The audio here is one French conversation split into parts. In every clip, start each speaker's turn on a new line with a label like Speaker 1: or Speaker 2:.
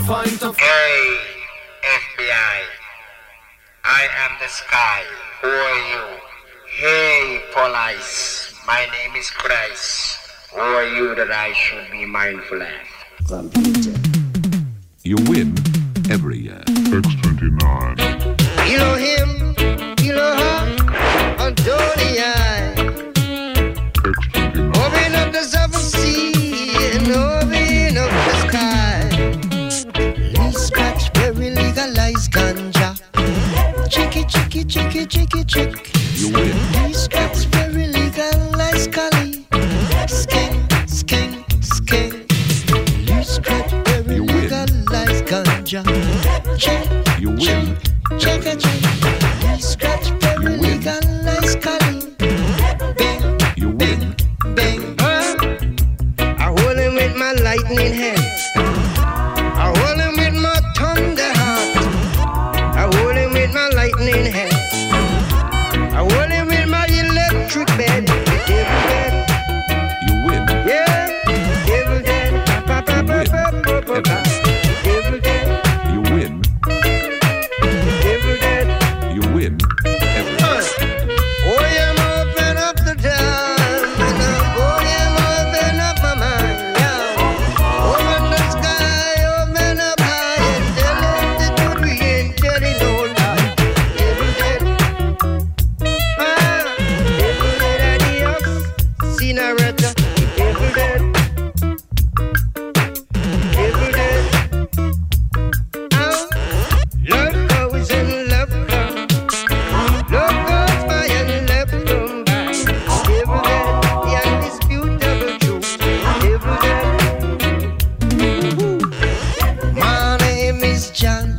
Speaker 1: Hey, FBI, I am the sky. Who are you? Hey, police, my name is Christ. Who are you that I should be mindful of?
Speaker 2: Computer.
Speaker 3: You win every year.
Speaker 4: X29.
Speaker 5: Elohim, Elohim, Adonai.
Speaker 4: X29.
Speaker 5: Open up the seven sea and open up the sky. Lee Scratch, very legalized ganja. Chicky, chicky, chicky, chicky, chick.
Speaker 3: You win.
Speaker 5: Lee Scratch, very legalized Cali. Skin, skin, skin. Lee Scratch, very
Speaker 3: You win.
Speaker 5: legalized ganja. Check,
Speaker 3: You win.
Speaker 5: check, check, check. Lee Scratch, very
Speaker 3: You win.
Speaker 5: legalized Cali. Bang,
Speaker 3: You win.
Speaker 5: bang. I hold him with my lightning hand. I hold him with my thunder heart. I hold him with my lightning hand. I hold him with my electric bed. Devil bed,
Speaker 3: You win.
Speaker 5: yeah. Devil bed, pa pa pa pa pa pa pa. Devil bed,
Speaker 3: You win.
Speaker 5: devil bed.
Speaker 3: You win every year.
Speaker 5: Oh, yeah, open up the time. Oh, yeah, open up my mind. Yeah. Open the sky, open up high, and tell him the truth we ain't telling no lie. Devil dead. Devil dead, adios. Senorita. Devil dead. Devil dead. Love goes and love comes. Love goes by and love come by. Devil dead, the undisputable truth. Devil dead. My name is John.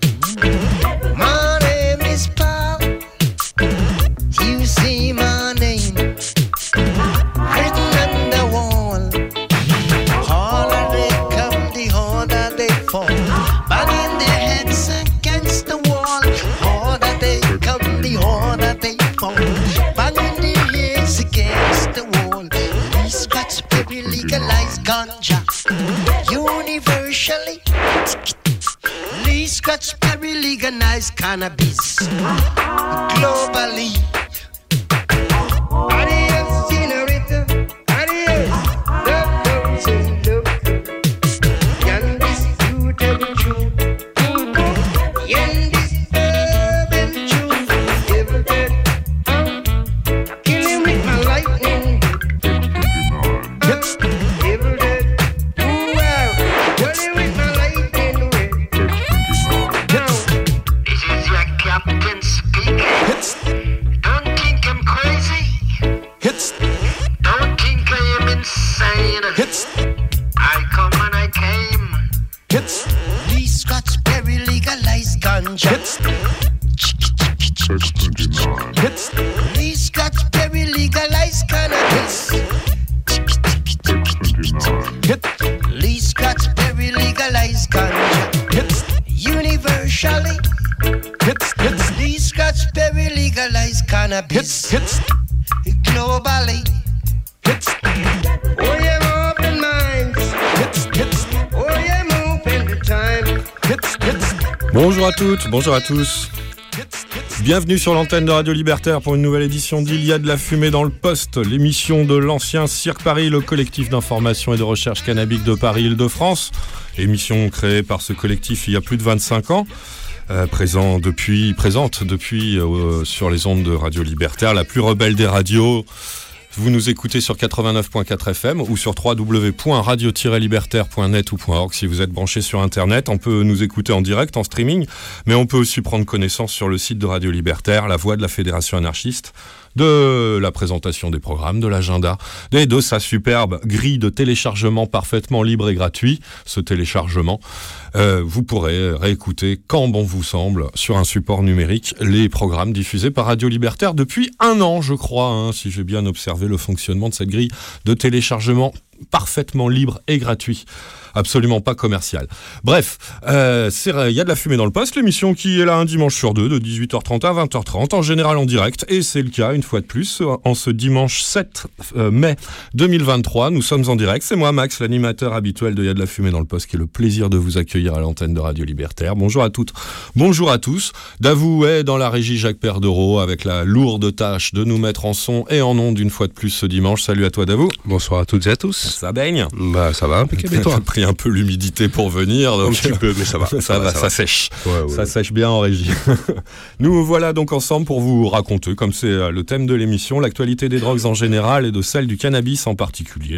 Speaker 5: My name is Paul. You see my name written on the wall. Harder they come, the harder they fall. Banging their heads against the wall. Harder they come, the harder they fall. Banging their heads against the wall. Lee Scratch, baby, legalize ganja universally. Lee Scratch, baby, legalize cannabis globally. Adios, senorita. Adios. Love comes and love comes. The undisputable truth. The undisturbable truth. Devil dead. Kill him with my lightning.
Speaker 4: X29.
Speaker 5: Devil dead. Ooh, wow. Kill him with my lightning.
Speaker 4: X29.
Speaker 1: This is your captain speaking.
Speaker 3: Hits.
Speaker 1: Don't think I'm crazy.
Speaker 3: Hits.
Speaker 1: Don't think I am insane.
Speaker 3: Hits.
Speaker 1: I come and I came.
Speaker 3: Hits.
Speaker 5: Lee Scratch, very legalized ganja.
Speaker 3: Hits.
Speaker 4: X29.
Speaker 3: Hits.
Speaker 5: Lee Scratch, very legalized cannabis.
Speaker 4: X29.
Speaker 3: Hit.
Speaker 5: Lee Scratch, very legalized ganja.
Speaker 3: Hits.
Speaker 5: Universally.
Speaker 3: Hits. Hits.
Speaker 5: Lee Scratch, very legalized cannabis.
Speaker 3: Hits. Hits.
Speaker 5: Globally.
Speaker 3: Hits.
Speaker 5: Oh, yeah, open minds.
Speaker 3: Hits. Hits.
Speaker 5: Oh, yeah, moving the time.
Speaker 3: Hits. Hits.
Speaker 6: Bonjour à toutes, bonjour à tous. Bienvenue sur l'antenne de Radio Libertaire pour une nouvelle édition d'Il y a de la fumée dans le poste, l'émission de l'ancien Cirque Paris, le collectif d'information et de recherche cannabique de Paris-Île-de-France. Émission créée par ce collectif il y a plus de 25 ans. Présente depuis sur les ondes de Radio Libertaire, la plus rebelle des radios. Vous nous écoutez sur 89.4 FM ou sur www.radio-libertaire.net ou .org si vous êtes branché sur Internet. On peut nous écouter en direct, en streaming, mais on peut aussi prendre connaissance sur le site de Radio Libertaire, la voix de la Fédération anarchiste, de la présentation des programmes, de l'agenda, et de sa superbe grille de téléchargement parfaitement libre et gratuit. Ce téléchargement, vous pourrez réécouter quand bon vous semble sur un support numérique les programmes diffusés par Radio Libertaire depuis 1 an, je crois, si j'ai bien observé le fonctionnement de cette grille de téléchargement parfaitement libre et gratuit. Absolument pas commercial. Bref, il y a de la fumée dans le poste, l'émission qui est là un dimanche sur deux, de 18h30 à 20h30, en général en direct, et c'est le cas, une fois de plus, en ce dimanche 7 mai 2023, nous sommes en direct. C'est moi, Max, l'animateur habituel de Il y a de la fumée dans le poste, qui a le plaisir de vous accueillir à l'antenne de Radio Libertaire. Bonjour à toutes, bonjour à tous. Davou est dans la régie Jacques Perdereau, avec la lourde tâche de nous mettre en son et en onde une fois de plus ce dimanche. Salut à toi, Davou.
Speaker 2: Bonsoir à toutes et à tous.
Speaker 6: Ça baigne?
Speaker 2: Bah ça va, impeccable. Et toi?
Speaker 6: Pris un peu l'humidité pour venir. Donc
Speaker 2: un petit peu, mais ça va.
Speaker 6: Ça sèche.
Speaker 2: Ouais.
Speaker 6: Ça sèche bien en régie. Nous voilà donc ensemble pour vous raconter, comme c'est le thème de l'émission, l'actualité des drogues en général et de celle du cannabis en particulier.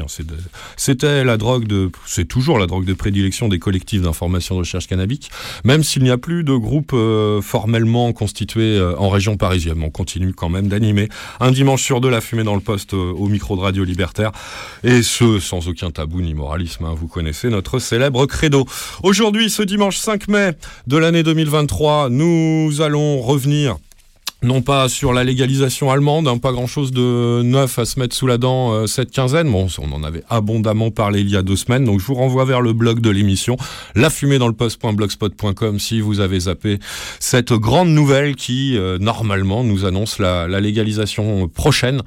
Speaker 6: C'est toujours la drogue de prédilection des collectifs d'information de recherche cannabique, même s'il n'y a plus de groupe formellement constitué en région parisienne. On continue quand même d'animer un dimanche sur deux la fumée dans le poste au micro de Radio Libertaire, et ce sans aucun tabou ni moralisme, hein, vous connaissez notre célèbre credo. Aujourd'hui, ce dimanche 5 mai de l'année 2023, nous allons revenir non pas sur la légalisation allemande, pas grand-chose de neuf à se mettre sous la dent cette quinzaine. Bon, on en avait abondamment parlé il y a 2 semaines, donc je vous renvoie vers le blog de l'émission, lafumeedansleposte.blogspot.com, si vous avez zappé cette grande nouvelle qui, normalement, nous annonce la légalisation prochaine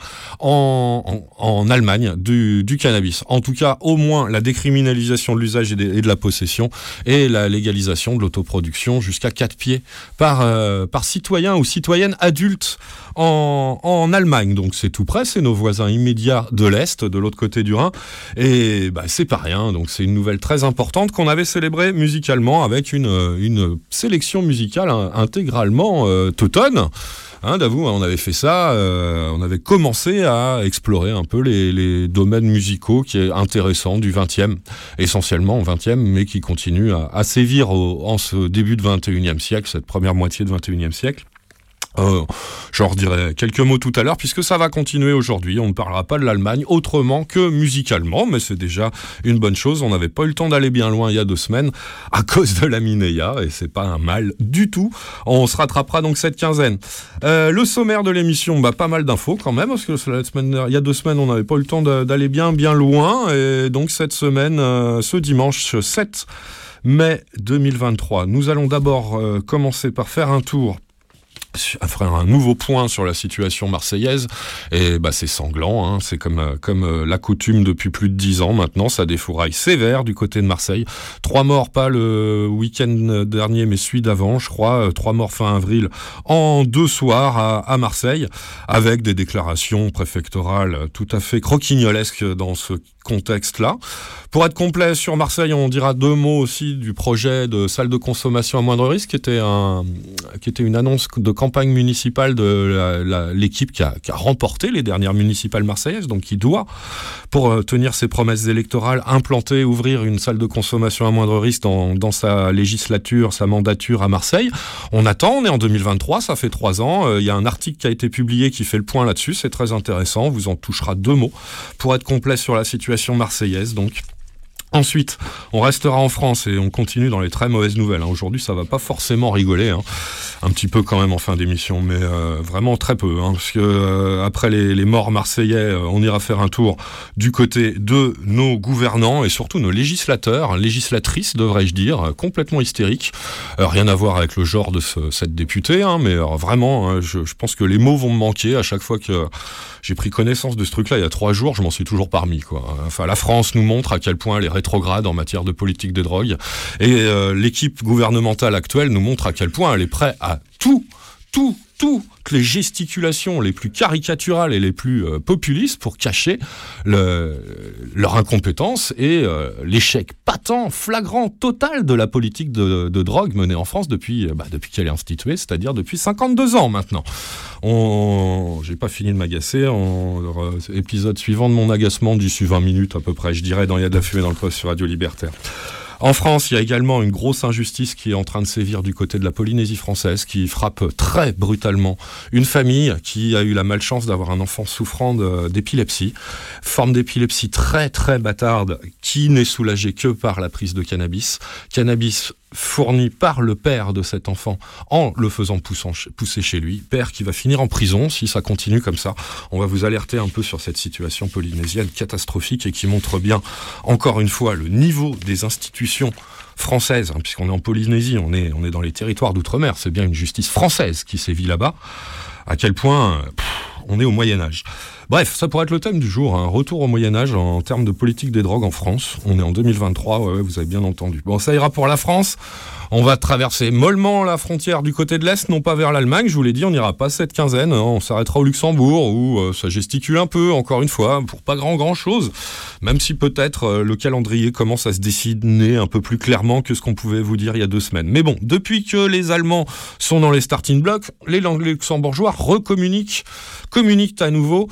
Speaker 6: en Allemagne du cannabis. En tout cas, au moins la décriminalisation de l'usage et de la possession, et la légalisation de l'autoproduction jusqu'à 4 pieds par citoyen ou citoyenne adulte en Allemagne. Donc c'est tout près, c'est nos voisins immédiats de l'Est, de l'autre côté du Rhin, et c'est pas rien. Donc c'est une nouvelle très importante qu'on avait célébrée musicalement avec une sélection musicale intégralement teutonne. Davou, on avait fait ça, on avait commencé à explorer un peu les domaines musicaux qui est intéressant du 20e, essentiellement au 20e, mais qui continue à sévir en ce début de 21e siècle, cette première moitié de 21e siècle. J'en redirai quelques mots tout à l'heure, puisque ça va continuer aujourd'hui. On ne parlera pas de l'Allemagne autrement que musicalement, mais c'est déjà une bonne chose. On n'avait pas eu le temps d'aller bien loin il y a 2 semaines à cause de la Mineia, et c'est pas un mal du tout. On se rattrapera donc cette quinzaine. Le sommaire de l'émission, pas mal d'infos quand même, parce que il y a 2 semaines, on n'avait pas eu le temps d'aller bien loin, et donc cette semaine, ce dimanche 7 mai 2023, nous allons d'abord commencer par faire un nouveau point sur la situation marseillaise, et c'est sanglant, hein. C'est comme la coutume depuis plus de 10 ans maintenant, ça défouraille sévère du côté de Marseille. 3 morts, pas le week-end dernier, mais celui d'avant, je crois, 3 morts fin avril en 2 soirs à Marseille, avec des déclarations préfectorales tout à fait croquignolesques dans ce contexte-là. Pour être complet sur Marseille, on dira 2 mots aussi du projet de salle de consommation à moindre risque, qui était une annonce de campagne municipale de l'équipe qui a remporté les dernières municipales marseillaises, donc qui doit, pour tenir ses promesses électorales, ouvrir une salle de consommation à moindre risque dans sa législature, sa mandature à Marseille. On attend, on est en 2023, ça fait 3 ans. Il y a un article qui a été publié qui fait le point là-dessus, c'est très intéressant, on vous en touchera 2 mots pour être complet sur la situation marseillaise, donc. Ensuite, on restera en France et on continue dans les très mauvaises nouvelles. Aujourd'hui, ça va pas forcément rigoler, un petit peu quand même en fin d'émission, mais vraiment très peu, parce que après les morts marseillais, on ira faire un tour du côté de nos gouvernants et surtout nos législatrices, devrais-je dire, complètement hystériques. Rien à voir avec le genre de cette députée, mais vraiment, je pense que les mots vont me manquer à chaque fois que j'ai pris connaissance de ce truc-là. Il y a 3 jours, je m'en suis toujours pas remis, quoi. Enfin, la France nous montre à quel point elle est rétrograde en matière de politique des drogues, et l'équipe gouvernementale actuelle nous montre à quel point elle est prête à toutes les gesticulations les plus caricaturales et les plus populistes pour cacher leur incompétence et l'échec patent, flagrant, total de la politique de drogue menée en France depuis qu'elle est instituée, c'est-à-dire depuis 52 ans maintenant. J'ai pas fini de m'agacer. Épisode suivant de mon agacement d'ici 20 minutes à peu près, je dirais, dans Il y a de la fumée dans le poste sur Radio Libertaire. En France, il y a également une grosse injustice qui est en train de sévir du côté de la Polynésie française, qui frappe très brutalement une famille qui a eu la malchance d'avoir un enfant souffrant d'épilepsie, forme d'épilepsie très très bâtarde, qui n'est soulagée que par la prise de cannabis fourni par le père de cet enfant en le faisant pousser chez lui. Père qui va finir en prison si ça continue comme ça. On va vous alerter un peu sur cette situation polynésienne catastrophique et qui montre bien, encore une fois, le niveau des institutions françaises, hein, puisqu'on est en Polynésie, on est dans les territoires d'outre-mer, c'est bien une justice française qui sévit là-bas. À quel point on est au Moyen-Âge. Bref, ça pourrait être le thème du jour, un retour au Moyen-Âge en termes de politique des drogues en France. On est en 2023, ouais, vous avez bien entendu. Bon, ça ira pour la France. On va traverser mollement la frontière du côté de l'Est, non pas vers l'Allemagne, je vous l'ai dit, on n'ira pas cette quinzaine, hein. On s'arrêtera au Luxembourg, où ça gesticule un peu, encore une fois, pour pas grand-chose, même si peut-être le calendrier commence à se dessiner un peu plus clairement que ce qu'on pouvait vous dire il y a 2 semaines. Mais bon, depuis que les Allemands sont dans les starting blocks, les luxembourgeois communiquent à nouveau,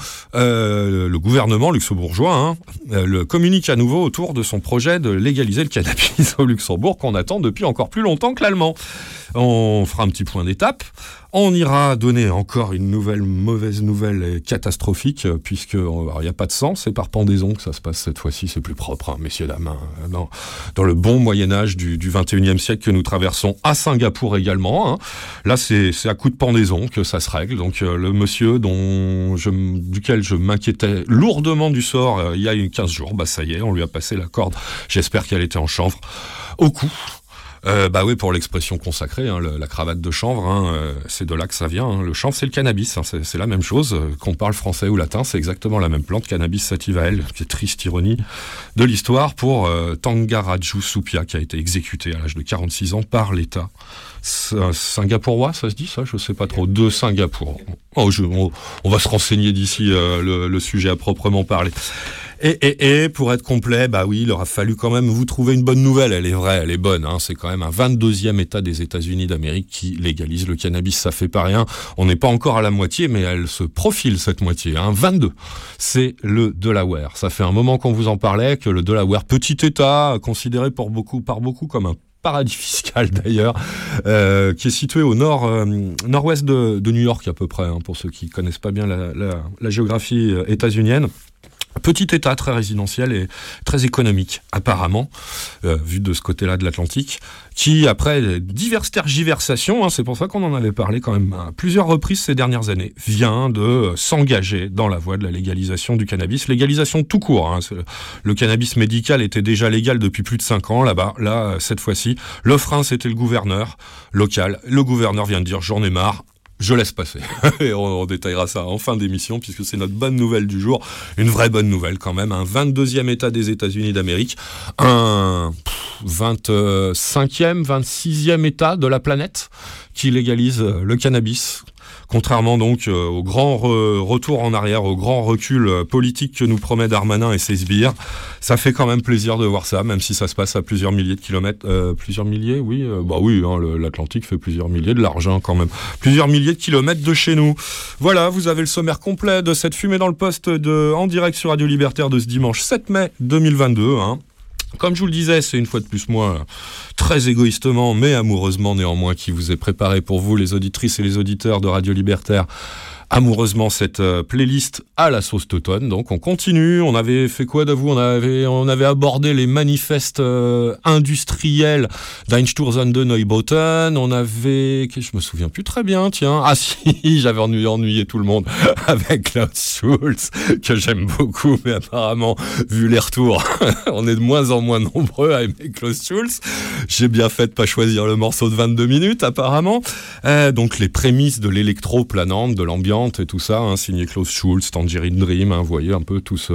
Speaker 6: le gouvernement luxembourgeois communique à nouveau autour de son projet de légaliser le cannabis au Luxembourg qu'on attend depuis encore plus longtemps que l'allemand. On fera un petit point d'étape. On ira donner encore une mauvaise nouvelle catastrophique, puisque il n'y a pas de sang, c'est par pendaison que ça se passe cette fois-ci, c'est plus propre, hein, messieurs, dames. Hein, dans le bon Moyen-Âge du 21e siècle que nous traversons, à Singapour également. Hein. Là, c'est à coup de pendaison que ça se règle. Donc, le monsieur duquel je m'inquiétais lourdement du sort il y a 15 jours, ça y est, on lui a passé la corde. J'espère qu'elle était en chanvre au cou. Oui, pour l'expression consacrée, hein, la cravate de chanvre, hein, c'est de là que ça vient. Hein. Le chanvre, c'est le cannabis, hein, c'est la même chose. Qu'on parle français ou latin, c'est exactement la même plante, Cannabis sativae, qui est triste ironie de l'histoire pour Tangaraju Supia, qui a été exécuté à l'âge de 46 ans par l'État singapurois, ça se dit ça? Je sais pas trop. De Singapour. On va se renseigner d'ici le sujet à proprement parler. Et pour être complet, oui, il aura fallu quand même vous trouver une bonne nouvelle. Elle est vraie, elle est bonne. Hein. C'est quand même un 22e État des États-Unis d'Amérique qui légalise le cannabis. Ça fait pas rien. On n'est pas encore à la moitié, mais elle se profile cette moitié. Hein. 22. C'est le Delaware. Ça fait un moment qu'on vous en parlait, que le Delaware, petit État, considéré par beaucoup comme un paradis fiscal d'ailleurs, qui est situé au nord-ouest de New York à peu près, hein, pour ceux qui connaissent pas bien la géographie états-unienne. Petit État très résidentiel et très économique, apparemment, vu de ce côté-là de l'Atlantique, qui, après diverses tergiversations, hein, c'est pour ça qu'on en avait parlé quand même à plusieurs reprises ces dernières années, vient de s'engager dans la voie de la légalisation du cannabis. Légalisation tout court. Hein, le cannabis médical était déjà légal depuis plus de 5 ans là-bas. Là, cette fois-ci, le frein, c'était le gouverneur local. Le gouverneur vient de dire « j'en ai marre ». Je laisse passer. Et on détaillera ça en fin d'émission, puisque c'est notre bonne nouvelle du jour. Une vraie bonne nouvelle quand même. Un 22e État des États-Unis d'Amérique. Un 25e, 26e État de la planète qui légalise le cannabis. Contrairement donc au grand retour en arrière, au grand recul politique que nous promet Darmanin et ses sbires. Ça fait quand même plaisir de voir ça, même si ça se passe à plusieurs milliers de kilomètres. Plusieurs milliers, oui. Oui, hein, l'Atlantique fait plusieurs milliers de large hein, quand même. Plusieurs milliers de kilomètres de chez nous. Voilà, vous avez le sommaire complet de cette fumée dans le poste en direct sur Radio Libertaire de ce dimanche 7 mai 2022. Hein. Comme je vous le disais, c'est une fois de plus moi, très égoïstement, mais amoureusement néanmoins, qui vous est préparé pour vous, les auditrices et les auditeurs de Radio Libertaire, amoureusement cette playlist à la sauce Teuton. Donc on continue, on avait fait quoi d'avoue, on avait abordé les manifestes industriels d'Einstürzen de Neubotten, on avait, je me souviens plus très bien, tiens, ah si, j'avais ennuyé tout le monde avec Klaus Schulz, que j'aime beaucoup, mais apparemment, vu les retours, on est de moins en moins nombreux à aimer Klaus Schulz. J'ai bien fait de pas choisir le morceau de 22 minutes, apparemment. Donc les prémices de l'électro planante, de l'ambiance, et tout ça, hein, signé Klaus Schulz, Tangerine Dream, hein, vous voyez un peu toute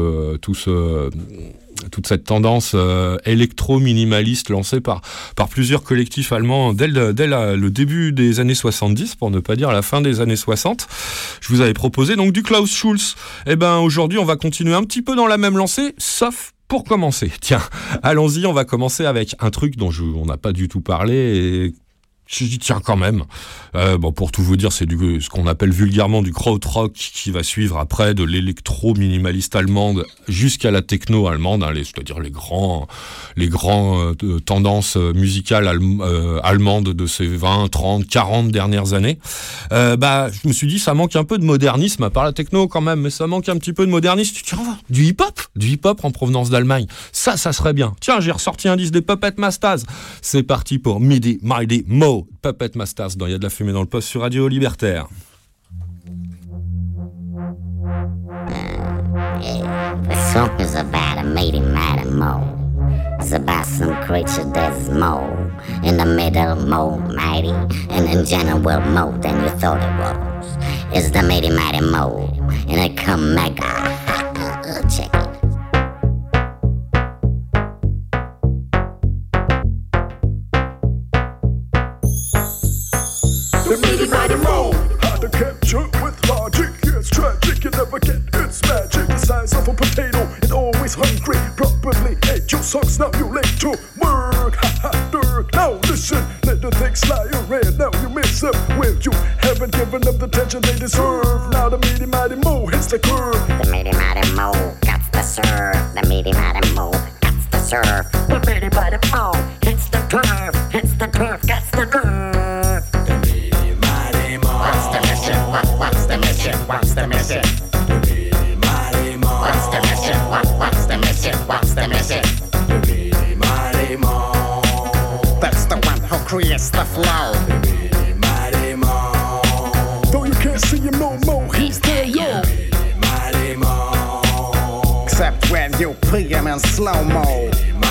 Speaker 6: cette tendance électro-minimaliste lancée par plusieurs collectifs allemands dès le début des années 70, pour ne pas dire la fin des années 60. Je vous avais proposé donc du Klaus Schulz. Et aujourd'hui, on va continuer un petit peu dans la même lancée, sauf pour commencer. Tiens, allons-y, on va commencer avec un truc dont on n'a pas du tout parlé et Je dis tiens quand même. Bon, pour tout vous dire, c'est ce qu'on appelle vulgairement du krautrock qui va suivre après de l'électro minimaliste allemande jusqu'à la techno allemande, hein, c'est-à-dire les grands tendances musicales allemandes de ces 20, 30, 40 dernières années. Je me suis dit ça manque un peu de modernisme, à part la techno quand même, mais ça manque un petit peu de modernisme. Tiens, du hip-hop en provenance d'Allemagne. Ça serait bien. Tiens, j'ai ressorti un disque des Puppet Masters. C'est parti pour Mighty Mighty Mo, Puppet Masters, dans Il y a de la fumée dans le poste sur Radio Libertaire.
Speaker 7: The song is about a mighty mighty mo. It's about some creature that's more in the middle, more mighty, and in general more than you thought it was. It's the mighty mighty mo, and it come mega. Check it.
Speaker 3: The mighty mighty mo. Hard to capture with logic. It's tragic, you never get its magic. The size of a potato, it always hungry. Probably ate your socks, now you late to work. Ha ha, dirt. Now listen, let the things fly around. Now you miss them. Well, you haven't given them the attention they deserve. Now the mighty mighty mo hits the curve.
Speaker 7: The mighty mighty mo got the serve. The mighty mighty mo got the serve. The mighty mighty mo hits the curve. Hits the curve, got the curve.
Speaker 8: What's the mission? What's the mission? What's the mission? What's the mission? What's the mission? What's the mission? That's the one who creates the flow.
Speaker 3: Though you can't see him no more, he's there, yo.
Speaker 8: Except when you put him in slow-mo.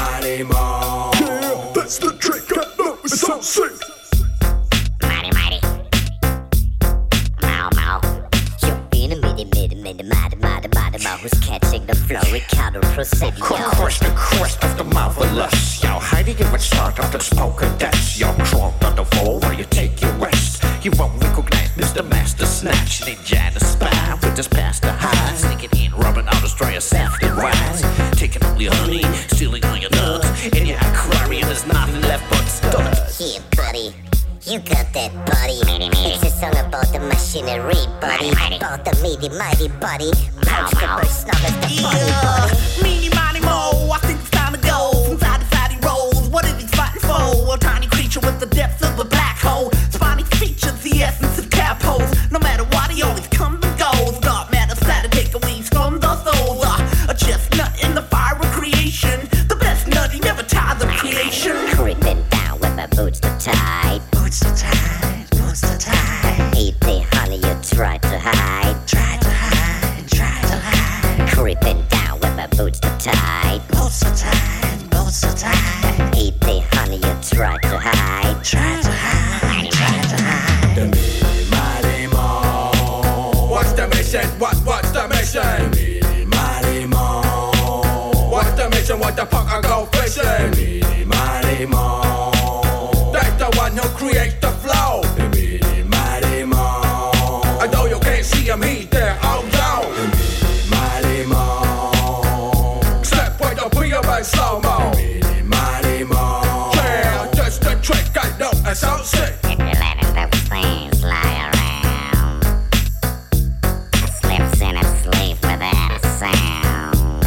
Speaker 3: Yeah, that's the trick. I know it's so sick.
Speaker 7: Mighty mighty. Mow mow. You in a mighty mo who's catching the flow. Ricardo Presidio.
Speaker 8: The quest of the marvelous. Yo, hiding in the start of the spoken death. Yo, crawled on the floor where you take your rest. You won't recognize Mr. Master Snatch. Ninja the spy with his pasta high. Sneaking in, rubbing out, destroy yourself and rise. Taking all your honey, stealing all your nuts. In your aquarium, there's nothing left but studs.
Speaker 7: Here, buddy. You got that, buddy. It's a song about the machinery, buddy. About the mighty buddy. Punch the burst, now it's the buddy.
Speaker 9: Meeny, miny, mo, I think it's time to go. From side to side he rolls, what is he fighting for? A tiny creature with the depths of a black hole. Spiny features, the essence of tadpoles. No matter what, he always comes and goes. Dark matter, sad to take away from the soul. A chestnut in the fire of creation. The best nut, he never ties of creation.
Speaker 7: Creeping down with my boots to tight.
Speaker 9: Boots to tie, boots to tie.
Speaker 7: Eat the honey you tried to hide.
Speaker 9: Try to hide, try to hide.
Speaker 7: Creeping down with my boots to tight.
Speaker 9: Boots to tie, boots to tie.
Speaker 7: Eat the honey you tried to hide.
Speaker 9: Try to hide, try to hide.
Speaker 8: The mighty mo. What's the mission? What's the mission? The mighty mo. What's the mission? What the fuck I go fishing? The mighty mo. That's the one who creates the flow. The mighty mo. Although you can't see him, he's there on zone. The mighty mo. Except when you put him in slow-mo. The mighty mo. Yeah, just the trick I know. It's so sick.
Speaker 7: If you letting those things lie around, it slips in its sleeve without a sound.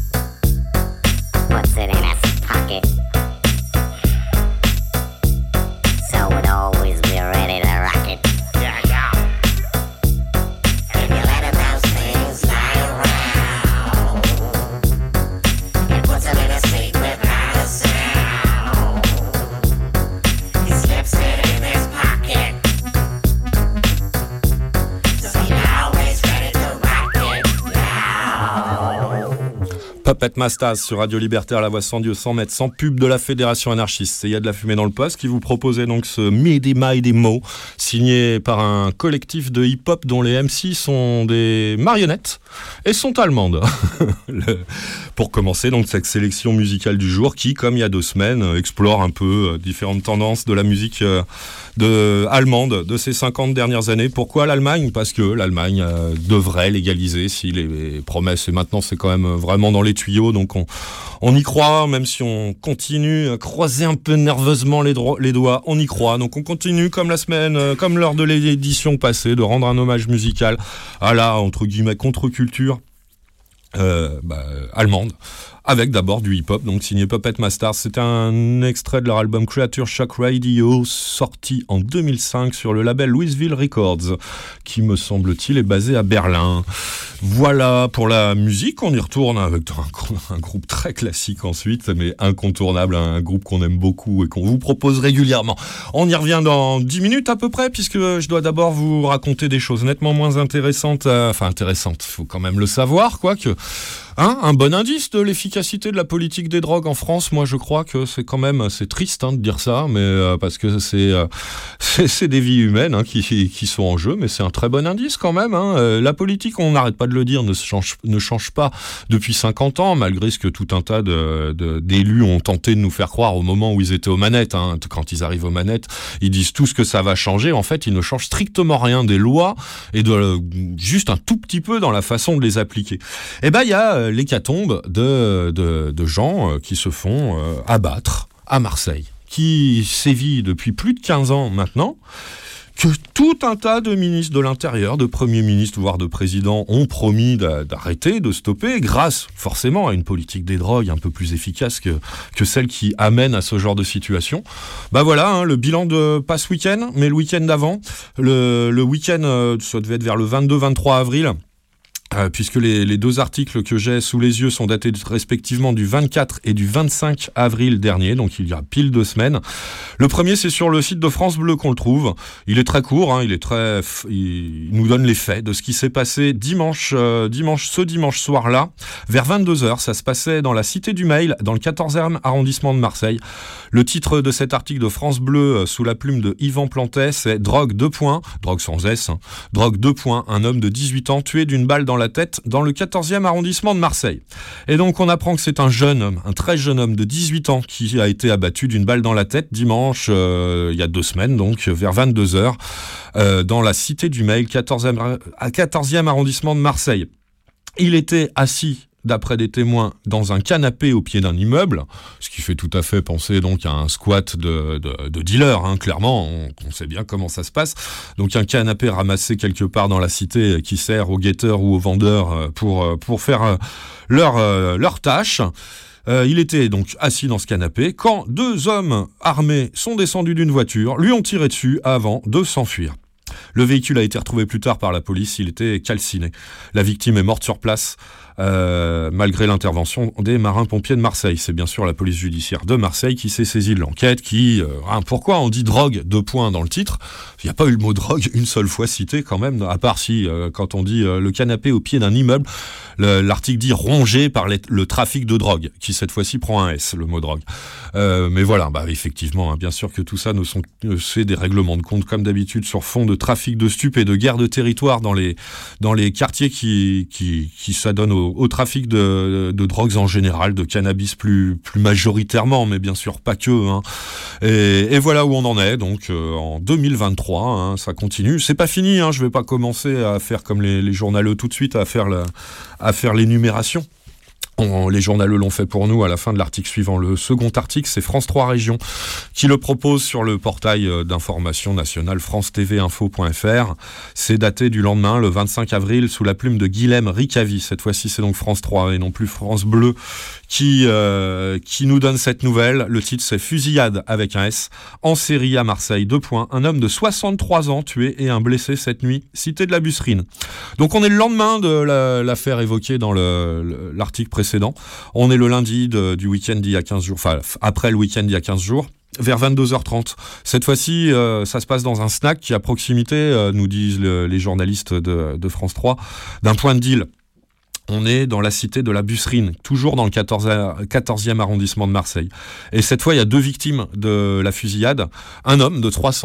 Speaker 7: Puts it in its pocket, so it always be ready to rock it.
Speaker 8: Yeah, yeah.
Speaker 7: If you letting those things lie around, it puts it in its sleeve without a sound. He slips it in his pocket, so you're always ready to rock it.
Speaker 6: Puppet Masters sur Radio Libertaire, la voix sans Dieu, sans maître, sans pub de la Fédération anarchiste. C'est Il y a de la fumée dans le poste qui vous proposait donc ce Mighty Mighty Mo, signé par un collectif de hip-hop dont les MC sont des marionnettes et sont allemandes. Pour commencer donc cette sélection musicale du jour qui, comme il y a 2 semaines, explore un peu différentes tendances de la musique allemande de ces 50 dernières années. Pourquoi l'Allemagne ? Parce que l'Allemagne devrait légaliser, si les promesses, et maintenant c'est quand même vraiment dans les tuyaux, tuyaux, donc on y croit, même si on continue à croiser un peu nerveusement les doigts, on y croit. Donc on continue comme la semaine, comme lors de l'édition passée, de rendre un hommage musical à la, entre guillemets, contre-culture allemande, avec d'abord du hip-hop, donc signé Puppet Masters. C'était un extrait de leur album Creature Shock Radio, sorti en 2005 sur le label Louisville Records, qui me semble-t-il est basé à Berlin. Voilà pour la musique, on y retourne avec un groupe très classique ensuite, mais incontournable, un groupe qu'on aime beaucoup et qu'on vous propose régulièrement. On y revient dans 10 minutes à peu près, puisque je dois d'abord vous raconter des choses nettement moins intéressantes, intéressantes, faut quand même le savoir, quoique. Un bon indice de l'efficacité de la politique des drogues en France. Moi, je crois que c'est quand même, c'est triste de dire ça, mais parce que c'est des vies humaines qui sont en jeu, mais c'est un très bon indice quand même. La politique, on n'arrête pas de le dire, ne change pas depuis 50 ans, malgré ce que tout un tas d'élus ont tenté de nous faire croire au moment où ils étaient aux manettes. Quand ils arrivent aux manettes, ils disent tous que ça va changer. En fait, ils ne changent strictement rien des lois et juste un tout petit peu dans la façon de les appliquer. Et il y a l'hécatombe de gens qui se font abattre à Marseille, qui sévit depuis plus de 15 ans maintenant, que tout un tas de ministres de l'Intérieur, de premiers ministres, voire de présidents, ont promis d'arrêter, de stopper, grâce forcément à une politique des drogues un peu plus efficace que celle qui amène à ce genre de situation. Voilà, le bilan pas ce week-end, mais le week-end d'avant. Le week-end, ça devait être vers le 22-23 avril, puisque les deux articles que j'ai sous les yeux sont datés respectivement du 24 et du 25 avril dernier, donc il y a pile 2 semaines. Le premier, c'est sur le site de France Bleu qu'on le trouve. Il est très court, il nous donne les faits de ce qui s'est passé ce dimanche soir-là, vers 22h. Ça se passait dans la Cité du Mail, dans le 14e arrondissement de Marseille. Le titre de cet article de France Bleu, sous la plume de Yvan Plantet, c'est Drogue : drogue sans S, drogue : un homme de 18 ans tué d'une balle dans la tête dans le 14e arrondissement de Marseille. Et donc on apprend que c'est un très jeune homme de 18 ans qui a été abattu d'une balle dans la tête dimanche, il y a 2 semaines, donc vers 22h, dans la Cité du Mail, 14e arrondissement de Marseille. Il était assis, d'après des témoins, dans un canapé au pied d'un immeuble, ce qui fait tout à fait penser donc à un squat de dealer, clairement, on sait bien comment ça se passe. Donc un canapé ramassé quelque part dans la cité qui sert aux guetteurs ou aux vendeurs pour faire leur tâche. Il était donc assis dans ce canapé quand 2 hommes armés sont descendus d'une voiture, lui ont tiré dessus avant de s'enfuir. Le véhicule a été retrouvé plus tard par la police, il était calciné. La victime est morte sur place, malgré l'intervention des marins-pompiers de Marseille. C'est bien sûr la police judiciaire de Marseille qui s'est saisie de l'enquête, pourquoi on dit drogue, 2 points dans le titre ? Il n'y a pas eu le mot drogue une seule fois cité quand même, à part si, quand on dit le canapé au pied d'un immeuble, l'article dit rongé par le trafic de drogue, qui cette fois-ci prend un S, le mot drogue. Mais voilà, effectivement, bien sûr que tout ça c'est des règlements de compte comme d'habitude sur fond de trafic de stupes et de guerre de territoire dans les quartiers qui s'adonnent au trafic de drogues en général, de cannabis plus majoritairement, mais bien sûr pas que. Et voilà où on en est, donc en 2023, ça continue. C'est pas fini, je vais pas commencer à faire comme les journaleux tout de suite, à faire l'énumération. Les journaleux l'ont fait pour nous à la fin de l'article suivant. Le second article, c'est France 3 Régions qui le propose sur le portail d'information nationale france-tv-info.fr. C'est daté du lendemain, le 25 avril, sous la plume de Guilhem Ricavi. Cette fois-ci, c'est donc France 3 et non plus France Bleu qui nous donne cette nouvelle. Le titre, c'est Fusillade avec un S en série à Marseille. 2 points. Un homme de 63 ans tué et un blessé cette nuit, cité de la Busserine. Donc on est le lendemain de l'affaire évoquée dans l'article précédent. On est le lundi du week-end d'il y a 15 jours, après le week-end d'il y a 15 jours, vers 22h30. Cette fois-ci, ça se passe dans un snack qui est à proximité, nous disent les journalistes de France 3, d'un point de deal. On est dans la cité de la Busserine, toujours dans le 14e arrondissement de Marseille. Et cette fois, il y a 2 victimes de la fusillade. Un homme de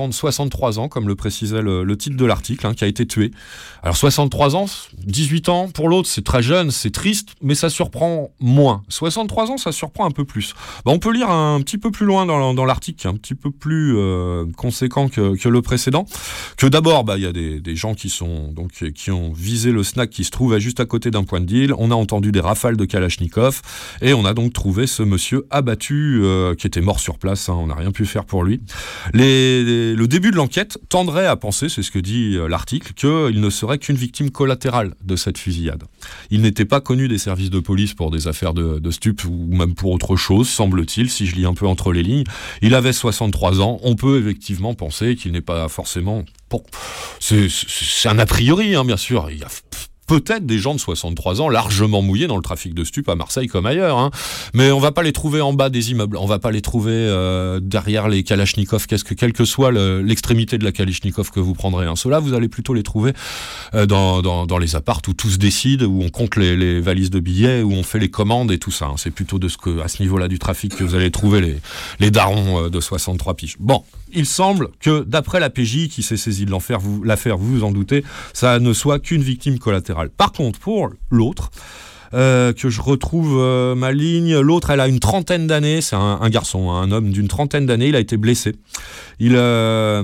Speaker 6: 63 ans, comme le précisait le titre de l'article, qui a été tué. Alors 63 ans, 18 ans pour l'autre, c'est très jeune, c'est triste, mais ça surprend moins. 63 ans, ça surprend un peu plus. On peut lire un petit peu plus loin dans l'article, qui est un petit peu plus conséquent que le précédent, que d'abord, il y a des gens qui ont visé le snack qui se trouve juste à côté d'un point de deal. ville, on a entendu des rafales de Kalachnikov, et on a donc trouvé ce monsieur abattu, qui était mort sur place, on n'a rien pu faire pour lui. Le début de l'enquête tendrait à penser, c'est ce que dit l'article, qu'il ne serait qu'une victime collatérale de cette fusillade. Il n'était pas connu des services de police pour des affaires de stupes, ou même pour autre chose, semble-t-il, si je lis un peu entre les lignes. Il avait 63 ans, on peut effectivement penser qu'il n'est pas forcément... Bon, c'est un a priori, bien sûr, il y a peut-être des gens de 63 ans largement mouillés dans le trafic de stupes à Marseille comme ailleurs, mais on va pas les trouver en bas des immeubles, on va pas les trouver derrière les Kalachnikov, quelle que soit l'extrémité de la Kalachnikov que vous prendrez. Ceux-là, vous allez plutôt les trouver dans les apparts où tout se décide, où on compte les valises de billets, où on fait les commandes et tout ça. C'est plutôt à ce niveau-là du trafic que vous allez trouver les darons de 63 piges. Bon, il semble que, d'après la PJ qui s'est saisie de l'affaire, vous vous en doutez, ça ne soit qu'une victime collatérale. Par contre, pour l'autre, que je retrouve ma ligne, l'autre, elle a une trentaine d'années, c'est un garçon, un homme d'une trentaine d'années, il a été blessé. Il a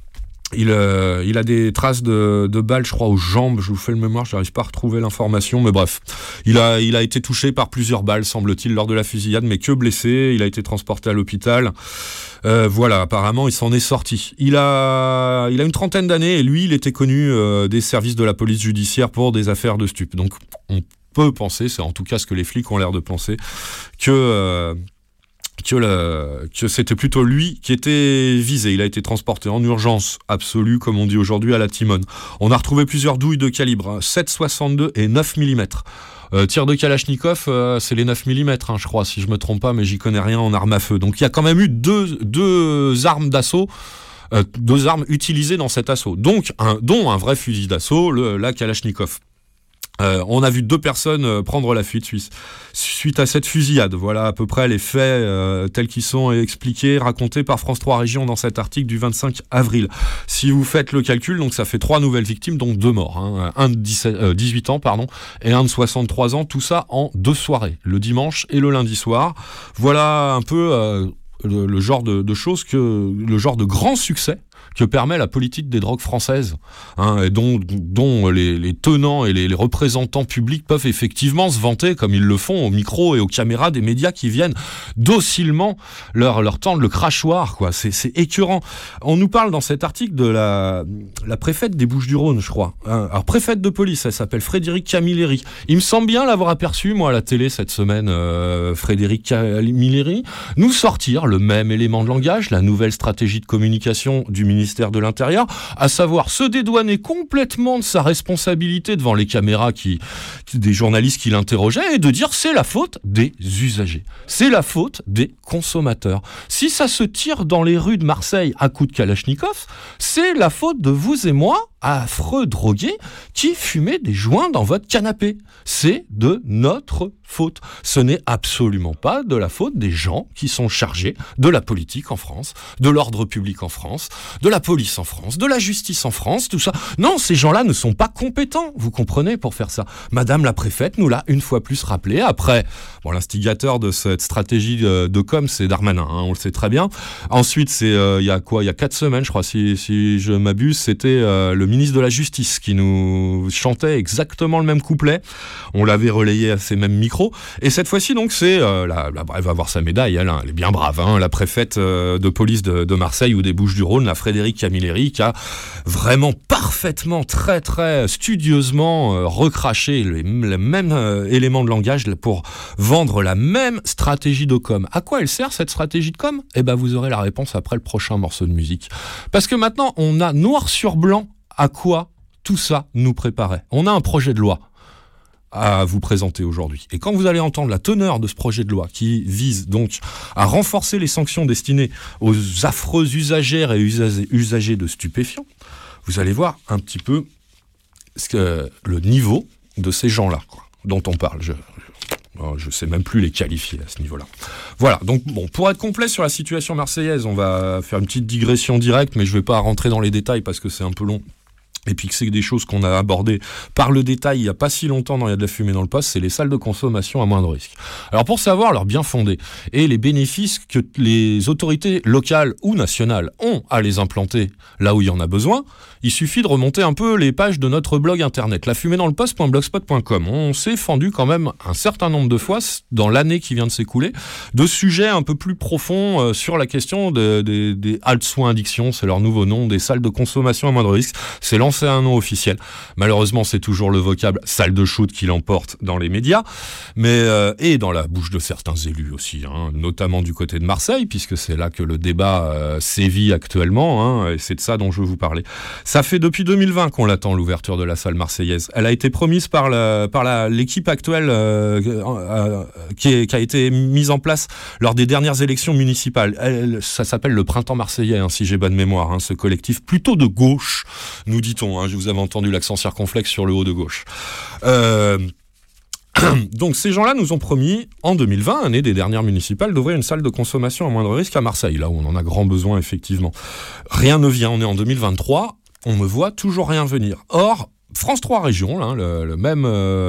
Speaker 6: des traces de balles, je crois, aux jambes. Je vous fais le mémoire, je n'arrive pas à retrouver l'information, mais bref. Il a été touché par plusieurs balles, semble-t-il, lors de la fusillade, mais que blessé. Il a été transporté à l'hôpital. Voilà, apparemment, il s'en est sorti. Il a une trentaine d'années, et lui, il était connu des services de la police judiciaire pour des affaires de stupes. Donc, on peut penser, c'est en tout cas ce que les flics ont l'air de penser, que c'était plutôt lui qui était visé. Il a été transporté en urgence absolue, comme on dit aujourd'hui, à la Timone. On a retrouvé plusieurs douilles de calibre, 7,62 et 9 mm. Tir de Kalachnikov, c'est les 9 mm, je crois, si je me trompe pas, mais j'y connais rien en arme à feu. Donc il y a quand même eu deux armes d'assaut, deux armes utilisées dans cet assaut, dont un vrai fusil d'assaut, la Kalachnikov. On a vu 2 personnes prendre la fuite suite à cette fusillade. Voilà à peu près les faits tels qu'ils sont expliqués, racontés par France 3 Régions dans cet article du 25 avril. Si vous faites le calcul, donc ça fait 3 nouvelles victimes, donc 2 morts. Un de 18 ans, et un de 63 ans, tout ça en 2 soirées, le dimanche et le lundi soir. Voilà un peu le genre de choses, le genre de grand succès que permet la politique des drogues françaises, et dont les tenants et les représentants publics peuvent effectivement se vanter, comme ils le font au micro et aux caméras des médias qui viennent docilement leur tendre le crachoir, quoi. C'est écœurant. On nous parle dans cet article de la préfète des Bouches-du-Rhône, je crois. Alors, préfète de police, elle s'appelle Frédéric Camilleri. Il me semble bien l'avoir aperçu, moi, à la télé cette semaine, Frédéric Camilleri, nous sortir le même élément de langage, la nouvelle stratégie de communication du ministère de l'Intérieur, à savoir se dédouaner complètement de sa responsabilité devant les caméras des journalistes qui l'interrogeaient, et de dire c'est la faute des usagers, c'est la faute des consommateurs. Si ça se tire dans les rues de Marseille à coups de Kalachnikov, c'est la faute de vous et moi, affreux drogués, qui fumaient des joints dans votre canapé. C'est de notre faute. Ce n'est absolument pas de la faute des gens qui sont chargés de la politique en France, de l'ordre public en France, de la police en France, de la justice en France, tout ça. Non, ces gens-là ne sont pas compétents, vous comprenez, pour faire ça. Madame la préfète nous l'a une fois plus rappelé. Après, l'instigateur de cette stratégie de com, c'est Darmanin, on le sait très bien. Ensuite, c'est il y a 4 semaines, je crois, si je m'abuse, c'était le ministre de la Justice qui nous chantait exactement le même couplet. On l'avait relayé à ces mêmes micros. Et cette fois-ci, donc, c'est elle va avoir sa médaille, elle est bien brave, la préfète de police de Marseille ou des Bouches-du-Rhône, la Frédéric Camilleri, qui a vraiment parfaitement, très très studieusement recraché les mêmes éléments de langage pour vendre la même stratégie de com. À quoi elle sert, cette stratégie de com ? Vous aurez la réponse après le prochain morceau de musique. Parce que maintenant, on a noir sur blanc à quoi tout ça nous préparait. On a un projet de loi à vous présenter aujourd'hui. Et quand vous allez entendre la teneur de ce projet de loi qui vise donc à renforcer les sanctions destinées aux affreux usagères et usagers de stupéfiants, vous allez voir un petit peu le niveau de ces gens-là, dont on parle. Je sais même plus les qualifier à ce niveau-là. Voilà, donc pour être complet sur la situation marseillaise, on va faire une petite digression directe, mais je vais pas rentrer dans les détails parce que c'est un peu long et puis que c'est des choses qu'on a abordées par le détail il n'y a pas si longtemps dans Il y a de la fumée dans le poste, c'est les salles de consommation à moindre risque. Alors pour savoir leur bien fondé et les bénéfices que les autorités locales ou nationales ont à les implanter là où il y en a besoin, il suffit de remonter un peu les pages de notre blog internet, lafumédansleposte.blogspot.com. On s'est fendu quand même un certain nombre de fois, dans l'année qui vient de s'écouler, de sujets un peu plus profonds sur la question des haltes soins addiction, c'est leur nouveau nom, des salles de consommation à moindre risque. C'est lancé un nom officiel. Malheureusement, c'est toujours le vocable salle de shoot qui l'emporte dans les médias, mais et dans la bouche de certains élus aussi, hein, notamment du côté de Marseille, puisque c'est là que le débat sévit actuellement, hein, et c'est de ça dont je veux vous parler. Ça fait depuis 2020 qu'on l'attend, l'ouverture de la salle marseillaise. Elle a été promise par l'équipe actuelle qui a été mise en place lors des dernières élections municipales. Ça s'appelle le Printemps Marseillais, hein, si j'ai bonne mémoire, hein, ce collectif plutôt de gauche, nous dit-on. Hein, je vous avais entendu l'accent circonflexe sur le haut de gauche. Donc ces gens-là nous ont promis, en 2020, année des dernières municipales, d'ouvrir une salle de consommation à moindre risque à Marseille, là où on en a grand besoin, effectivement. Rien ne vient, on est en 2023, on ne voit toujours rien venir. Or, France 3 Région, là, le même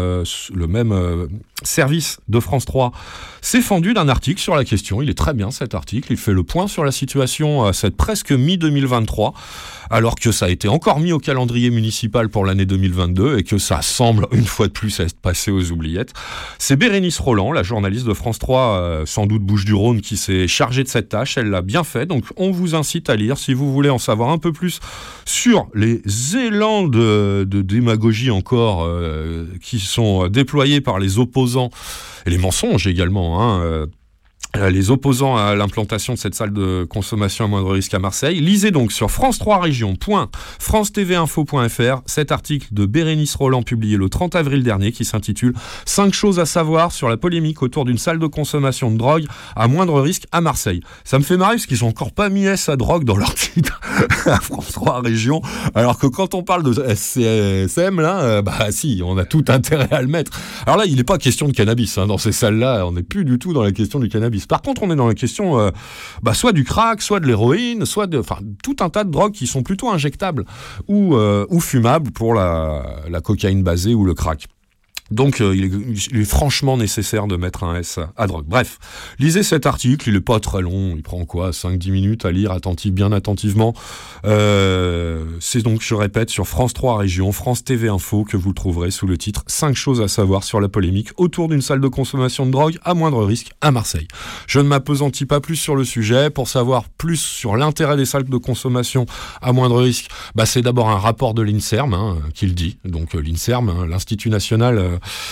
Speaker 6: service de France 3, s'est fendu d'un article sur la question. Il est très bien, cet article. Il fait le point sur la situation à cette presque mi-2023, alors que ça a été encore mis au calendrier municipal pour l'année 2022 et que ça semble, une fois de plus, être passé aux oubliettes. C'est Bérénice Roland, la journaliste de France 3, sans doute Bouches-du-Rhône, qui s'est chargée de cette tâche. Elle l'a bien fait, donc on vous incite à lire si vous voulez en savoir un peu plus sur les élans de démagogie encore qui sont déployés par les opposants, et les mensonges également, hein, les opposants à l'implantation de cette salle de consommation à moindre risque à Marseille. Lisez donc sur france3région.france-tv-info.fr cet article de Bérénice Roland publié le 30 avril dernier qui s'intitule « 5 choses à savoir sur la polémique autour d'une salle de consommation de drogue à moindre risque à Marseille ». Ça me fait marrer parce qu'ils n'ont encore pas mis S à drogue dans leur titre à France 3 Région, alors que quand on parle de SCSM, là, bah si, on a tout intérêt à le mettre. Alors là, il n'est pas question de cannabis, hein, dans ces salles-là, on n'est plus du tout dans la question du cannabis. Par contre, on est dans la question soit du crack, soit de l'héroïne, soit tout un tas de drogues qui sont plutôt injectables ou fumables pour la cocaïne basée ou le crack. Donc il est franchement nécessaire de mettre un S à drogue. Bref, lisez cet article, il est pas très long, il prend quoi, 5-10 minutes à lire bien attentivement. C'est donc, je répète, sur France 3 Région, France TV Info, que vous le trouverez sous le titre « 5 choses à savoir sur la polémique autour d'une salle de consommation de drogue à moindre risque à Marseille ». Je ne m'appesantis pas plus sur le sujet. Pour savoir plus sur l'intérêt des salles de consommation à moindre risque, c'est d'abord un rapport de l'INSERM qui le dit. Donc l'INSERM, l'Institut National...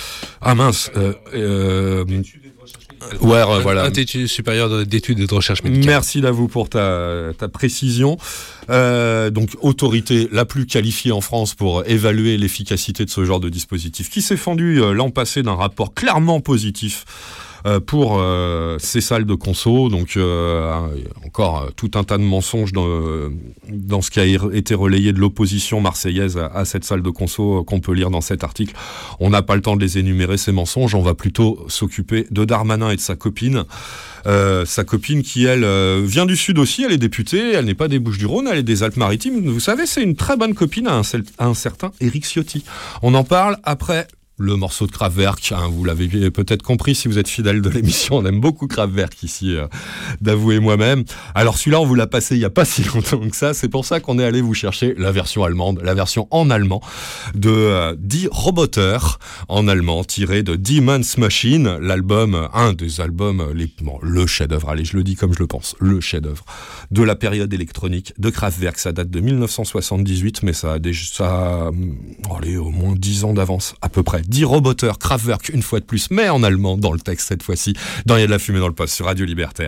Speaker 6: voilà.
Speaker 2: Institut supérieur d'études et de recherche médicale.
Speaker 6: Merci Davou pour ta précision. Donc autorité la plus qualifiée en France pour évaluer l'efficacité de ce genre de dispositif, qui s'est fendu l'an passé d'un rapport clairement positif pour ces salles de conso. Donc encore tout un tas de mensonges dans ce qui a été relayé de l'opposition marseillaise à cette salle de conso qu'on peut lire dans cet article. On n'a pas le temps de les énumérer, ces mensonges. On va plutôt s'occuper de Darmanin et de sa copine. Sa copine qui, elle, vient du Sud aussi, elle est députée, elle n'est pas des Bouches-du-Rhône, elle est des Alpes-Maritimes. Vous savez, c'est une très bonne copine à un certain Éric Ciotti. On en parle après le morceau de Kraftwerk, hein, vous l'avez peut-être compris si vous êtes fidèle de l'émission, on aime beaucoup Kraftwerk ici, d'avouer moi-même. Alors celui-là, on vous l'a passé il n'y a pas si longtemps que ça, c'est pour ça qu'on est allé vous chercher la version allemande, la version en allemand de Die Roboter, en allemand, tiré de Demon's Machine, l'album, un des albums, le chef-d'œuvre, allez, je le dis comme je le pense, le chef-d'œuvre de la période électronique de Kraftwerk. Ça date de 1978, mais ça a allez, au moins 10 ans d'avance, à peu près. Die Roboter, Kraftwerk, une fois de plus, mais en allemand, dans le texte cette fois-ci, dans Il y a de la fumée dans le poste, sur Radio Libertaire.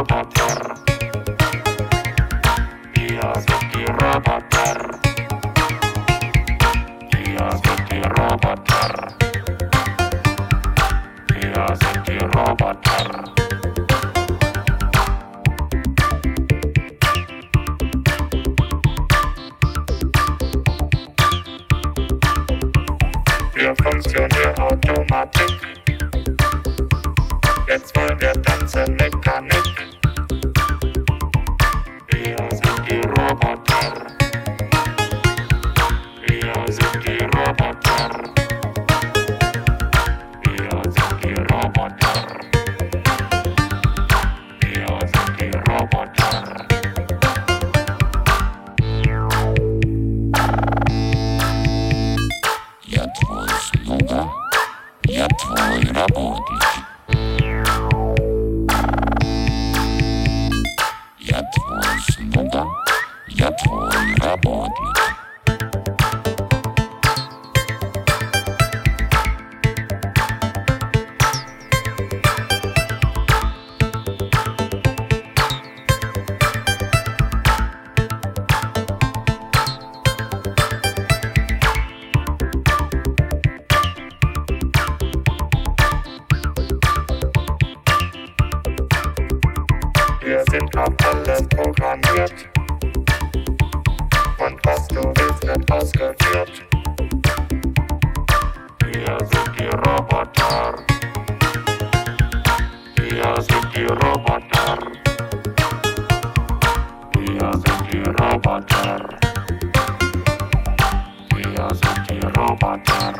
Speaker 10: Wir funktionieren Automatik. Jetzt wollen wir tanzen Mechanik. Wir sind die Roboter. Wir sind die Roboter. Wir sind die Roboter. Wir sind die Roboter.
Speaker 4: Я твой слуга, я твой работник. Я твой слуга, я твой работник.
Speaker 10: Wir sind auf alles programmiert. Und was du willst, wird ausgeführt. Wir sind die Roboter. Wir sind die Roboter. Wir sind die Roboter. Wir sind die Roboter.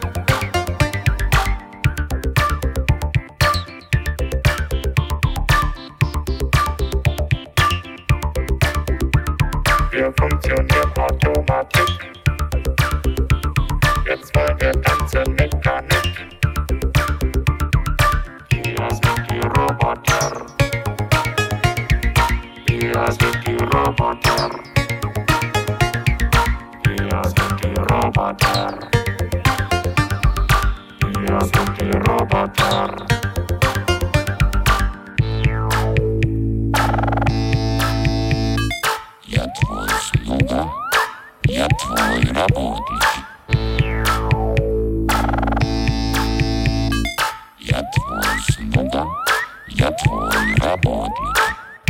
Speaker 10: Wir funktionieren Automatik. Jetzt wollen wir tanzen Mechanik. Wir sind die Roboter. Wir sind die Roboter. Wir sind die Roboter. Wir sind die Roboter.
Speaker 4: Я твой слуга, я твой работник. Я твой слуга, я твой работник.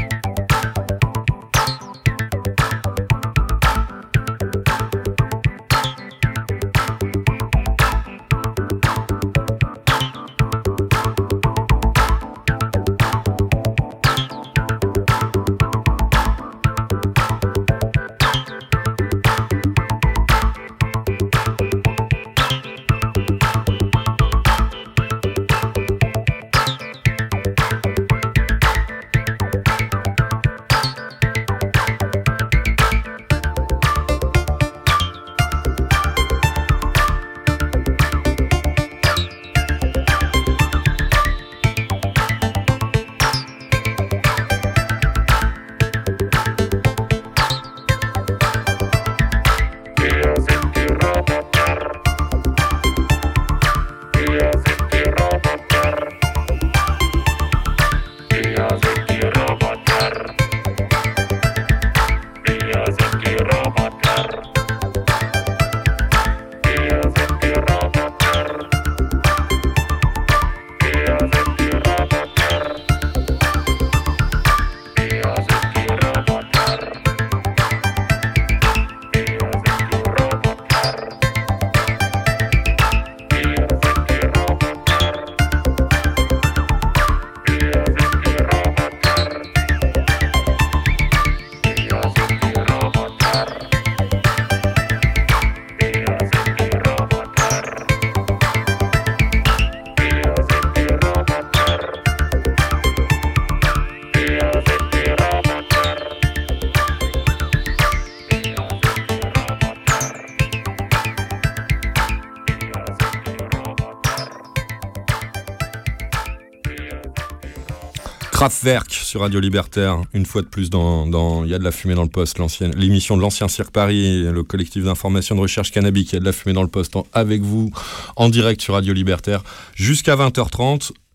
Speaker 6: Kraftwerk sur Radio Libertaire, une fois de plus dans Il y a de la fumée dans le poste, l'émission de l'ancien Cirque Paris, le collectif d'information de recherche cannabique, Il y a de la fumée dans le poste avec vous en direct sur Radio Libertaire jusqu'à 20h30.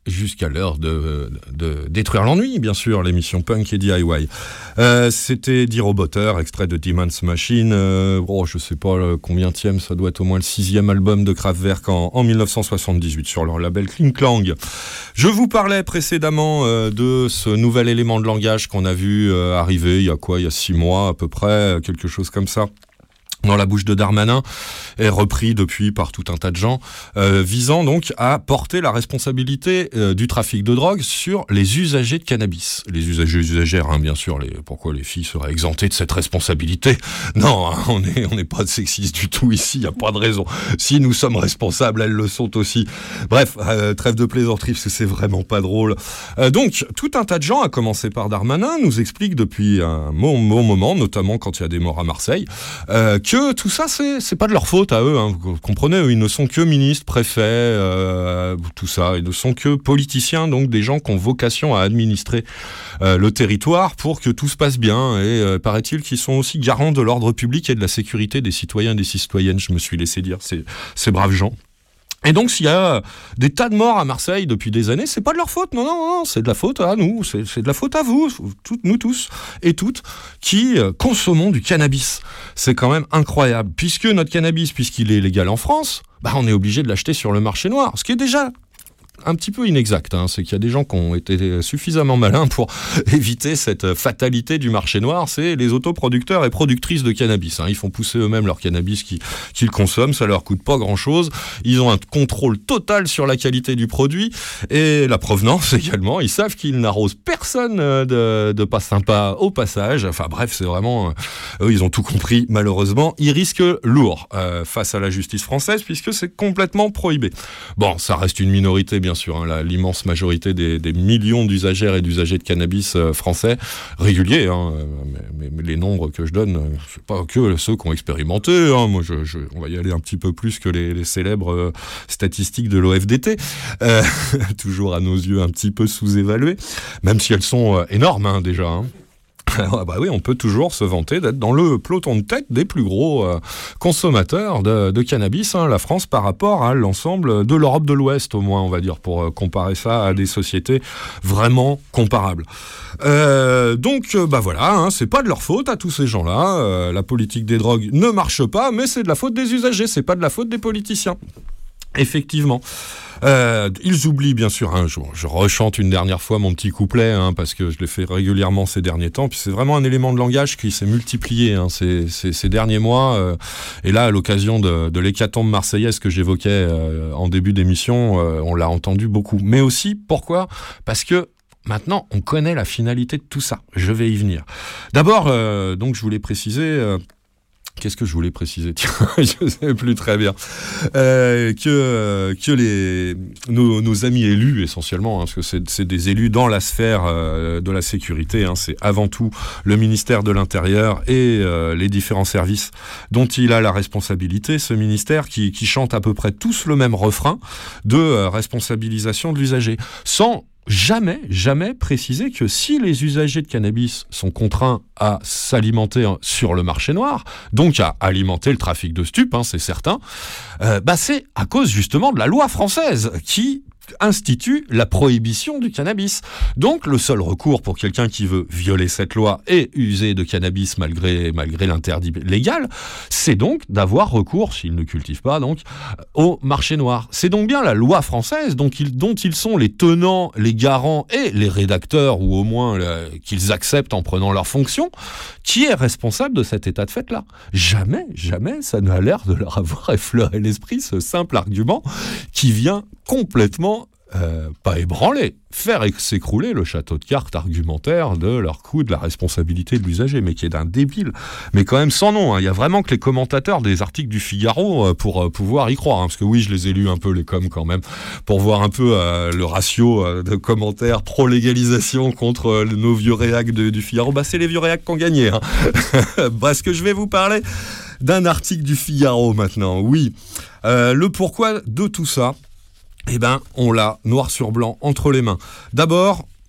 Speaker 6: jusqu'à l'heure de détruire l'ennui, bien sûr, l'émission Punk et DIY. C'était D-Roboter, extrait de Demon's Machine. Je sais pas combienième, ça doit être au moins le 6e album de Kraftwerk en 1978 sur leur label Kling Klang. Je vous parlais précédemment de ce nouvel élément de langage qu'on a vu arriver il y a 6 mois à peu près, quelque chose comme ça, dans la bouche de Darmanin, est repris depuis par tout un tas de gens, visant donc à porter la responsabilité du trafic de drogue sur les usagers de cannabis. Les usagères, hein, bien sûr. Pourquoi les filles seraient exemptées de cette responsabilité ? Non, hein, on n'est pas sexiste du tout ici, il n'y a pas de raison. Si nous sommes responsables, elles le sont aussi. Bref, trêve de plaisanterie, parce que c'est vraiment pas drôle. Donc, tout un tas de gens, à commencer par Darmanin, nous expliquent depuis un bon moment, notamment quand il y a des morts à Marseille, que tout ça, c'est pas de leur faute à eux. Hein. Vous comprenez, eux, ils ne sont que ministres, préfets, tout ça. Ils ne sont que politiciens, donc des gens qui ont vocation à administrer le territoire pour que tout se passe bien. Et paraît-il qu'ils sont aussi garants de l'ordre public et de la sécurité des citoyens et des citoyennes. Je me suis laissé dire, ces braves gens. Et donc, s'il y a des tas de morts à Marseille depuis des années, c'est pas de leur faute. Non, c'est de la faute à nous. C'est de la faute à vous, nous tous et toutes, qui consommons du cannabis. C'est quand même incroyable. Puisque notre cannabis, puisqu'il est légal en France, on est obligé de l'acheter sur le marché noir. Ce qui est déjà un petit peu inexact, hein. C'est qu'il y a des gens qui ont été suffisamment malins pour éviter cette fatalité du marché noir. C'est les autoproducteurs et productrices de cannabis, hein. Ils font pousser eux-mêmes leur cannabis qu'ils consomment, ça leur coûte pas grand-chose. Ils ont un contrôle total sur la qualité du produit et la provenance également. Ils savent qu'ils n'arrosent personne de pas sympa au passage. Enfin bref, c'est vraiment... eux, ils ont tout compris, malheureusement. Ils risquent lourd face à la justice française puisque c'est complètement prohibé. Bon, ça reste une minorité, bien sûr, hein, l'immense majorité des millions d'usagères et d'usagers de cannabis français réguliers, hein, mais les nombres que je donne, c'est pas que ceux qui ont expérimenté, hein, moi on va y aller un petit peu plus que les célèbres statistiques de l'OFDT, toujours à nos yeux un petit peu sous-évaluées, même si elles sont énormes, hein, déjà, hein. Oui, on peut toujours se vanter d'être dans le peloton de tête des plus gros consommateurs de cannabis, hein, la France, par rapport à l'ensemble de l'Europe de l'Ouest, au moins, on va dire, pour comparer ça à des sociétés vraiment comparables. Donc, voilà, hein, c'est pas de leur faute à tous ces gens-là. La politique des drogues ne marche pas, mais c'est de la faute des usagers, c'est pas de la faute des politiciens. Effectivement. Ils oublient, bien sûr, hein, je rechante une dernière fois mon petit couplet, hein, parce que je l'ai fait régulièrement ces derniers temps, puis c'est vraiment un élément de langage qui s'est multiplié, hein, ces derniers mois, et là, à l'occasion de l'hécatombe marseillaise que j'évoquais en début d'émission, on l'a entendu beaucoup. Mais aussi, pourquoi ? Parce que maintenant, on connaît la finalité de tout ça. Je vais y venir. D'abord, donc, je voulais préciser... Qu'est-ce que je voulais préciser ? Tiens, je ne sais plus très bien. Que nos amis élus, essentiellement, hein, parce que c'est des élus dans la sphère de la sécurité, hein, c'est avant tout le ministère de l'Intérieur et les différents services dont il a la responsabilité, ce ministère qui chante à peu près tous le même refrain de responsabilisation de l'usager, sans jamais préciser que si les usagers de cannabis sont contraints à s'alimenter sur le marché noir, donc à alimenter le trafic de stupes, hein, c'est certain, c'est à cause justement de la loi française qui institue la prohibition du cannabis. Donc le seul recours pour quelqu'un qui veut violer cette loi et user de cannabis malgré l'interdit légal, c'est donc d'avoir recours, s'il ne cultive pas donc, au marché noir. C'est donc bien la loi française dont ils sont les tenants, les garants et les rédacteurs, ou au moins qu'ils acceptent en prenant leurs fonctions, qui est responsable de cet état de fait-là. Jamais ça n'a l'air de leur avoir effleuré l'esprit, ce simple argument qui vient complètement pas ébranler, faire s'écrouler le château de cartes argumentaire de leur coup de la responsabilité de l'usager, mais qui est d'un débile, mais quand même sans nom, hein. Il y a vraiment que les commentateurs des articles du Figaro pour pouvoir y croire, hein, parce que oui, je les ai lus un peu, les coms quand même, pour voir un peu le ratio de commentaires pro-légalisation contre nos vieux réacs du Figaro. C'est les vieux réacs qui ont gagné, hein. Parce que je vais vous parler d'un article du Figaro maintenant, oui. Le pourquoi de tout ça, on l'a noir sur blanc entre les mains. D'abord,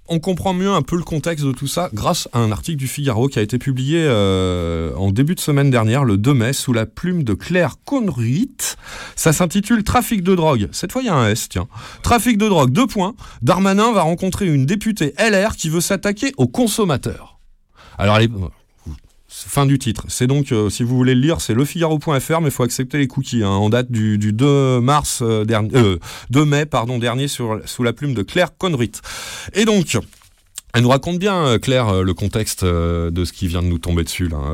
Speaker 6: on comprend mieux un peu le contexte de tout ça grâce à un article du Figaro qui a été publié en début de semaine dernière, le 2 mai, sous la plume de Claire Conruit. Ça s'intitule « Trafic de drogue ». Cette fois, il y a un S, tiens. « Trafic de drogue, 2 points. Darmanin va rencontrer une députée LR qui veut s'attaquer aux consommateurs ». Alors, fin du titre. C'est donc, si vous voulez le lire, c'est lefigaro.fr, mais il faut accepter les cookies. En date du 2 mai dernier sous la plume de Claire Conruit. Et donc, elle nous raconte bien, Claire, le contexte de ce qui vient de nous tomber dessus. Là,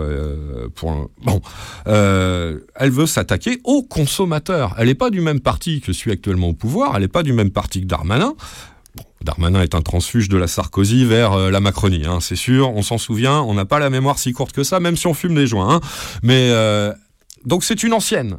Speaker 6: elle veut s'attaquer aux consommateurs. Elle n'est pas du même parti que celui actuellement au pouvoir. Elle n'est pas du même parti que Darmanin. Bon, Darmanin est un transfuge de la Sarkozy vers la Macronie, c'est sûr, on s'en souvient, on n'a pas la mémoire si courte que ça, même si on fume des joints. Mais donc c'est une ancienne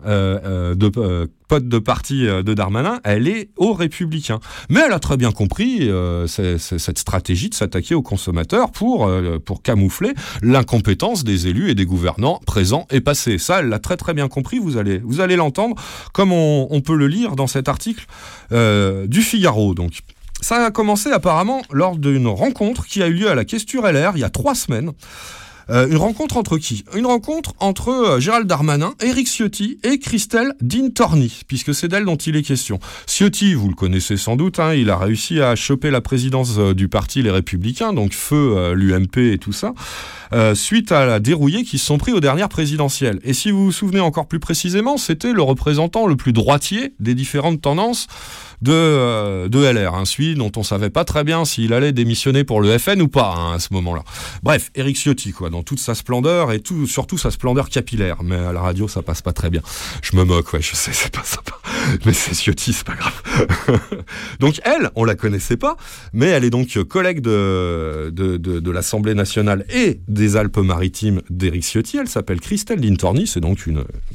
Speaker 6: pote de parti de Darmanin, elle est aux Républicains. Mais elle a très bien compris cette stratégie de s'attaquer aux consommateurs pour camoufler l'incompétence des élus et des gouvernants présents et passés. Ça, elle l'a très très bien compris, vous allez l'entendre, comme on peut le lire dans cet article du Figaro. Donc, ça a commencé apparemment lors d'une rencontre qui a eu lieu à la Questure LR il y a 3 semaines. Une rencontre entre qui ? Une rencontre entre Gérald Darmanin, Éric Ciotti et Christelle Dintorni, puisque c'est d'elle dont il est question. Ciotti, vous le connaissez sans doute, il a réussi à choper la présidence du parti Les Républicains, donc feu l'UMP et tout ça, suite à la dérouillée qu'ils se sont pris aux dernières présidentielles. Et si vous vous souvenez encore plus précisément, c'était le représentant le plus droitier des différentes tendances de LR, celui dont on savait pas très bien s'il allait démissionner pour le FN ou pas à ce moment-là. Bref, Éric Ciotti, dans toute sa splendeur et surtout sa splendeur capillaire. Mais à la radio, ça passe pas très bien. Je me moque, je sais, c'est pas sympa. Mais c'est Ciotti, c'est pas grave. Donc elle, on la connaissait pas, mais elle est donc collègue de l'Assemblée nationale et des Alpes-Maritimes d'Éric Ciotti. Elle s'appelle Christelle Dintorni, c'est donc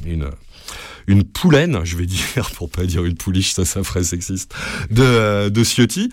Speaker 6: une poulaine, je vais dire, pour pas dire une pouliche, ça ferait sexiste, de Ciotti.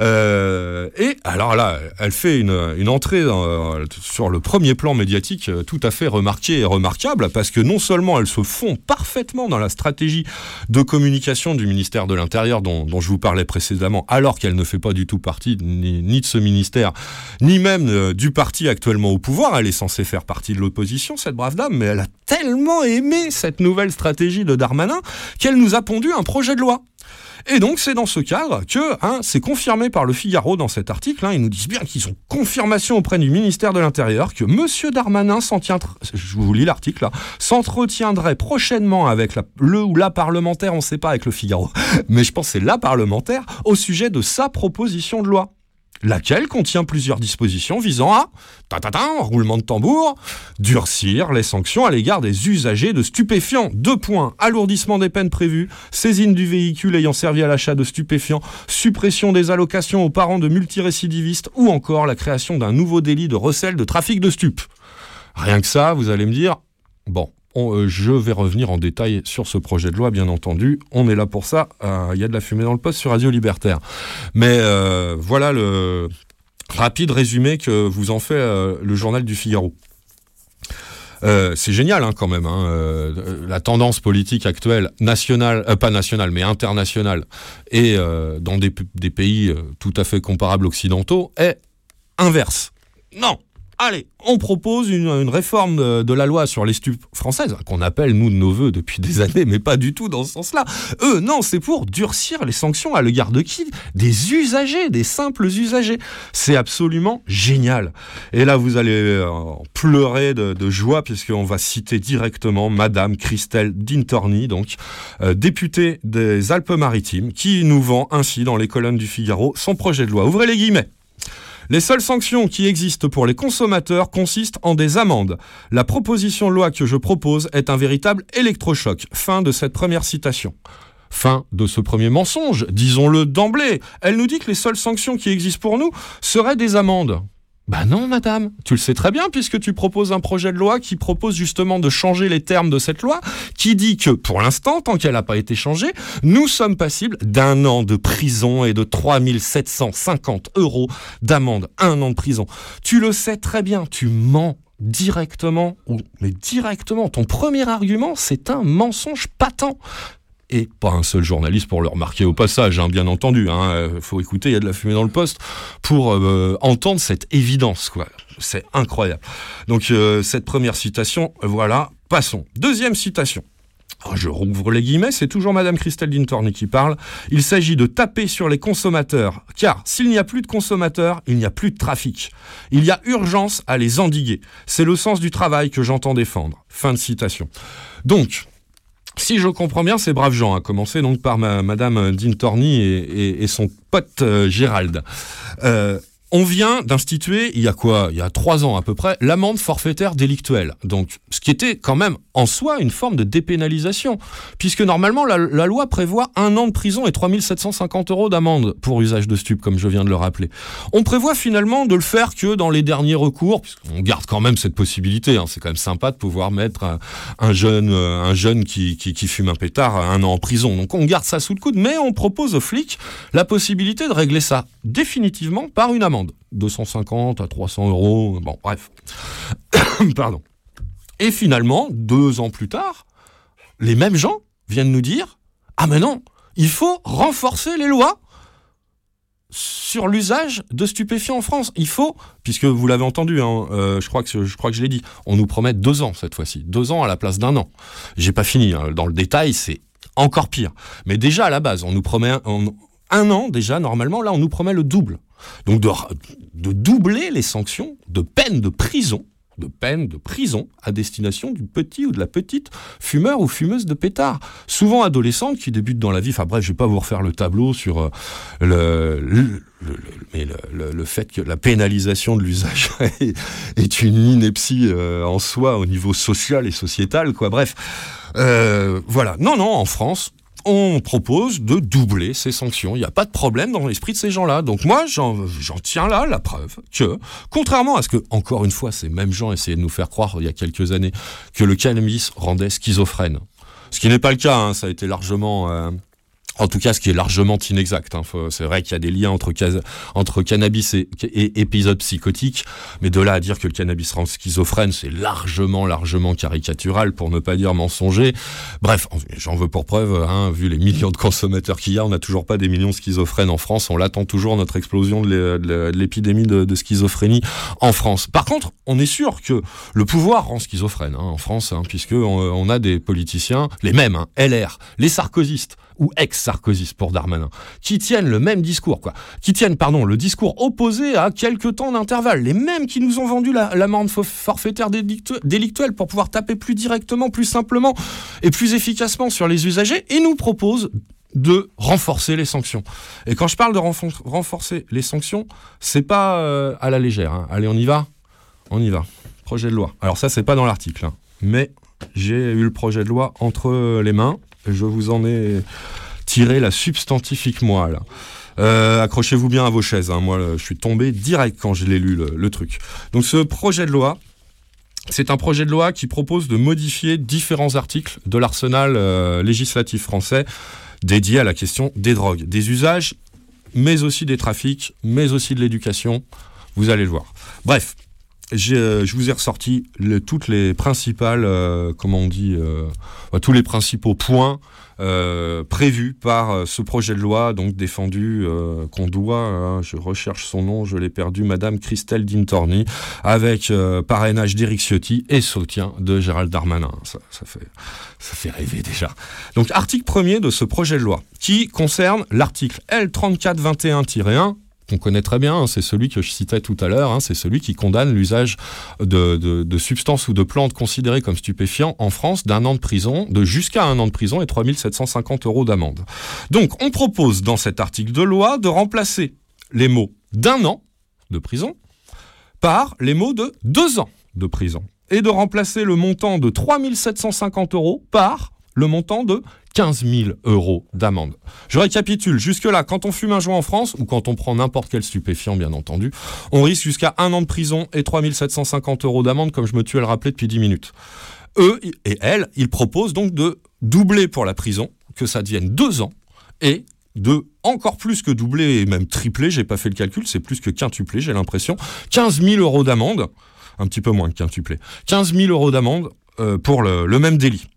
Speaker 6: Et alors là, elle fait une entrée sur le premier plan médiatique tout à fait remarquée et remarquable, parce que non seulement elle se fond parfaitement dans la stratégie de communication du ministère de l'Intérieur dont je vous parlais précédemment, alors qu'elle ne fait pas du tout partie ni de ce ministère, ni même du parti actuellement au pouvoir. Elle est censée faire partie de l'opposition, cette brave dame, mais elle a tellement aimé cette nouvelle stratégie de Darmanin qu'elle nous a pondu un projet de loi. Et donc c'est dans ce cadre que c'est confirmé par le Figaro dans cet article. Ils nous disent bien qu'ils ont confirmation auprès du ministère de l'Intérieur que Monsieur Darmanin je vous lis l'article là, s'entretiendrait prochainement avec le ou la parlementaire, on ne sait pas avec le Figaro, mais je pense que c'est la parlementaire, au sujet de sa proposition de loi, laquelle contient plusieurs dispositions visant à, roulement de tambour, durcir les sanctions à l'égard des usagers de stupéfiants. 2 points, alourdissement des peines prévues, saisine du véhicule ayant servi à l'achat de stupéfiants, suppression des allocations aux parents de multirécidivistes ou encore la création d'un nouveau délit de recel de trafic de stupes. Rien que ça, vous allez me dire, bon, je vais revenir en détail sur ce projet de loi, bien entendu. On est là pour ça. Il y a de la fumée dans le poste sur Radio Libertaire. Mais voilà le rapide résumé que vous en fait le journal du Figaro. C'est génial quand même. La tendance politique actuelle, nationale, pas nationale, mais internationale, et dans des pays tout à fait comparables occidentaux, est inverse. Non. Allez, on propose une réforme de la loi sur les stupes françaises, qu'on appelle, nous, de nos voeux depuis des années, mais pas du tout dans ce sens-là. Non, c'est pour durcir les sanctions à l'égard de qui ? Des usagers, des simples usagers. C'est absolument génial. Et là, vous allez pleurer de joie, puisqu'on va citer directement Madame Christelle Dintorni, donc députée des Alpes-Maritimes, qui nous vend ainsi dans les colonnes du Figaro son projet de loi. Ouvrez les guillemets. Les seules sanctions qui existent pour les consommateurs consistent en des amendes. La proposition de loi que je propose est un véritable électrochoc. Fin de cette première citation. Fin de ce premier mensonge, disons-le d'emblée. Elle nous dit que les seules sanctions qui existent pour nous seraient des amendes. Bah non, madame, tu le sais très bien puisque tu proposes un projet de loi qui propose justement de changer les termes de cette loi, qui dit que, pour l'instant, tant qu'elle n'a pas été changée, nous sommes passibles d'1 an de prison et de 3 750 € d'amende. 1 an de prison. Tu le sais très bien, tu mens directement, mais directement. Ton premier argument, c'est un mensonge patent. Et pas un seul journaliste pour le remarquer au passage, hein, bien entendu. Faut écouter, il y a de la fumée dans le poste pour entendre cette évidence, quoi. C'est incroyable. Donc cette première citation, voilà, passons. Deuxième citation. Alors, je rouvre les guillemets, c'est toujours Madame Christelle Dintorni qui parle. Il s'agit de taper sur les consommateurs, car s'il n'y a plus de consommateurs, il n'y a plus de trafic. Il y a urgence à les endiguer. C'est le sens du travail que j'entends défendre. Fin de citation. Donc, si je comprends bien, c'est braves gens, à commencer donc par Madame Dintorni et son pote Gérald. On vient d'instituer, il y a 3 ans à peu près, l'amende forfaitaire délictuelle. Donc, ce qui était quand même en soi une forme de dépénalisation, puisque normalement la loi prévoit 1 an de prison et 3 750 € d'amende pour usage de stupes, comme je viens de le rappeler. On prévoit finalement de le faire que dans les derniers recours, puisqu'on garde quand même cette possibilité. C'est quand même sympa de pouvoir mettre un jeune qui fume un pétard 1 an en prison. Donc on garde ça sous le coude, mais on propose aux flics la possibilité de régler ça définitivement par une amende. 250 à 300 €, bon bref. Pardon. Et finalement, 2 ans plus tard, les mêmes gens viennent nous dire « Ah mais non, il faut renforcer les lois sur l'usage de stupéfiants en France. Il faut, puisque vous l'avez entendu, je crois que je l'ai dit, on nous promet 2 ans cette fois-ci. 2 ans à la place d'1 an. J'ai pas fini, dans le détail, c'est encore pire. Mais déjà à la base, on nous promet 1 an déjà, normalement, là on nous promet le double. Donc de doubler les sanctions de peine de prison à destination du petit ou de la petite fumeur ou fumeuse de pétard. Souvent adolescentes qui débutent dans la vie. Enfin bref, je vais pas vous refaire le tableau sur le fait que la pénalisation de l'usage est une ineptie en soi au niveau social et sociétal, quoi. Bref, voilà. Non, en France, on propose de doubler ces sanctions. Il n'y a pas de problème dans l'esprit de ces gens-là. Donc moi, j'en tiens là la preuve que, contrairement à ce que, encore une fois, ces mêmes gens essayaient de nous faire croire il y a quelques années, que le cannabis rendait schizophrène. Ce qui n'est pas le cas, ça a été largement... En tout cas, ce qui est largement inexact. C'est vrai qu'il y a des liens entre cannabis et épisodes psychotiques, mais de là à dire que le cannabis rend schizophrène, c'est largement caricatural, pour ne pas dire mensonger. Bref, j'en veux pour preuve, vu les millions de consommateurs qu'il y a, on n'a toujours pas des millions de schizophrènes en France. On l'attend toujours, notre explosion de l'épidémie de schizophrénie en France. Par contre, on est sûr que le pouvoir rend schizophrène en France, puisque on a des politiciens, les mêmes, LR, les sarkozystes, ou ex-sarkozystes pour Darmanin, qui tiennent le même discours, le discours opposé à quelques temps d'intervalle, les mêmes qui nous ont vendu l'amende forfaitaire délictuelle pour pouvoir taper plus directement, plus simplement et plus efficacement sur les usagers, et nous proposent de renforcer les sanctions. Et quand je parle de renforcer les sanctions, c'est pas à la légère. Allez, on y va. Projet de loi. Alors ça, c'est pas dans l'article, mais j'ai eu le projet de loi entre les mains. Je vous en ai tiré la substantifique moelle. Accrochez-vous bien à vos chaises. Moi, je suis tombé direct quand je l'ai lu, le truc. Donc, ce projet de loi, c'est un projet de loi qui propose de modifier différents articles de l'arsenal législatif français dédié à la question des drogues, des usages, mais aussi des trafics, mais aussi de l'éducation. Vous allez le voir. Bref. Je vous ai ressorti toutes les principales, tous les principaux points prévus par ce projet de loi, donc défendu, qu'on doit, je recherche son nom, je l'ai perdu, Madame Christelle Dintorni, avec parrainage d'Éric Ciotti et soutien de Gérald Darmanin. Ça fait rêver déjà. Donc, article 1er de ce projet de loi, qui concerne l'article L3421-1, qu'on connaît très bien, c'est celui que je citais tout à l'heure, c'est celui qui condamne l'usage de substances ou de plantes considérées comme stupéfiants en France d'1 an de prison, de jusqu'à 1 an de prison et 3 750 € d'amende. Donc on propose dans cet article de loi de remplacer les mots d'1 an de prison par les mots de 2 ans de prison et de remplacer le montant de 3 750 € par le montant de 15 000 € d'amende. Je récapitule, jusque-là, quand on fume un joint en France, ou quand on prend n'importe quel stupéfiant, bien entendu, on risque jusqu'à 1 an de prison et 3 750 € d'amende, comme je me tue à le rappeler depuis 10 minutes. Eux et elles, ils proposent donc de doubler pour la prison, que ça devienne 2 ans, et de encore plus que doubler, et même tripler, j'ai pas fait le calcul, c'est plus que quintupler, j'ai l'impression, 15 000 € d'amende, un petit peu moins que quintupler, 15 000 € d'amende pour le même délit.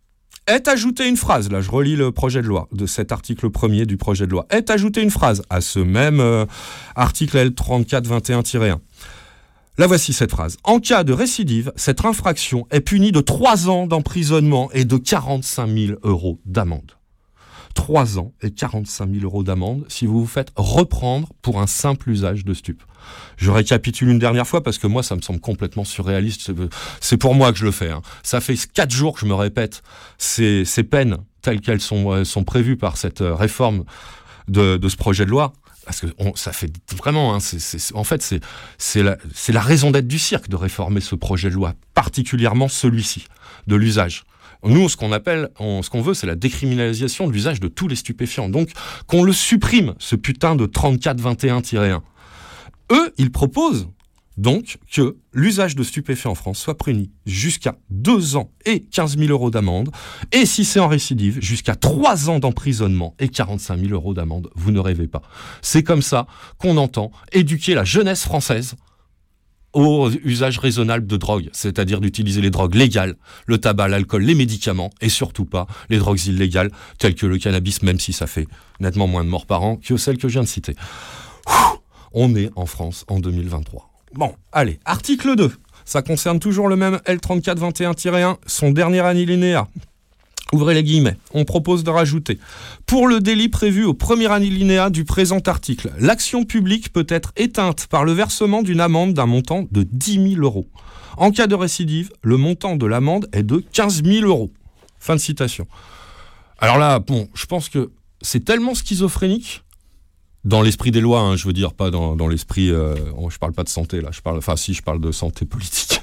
Speaker 6: Est ajoutée une phrase, là je relis le projet de loi, de cet article 1er du projet de loi, est ajoutée une phrase à ce même article L3421-1. La voici cette phrase. En cas de récidive, cette infraction est punie de 3 ans d'emprisonnement et de 45 000 € d'amende. 3 ans et 45 000 € d'amende si vous vous faites reprendre pour un simple usage de stupes. Je récapitule une dernière fois parce que moi ça me semble complètement surréaliste. C'est pour moi que je le fais. Ça fait 4 jours que je me répète ces peines telles qu'elles sont prévues par cette réforme de ce projet de loi. Parce que ça fait vraiment, en fait, c'est la raison d'être du cirque de réformer ce projet de loi, particulièrement celui-ci, de l'usage. Nous, ce qu'on veut, c'est la décriminalisation de l'usage de tous les stupéfiants. Donc, qu'on le supprime, ce putain de 3421-1. Eux, ils proposent donc que l'usage de stupéfiants en France soit puni jusqu'à 2 ans et 15 000 € d'amende, et si c'est en récidive, jusqu'à 3 ans d'emprisonnement et 45 000 € d'amende. Vous ne rêvez pas. C'est comme ça qu'on entend éduquer la jeunesse française au usage raisonnable de drogue, c'est-à-dire d'utiliser les drogues légales, le tabac, l'alcool, les médicaments, et surtout pas les drogues illégales, telles que le cannabis, même si ça fait nettement moins de morts par an que celles que je viens de citer. On est en France en 2023. Bon, allez, article 2. Ça concerne toujours le même L3421-1, son dernier alinéa. Ouvrez les guillemets. On propose de rajouter. Pour le délit prévu au premier alinéa du présent article, l'action publique peut être éteinte par le versement d'une amende d'un montant de 10 000 €. En cas de récidive, le montant de l'amende est de 15 000 €. Fin de citation. Alors là, bon, je pense que c'est tellement schizophrénique. Dans l'esprit des lois, je veux dire, pas dans l'esprit... je parle pas de santé, là. Je parle de santé politique.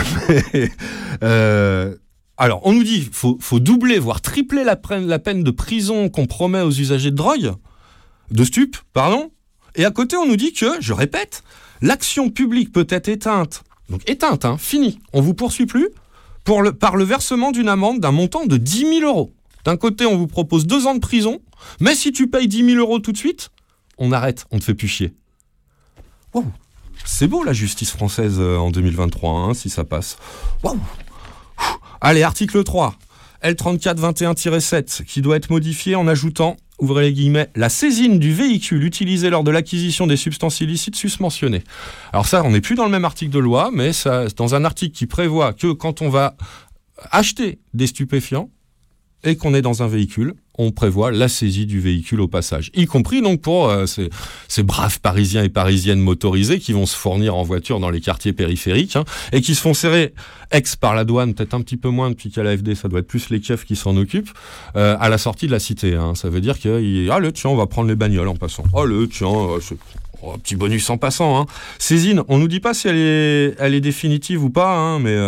Speaker 6: Alors, on nous dit faut doubler, voire tripler la peine de prison qu'on promet aux usagers de drogue, de stupes, pardon. Et à côté, on nous dit que, je répète, l'action publique peut être éteinte. Donc éteinte, fini. On vous poursuit plus par le versement d'une amende d'un montant de 10 000 €. D'un côté, on vous propose 2 ans de prison, mais si tu payes 10 000 € tout de suite... on arrête, on ne te fait plus chier. Wow. C'est beau la justice française en 2023, si ça passe. Wow. Allez, article 3, L3421-7, qui doit être modifié en ajoutant, ouvrez les guillemets, la saisine du véhicule utilisé lors de l'acquisition des substances illicites susmentionnées. Alors ça, on n'est plus dans le même article de loi, mais ça, dans un article qui prévoit que quand on va acheter des stupéfiants, et qu'on est dans un véhicule, on prévoit la saisie du véhicule au passage. Y compris donc pour ces braves Parisiens et Parisiennes motorisés qui vont se fournir en voiture dans les quartiers périphériques et qui se font serrer par la douane, peut-être un petit peu moins depuis qu'à l'AFD, ça doit être plus les keufs qui s'en occupent, à la sortie de la cité. Ça veut dire tiens, on va prendre les bagnoles en passant. Un petit bonus en passant. Saisine, on nous dit pas si elle est définitive ou pas, mais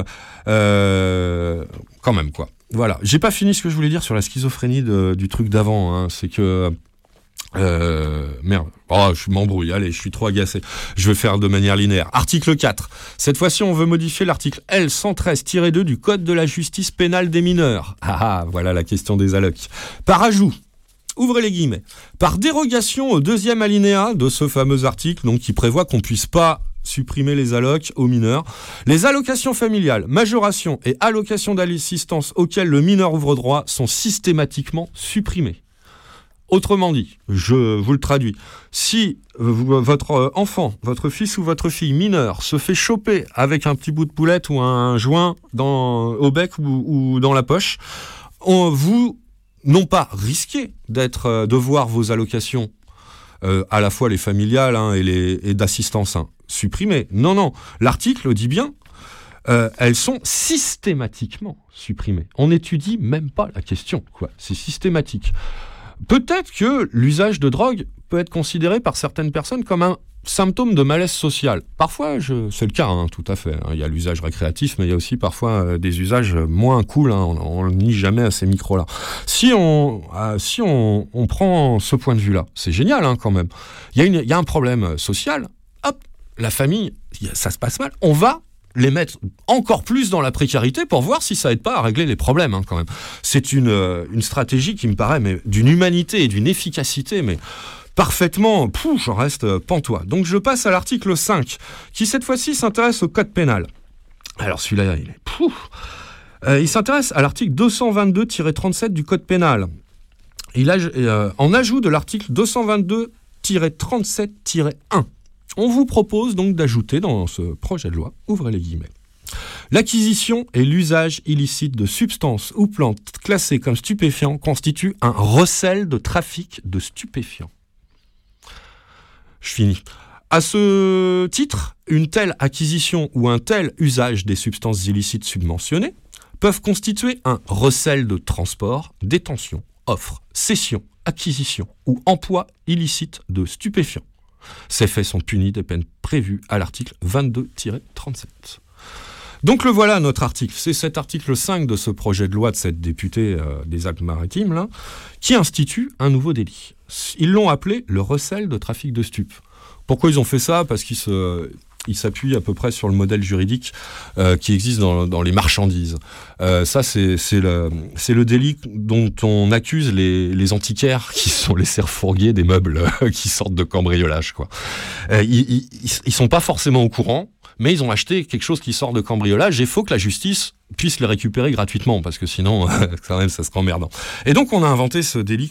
Speaker 6: quand même, quoi. Voilà, j'ai pas fini ce que je voulais dire sur la schizophrénie du truc d'avant. C'est que... merde, je m'embrouille, allez, je suis trop agacé. Je vais faire de manière linéaire. Article 4. Cette fois-ci, on veut modifier l'article L113-2 du Code de la justice pénale des mineurs. Voilà la question des allocs. Par ajout, ouvrez les guillemets, par dérogation au 2e alinéa de ce fameux article, donc qui prévoit qu'on puisse pas supprimer les allocs aux mineurs. Les allocations familiales, majorations et allocations d'assistance auxquelles le mineur ouvre droit sont systématiquement supprimées. Autrement dit, je vous le traduis, si votre enfant, votre fils ou votre fille mineur se fait choper avec un petit bout de boulette ou un joint au bec ou dans la poche, vous non pas risquez de voir vos allocations à la fois les familiales et d'assistance supprimées. Non, l'article dit bien, elles sont systématiquement supprimées. On n'étudie même pas la question, quoi. C'est systématique. Peut-être que l'usage de drogue peut être considéré par certaines personnes comme un symptôme de malaise social. Parfois, c'est le cas, tout à fait. Il y a l'usage récréatif, mais il y a aussi parfois des usages moins cool. On ne nie jamais à ces micros-là. Si on prend ce point de vue-là, c'est génial quand même. Il y a un problème social. Hop, la famille, ça se passe mal. On va les mettre encore plus dans la précarité pour voir si ça aide pas à régler les problèmes quand même. C'est une stratégie qui me paraît mais d'une humanité et d'une efficacité mais parfaitement, j'en reste pantois. Donc je passe à l'article 5 qui cette fois-ci s'intéresse au code pénal. Alors celui-là, il est Il s'intéresse à l'article 222-37 du Code pénal. En ajout de l'article 222-37-1, on vous propose donc d'ajouter dans ce projet de loi, ouvrez les guillemets, l'acquisition et l'usage illicite de substances ou plantes classées comme stupéfiants constitue un recel de trafic de stupéfiants. Je finis. À ce titre, une telle acquisition ou un tel usage des substances illicites submentionnées peuvent constituer un recel de transport, détention, offre, cession, acquisition ou emploi illicite de stupéfiants. Ces faits sont punis des peines prévues à l'article 22-37. Donc le voilà notre article. C'est cet article 5 de ce projet de loi de cette députée des Alpes-Maritimes là, qui institue un nouveau délit. Ils l'ont appelé le recel de trafic de stupes. Pourquoi ils ont fait ça ? Parce qu'ils s'appuient à peu près sur le modèle juridique qui existe dans les marchandises. Ça, c'est le délit dont on accuse les antiquaires qui sont les serre-fourguiers des meubles qui sortent de cambriolage, quoi. Ils sont pas forcément au courant, mais ils ont acheté quelque chose qui sort de cambriolage et il faut que la justice puisse les récupérer gratuitement, parce que sinon, quand même, ça serait emmerdant. Et donc, on a inventé ce délit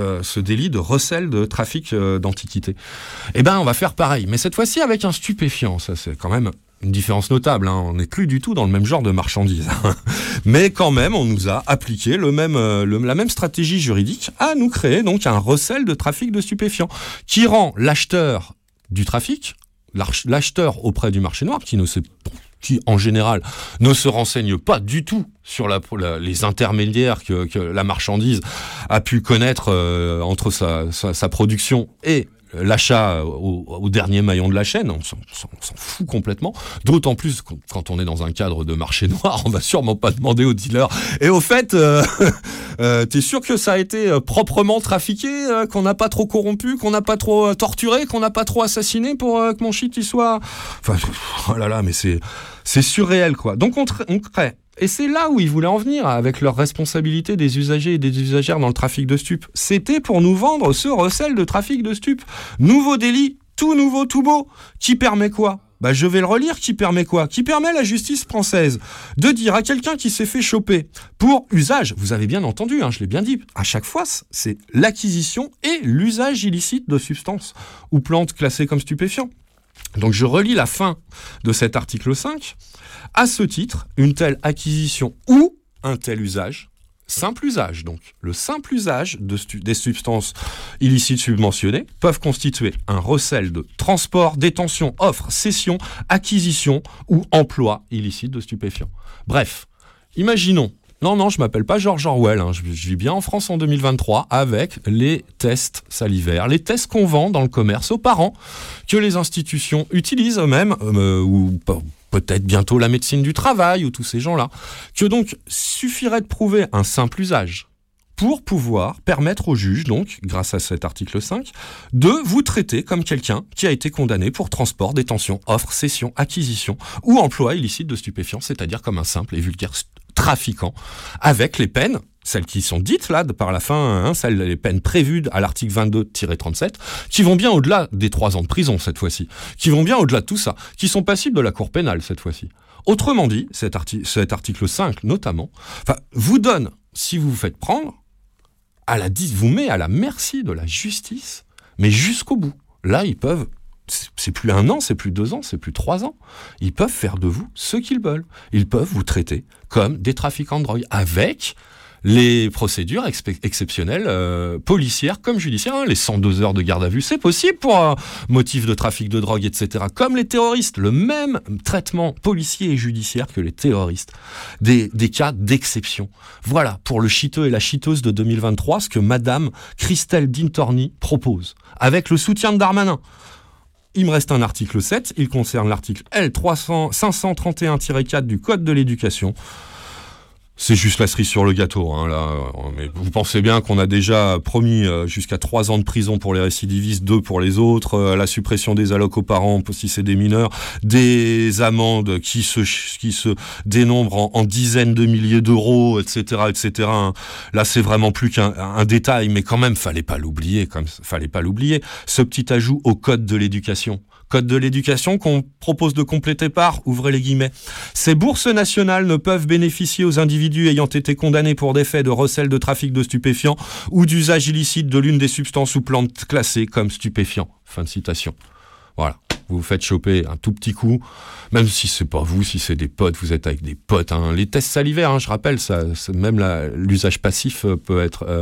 Speaker 6: de recel de trafic d'antiquités. Eh ben, on va faire pareil, mais cette fois-ci avec un stupéfiant. Ça, c'est quand même une différence notable, hein. On n'est plus du tout dans le même genre de marchandise. Mais quand même, on nous a appliqué la même stratégie juridique à nous créer donc un recel de trafic de stupéfiants qui rend l'acheteur du trafic, l'acheteur auprès du marché noir, qui en général ne se renseigne pas du tout sur les intermédiaires que la marchandise a pu connaître entre sa production et l'achat au dernier maillon de la chaîne. On s'en fout complètement. D'autant plus quand on est dans un cadre de marché noir, on va sûrement pas demander au dealer. Et au fait, t'es sûr que ça a été proprement trafiqué, qu'on n'a pas trop corrompu, qu'on n'a pas trop torturé, qu'on n'a pas trop assassiné pour que mon shit il soit... Enfin, oh là là, mais c'est surréel, quoi. Donc on crée. Et c'est là où ils voulaient en venir avec leur responsabilité des usagers et des usagères dans le trafic de stupes. C'était pour nous vendre ce recel de trafic de stupes. Nouveau délit, tout nouveau, tout beau, qui permet quoi ? Je vais le relire, qui permet quoi ? Qui permet à la justice française de dire à quelqu'un qui s'est fait choper pour usage, vous avez bien entendu, je l'ai bien dit, à chaque fois, c'est l'acquisition et l'usage illicite de substances ou plantes classées comme stupéfiants. Donc je relis la fin de cet article 5. À ce titre, une telle acquisition ou un tel usage, simple usage donc, le simple usage des substances illicites submentionnées peuvent constituer un recel de transport, détention, offre, cession, acquisition ou emploi illicite de stupéfiants. Bref, imaginons, non, je m'appelle pas George Orwell, je vis bien en France en 2023 avec les tests salivaires, les tests qu'on vend dans le commerce aux parents, que les institutions utilisent eux-mêmes, ou peut-être bientôt la médecine du travail, ou tous ces gens-là, que donc suffirait de prouver un simple usage pour pouvoir permettre au juge, donc, grâce à cet article 5, de vous traiter comme quelqu'un qui a été condamné pour transport, détention, offre, cession, acquisition ou emploi illicite de stupéfiants, c'est-à-dire comme un simple et vulgaire trafiquant, avec les peines, celles qui sont dites là par la fin, les peines prévues à l'article 22-37, qui vont bien au-delà des 3 ans de prison cette fois-ci, qui vont bien au-delà de tout ça, qui sont passibles de la cour pénale cette fois-ci. Autrement dit, cet article 5 notamment, vous donne, si vous vous faites prendre, vous met à la merci de la justice, mais jusqu'au bout. Là, ils peuvent... C'est plus 1 an, c'est plus 2 ans, c'est plus 3 ans. Ils peuvent faire de vous ce qu'ils veulent. Ils peuvent vous traiter comme des trafiquants de drogue avec les procédures exceptionnelles policières comme judiciaires. Les 102 heures de garde à vue, c'est possible pour un motif de trafic de drogue, etc. Comme les terroristes, le même traitement policier et judiciaire que les terroristes. Des cas d'exception. Voilà, pour le chiteux et la chiteuse de 2023, ce que Madame Christelle Dintorni propose, avec le soutien de Darmanin. Il me reste un article 7, il concerne l'article L531-4 du Code de l'éducation. C'est juste la cerise sur le gâteau, là. Mais vous pensez bien qu'on a déjà promis jusqu'à 3 ans de prison pour les récidivistes, 2 pour les autres, la suppression des allocs aux parents si c'est des mineurs, des amendes qui se dénombrent en dizaines de milliers d'euros, etc., etc. Là, c'est vraiment plus qu'un détail, mais quand même, fallait pas l'oublier. Ce petit ajout au Code de l'éducation. Code de l'éducation qu'on propose de compléter par, ouvrez les guillemets, ces bourses nationales ne peuvent bénéficier aux individus ayant été condamnés pour des faits de recel, de trafic de stupéfiants ou d'usage illicite de l'une des substances ou plantes classées comme stupéfiants. Fin de citation. Voilà. Vous vous faites choper un tout petit coup, même si c'est pas vous, si c'est des potes, vous êtes avec des potes. Hein. Les tests salivaires, je rappelle, même l'usage passif peut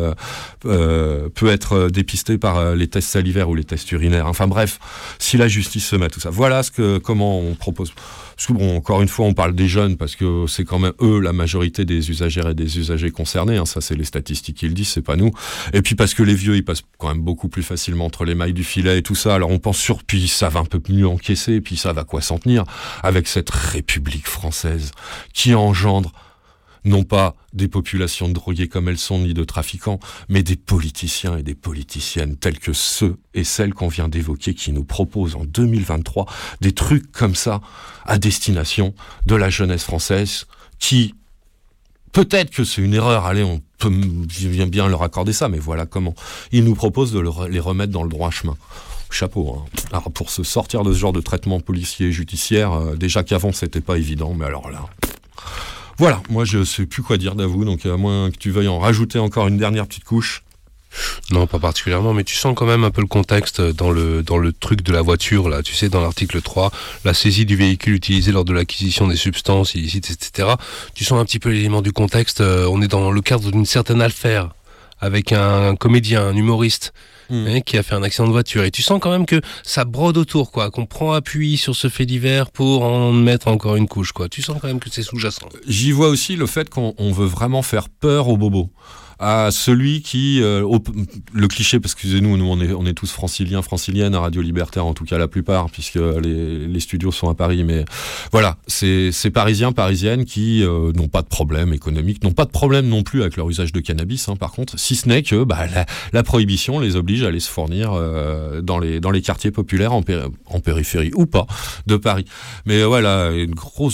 Speaker 6: être dépisté par les tests salivaires ou les tests urinaires. Enfin bref, si la justice se met à tout ça. Voilà comment on propose. Parce que bon, encore une fois, on parle des jeunes parce que c'est quand même eux la majorité des usagères et des usagers concernés. Hein. Ça, c'est les statistiques qui le disent, c'est pas nous. Et puis parce que les vieux, ils passent quand même beaucoup plus facilement entre les mailles du filet et tout ça. Alors on pense puis ça va un peu mieux encaisser, et puis ça va quoi s'en tenir avec cette République française qui engendre non pas des populations de drogués comme elles sont, ni de trafiquants, mais des politiciens et des politiciennes tels que ceux et celles qu'on vient d'évoquer qui nous proposent en 2023 des trucs comme ça à destination de la jeunesse française qui, peut-être que c'est une erreur, allez, on peut bien leur accorder ça, mais voilà comment. Ils nous proposent de les remettre dans le droit chemin. Chapeau. Hein. Alors pour se sortir de ce genre de traitement policier et judiciaire, déjà qu'avant c'était pas évident, mais alors là... Voilà, moi je sais plus quoi dire d'avoue, donc à moins que tu veuilles en rajouter encore une dernière petite couche.
Speaker 2: Non, pas particulièrement, mais tu sens quand même un peu le contexte dans le truc de la voiture, là, tu sais, dans l'article 3, la saisie du véhicule utilisé lors de l'acquisition des substances illicites, etc. Tu sens un petit peu l'élément du contexte, on est dans le cadre d'une certaine affaire, avec un comédien, un humoriste, qui a fait un accident de voiture. Et tu sens quand même que ça brode autour, quoi, qu'on prend appui sur ce fait divers pour en mettre encore une couche, quoi. Tu sens quand même que c'est sous-jacent.
Speaker 6: J'y vois aussi le fait qu'on veut vraiment faire peur aux bobos. À celui qui, le cliché, parce que nous on est tous franciliennes à Radio Libertaire, en tout cas la plupart, puisque les studios sont à Paris, mais voilà, c'est parisiens, parisiennes qui n'ont pas de problème économique, n'ont pas de problème non plus avec leur usage de cannabis, hein, par contre, si ce n'est que la prohibition les oblige à aller se fournir dans les quartiers populaires en périphérie ou pas de Paris. Mais voilà, une grosse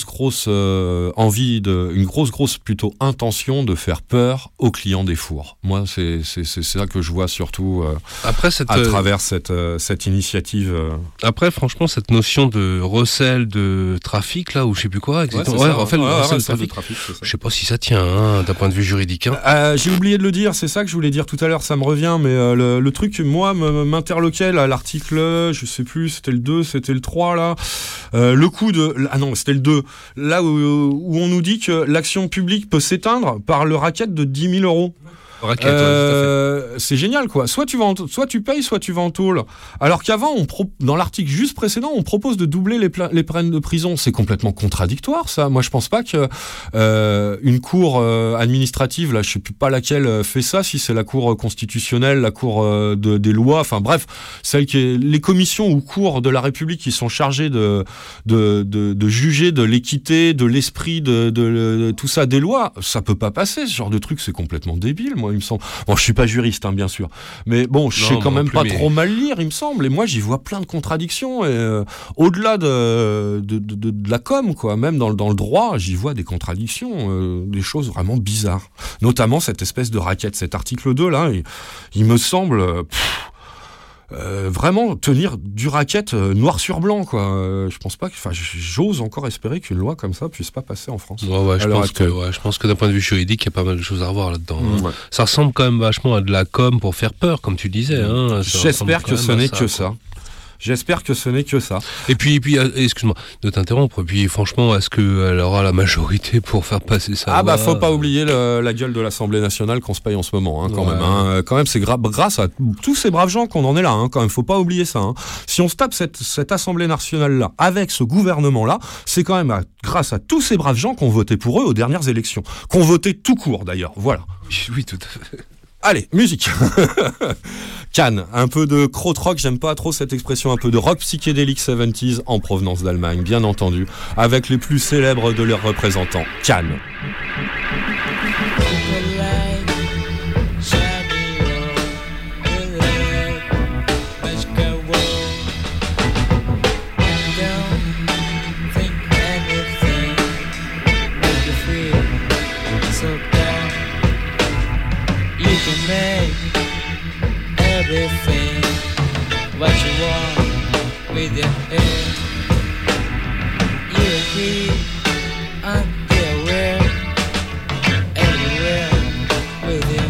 Speaker 6: envie une grosse plutôt intention de faire peur aux clients des fours. Moi, c'est ça que je vois surtout
Speaker 2: après
Speaker 6: à travers cette initiative.
Speaker 2: Après, franchement, cette notion de recel de trafic, là, ou je sais plus quoi, exactement. Ouais, en fait, le recel de trafic, je sais pas si ça tient, hein, d'un point de vue juridique. Hein.
Speaker 6: J'ai oublié de le dire, c'est ça que je voulais dire tout à l'heure, ça me revient, mais le truc, moi, m'interloquait, là, l'article, je sais plus, c'était le 2, c'était le 3, là, le coup de... Ah non, c'était le 2, là où on nous dit que l'action publique peut s'éteindre par le racket de 10 000 €. C'est génial, quoi. Soit tu payes, soit tu vas en tôle. Alors qu'avant, dans l'article juste précédent, on propose de doubler les peines de prison. C'est complètement contradictoire, ça. Moi, je pense pas que une cour administrative, là, je sais plus pas laquelle fait ça, si c'est la cour constitutionnelle, la cour des lois, enfin bref, les commissions ou cours de la République qui sont chargées de juger de l'équité, de l'esprit, de tout ça des lois, ça peut pas passer. Ce genre de truc, c'est complètement débile, moi, il me semble. Bon, je suis pas juriste, hein, bien sûr, mais bon, je sais quand même pas trop mal lire, il me semble, et moi j'y vois plein de contradictions, et au-delà de la com, quoi, même dans le droit, j'y vois des contradictions, des choses vraiment bizarres, notamment cette espèce de racket, cet article 2 là, il me semble vraiment tenir du racket noir sur blanc, quoi. Je pense pas j'ose encore espérer qu'une loi comme ça puisse pas passer en France.
Speaker 2: Je pense que d'un point de vue juridique, il y a pas mal de choses à revoir là-dedans. Ouais. Ça ressemble quand même vachement à de la com pour faire peur, comme tu disais. Hein.
Speaker 6: J'espère que ce n'est que ça. J'espère que ce n'est que ça.
Speaker 2: Et puis, excuse-moi de t'interrompre, et puis franchement, est-ce qu'elle aura la majorité pour faire passer ça?
Speaker 6: Ah bah, faut pas oublier la gueule de l'Assemblée nationale qu'on se paye en ce moment, hein, quand même. Hein. Quand même, c'est grâce à tous ces braves gens qu'on en est là, hein, quand même, faut pas oublier ça. Hein. Si on se tape cette Assemblée nationale-là, avec ce gouvernement-là, c'est quand même grâce à tous ces braves gens qu'on votait pour eux aux dernières élections. Qu'on votait tout court, d'ailleurs, voilà.
Speaker 2: Oui, tout à fait.
Speaker 6: Allez, musique. Cannes, un peu de krautrock, j'aime pas trop cette expression, un peu de rock psychédélique 70s en provenance d'Allemagne, bien entendu, avec les plus célèbres de leurs représentants, Cannes.
Speaker 11: Everything what you want with your head. free. I'm everywhere, everywhere with you.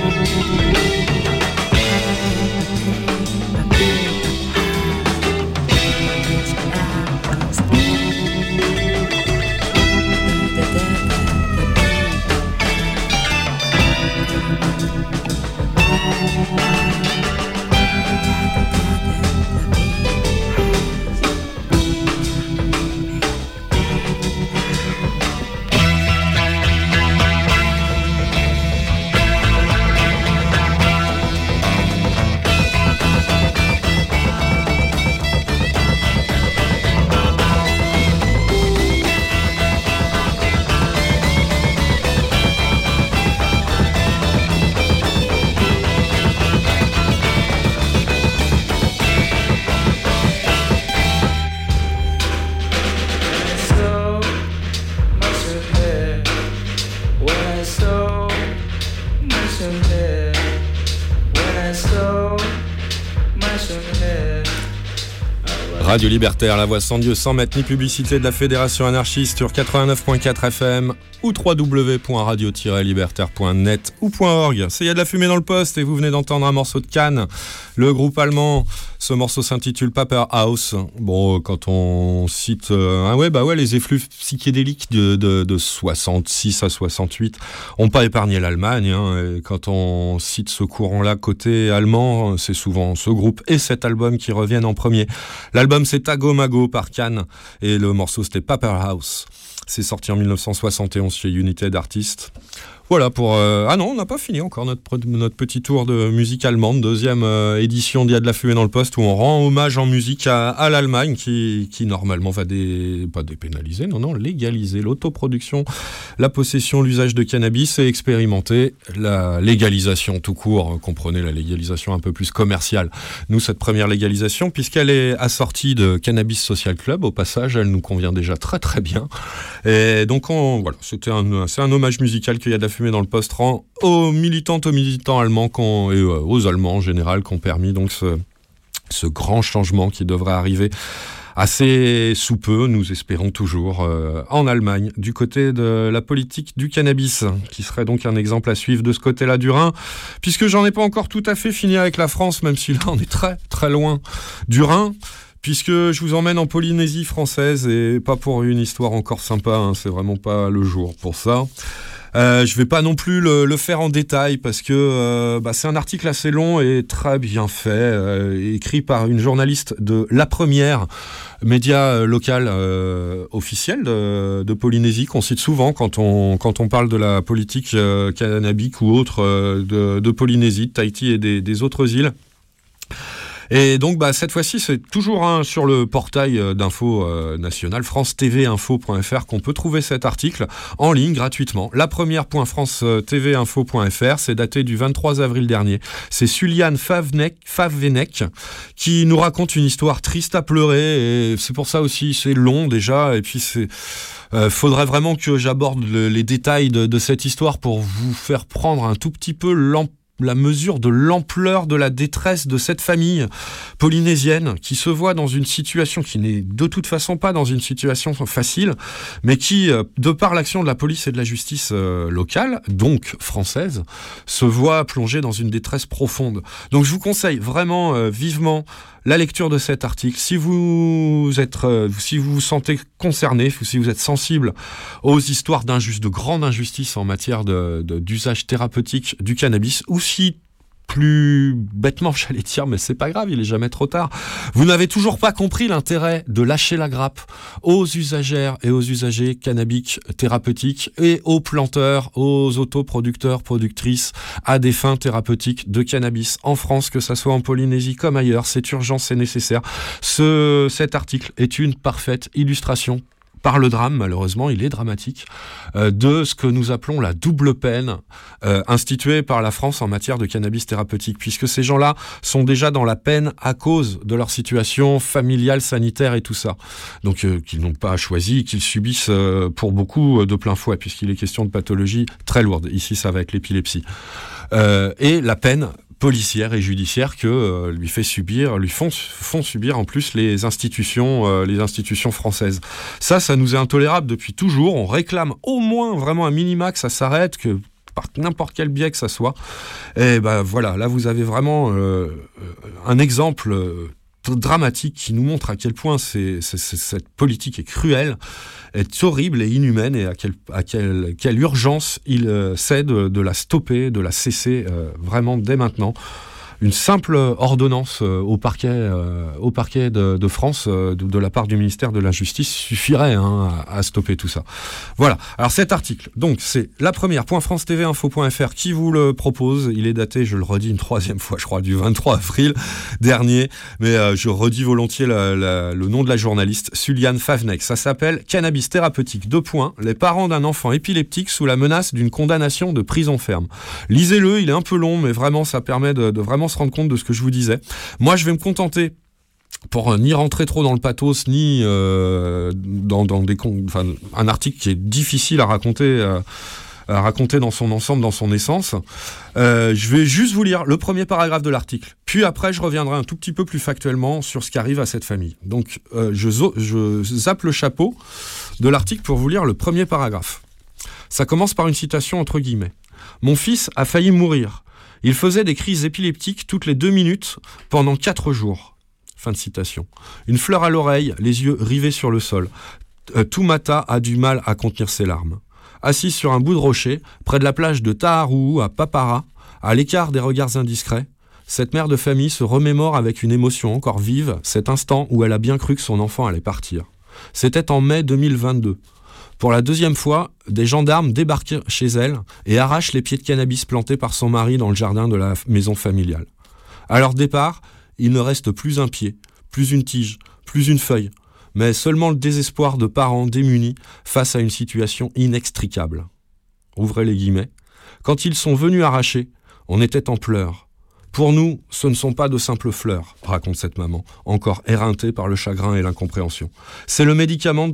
Speaker 6: Radio Libertaire, la voix sans Dieu, sans mettre ni publicité de la Fédération anarchiste sur 89.4 FM ou www.radio-libertaire.net ou .org. C'est Il y a de la fumée dans le poste et vous venez d'entendre un morceau de Cannes, le groupe allemand. Ce morceau s'intitule Paper House. Bon, quand on cite les effluves psychédéliques de 66 à 68 n'ont pas épargné l'Allemagne. Et quand on cite ce courant-là côté allemand, c'est souvent ce groupe et cet album qui reviennent en premier. L'album c'est Tago Mago par Cannes et le morceau c'était Paper House. C'est sorti en 1971 chez United Artists. Voilà pour... Ah non, on n'a pas fini encore notre petit tour de musique allemande, deuxième édition d'Il y a de la fumée dans le poste, où on rend hommage en musique à l'Allemagne qui normalement va pas dépénaliser, non, légaliser l'autoproduction, la possession, l'usage de cannabis et expérimenter la légalisation tout court. Comprenez la légalisation un peu plus commerciale. Nous, cette première légalisation, puisqu'elle est assortie de Cannabis Social Club, au passage, elle nous convient déjà très très bien. Et donc, c'est un hommage musical qu'il y a de la fumée dans le poste rend aux militantes, aux militants allemands et aux Allemands en général qui ont permis donc ce grand changement qui devrait arriver assez sous peu, nous espérons toujours, en Allemagne, du côté de la politique du cannabis, qui serait donc un exemple à suivre de ce côté-là du Rhin, puisque j'en ai pas encore tout à fait fini avec la France, même si là on est très très loin du Rhin. Puisque je vous emmène en Polynésie française, et pas pour une histoire encore sympa, c'est vraiment pas le jour pour ça. Je vais pas non plus le faire en détail parce que c'est un article assez long et très bien fait, écrit par une journaliste de La Première, média local officiel de Polynésie, qu'on cite souvent quand on parle de la politique cannabique ou autre de Polynésie, de Tahiti et des autres îles. Et donc cette fois-ci c'est toujours sur le portail d'info national france-tv-info.fr qu'on peut trouver cet article en ligne gratuitement. La première.france-tv-info.fr, c'est daté du 23 avril dernier. C'est Suliane Favvenec qui nous raconte une histoire triste à pleurer, et c'est pour ça aussi c'est long déjà, et puis faudrait vraiment que j'aborde les détails de cette histoire pour vous faire prendre un tout petit peu la mesure de l'ampleur de la détresse de cette famille polynésienne qui se voit dans une situation qui n'est de toute façon pas dans une situation facile, mais qui, de par l'action de la police et de la justice locale, donc française, se voit plongée dans une détresse profonde. Donc je vous conseille vraiment vivement la lecture de cet article. Si vous vous sentez concerné, si vous êtes sensible aux histoires de grande injustice en matière d'usage thérapeutique du cannabis, ou si plus bêtement, j'allais dire, mais c'est pas grave, il est jamais trop tard, vous n'avez toujours pas compris l'intérêt de lâcher la grappe aux usagères et aux usagers cannabiques thérapeutiques et aux planteurs, aux autoproducteurs, productrices à des fins thérapeutiques de cannabis en France, que ça soit en Polynésie comme ailleurs, c'est urgent, c'est nécessaire. Cet article est une parfaite illustration par le drame, malheureusement, il est dramatique, de ce que nous appelons la double peine instituée par la France en matière de cannabis thérapeutique, puisque ces gens-là sont déjà dans la peine à cause de leur situation familiale, sanitaire et tout ça. Donc, qu'ils n'ont pas choisi, qu'ils subissent pour beaucoup de plein fouet, puisqu'il est question de pathologies très lourdes. Ici, ça va être l'épilepsie. Et la peine policière et judiciaire que lui font subir en plus les institutions françaises. Ça nous est intolérable depuis toujours. On réclame au moins vraiment un minima que ça s'arrête, que par n'importe quel biais que ça soit. Et ben voilà, là vous avez vraiment un exemple dramatique qui nous montre à quel point cette politique est cruelle, est horrible et inhumaine, et à quelle urgence il cède de la stopper, de la cesser vraiment dès maintenant. Une simple ordonnance au parquet de France de la part du ministère de la Justice suffirait à stopper tout ça. Voilà. Alors cet article, donc c'est la première, .france-tv-info.fr qui vous le propose. Il est daté, je le redis une troisième fois, je crois, du 23 avril dernier. Mais je redis volontiers le nom de la journaliste, Suliane Favnek. Ça s'appelle « Cannabis thérapeutique, : les parents d'un enfant épileptique sous la menace d'une condamnation de prison ferme ». Lisez-le, il est un peu long, mais vraiment ça permet de vraiment se rendre compte de ce que je vous disais. Moi, je vais me contenter, pour ni rentrer trop dans le pathos, ni dans un article qui est difficile à raconter dans son ensemble, dans son essence. Je vais juste vous lire le premier paragraphe de l'article. Puis après, je reviendrai un tout petit peu plus factuellement sur ce qui arrive à cette famille. Donc, je zappe le chapeau de l'article pour vous lire le premier paragraphe. Ça commence par une citation entre guillemets. « Mon fils a failli mourir. Il faisait des crises épileptiques toutes les 2 minutes pendant 4 jours. » Fin de citation. Une fleur à l'oreille, les yeux rivés sur le sol. Toumata a du mal à contenir ses larmes. Assise sur un bout de rocher, près de la plage de Taharou à Papara, à l'écart des regards indiscrets, cette mère de famille se remémore avec une émotion encore vive cet instant où elle a bien cru que son enfant allait partir. C'était en mai 2022. Pour la deuxième fois, des gendarmes débarquent chez elle et arrachent les pieds de cannabis plantés par son mari dans le jardin de la maison familiale. À leur départ, il ne reste plus un pied, plus une tige, plus une feuille, mais seulement le désespoir de parents démunis face à une situation inextricable. Ouvrez les guillemets. Quand ils sont venus arracher, on était en pleurs. Pour nous, ce ne sont pas de simples fleurs, raconte cette maman, encore éreintée par le chagrin et l'incompréhension. C'est le médicament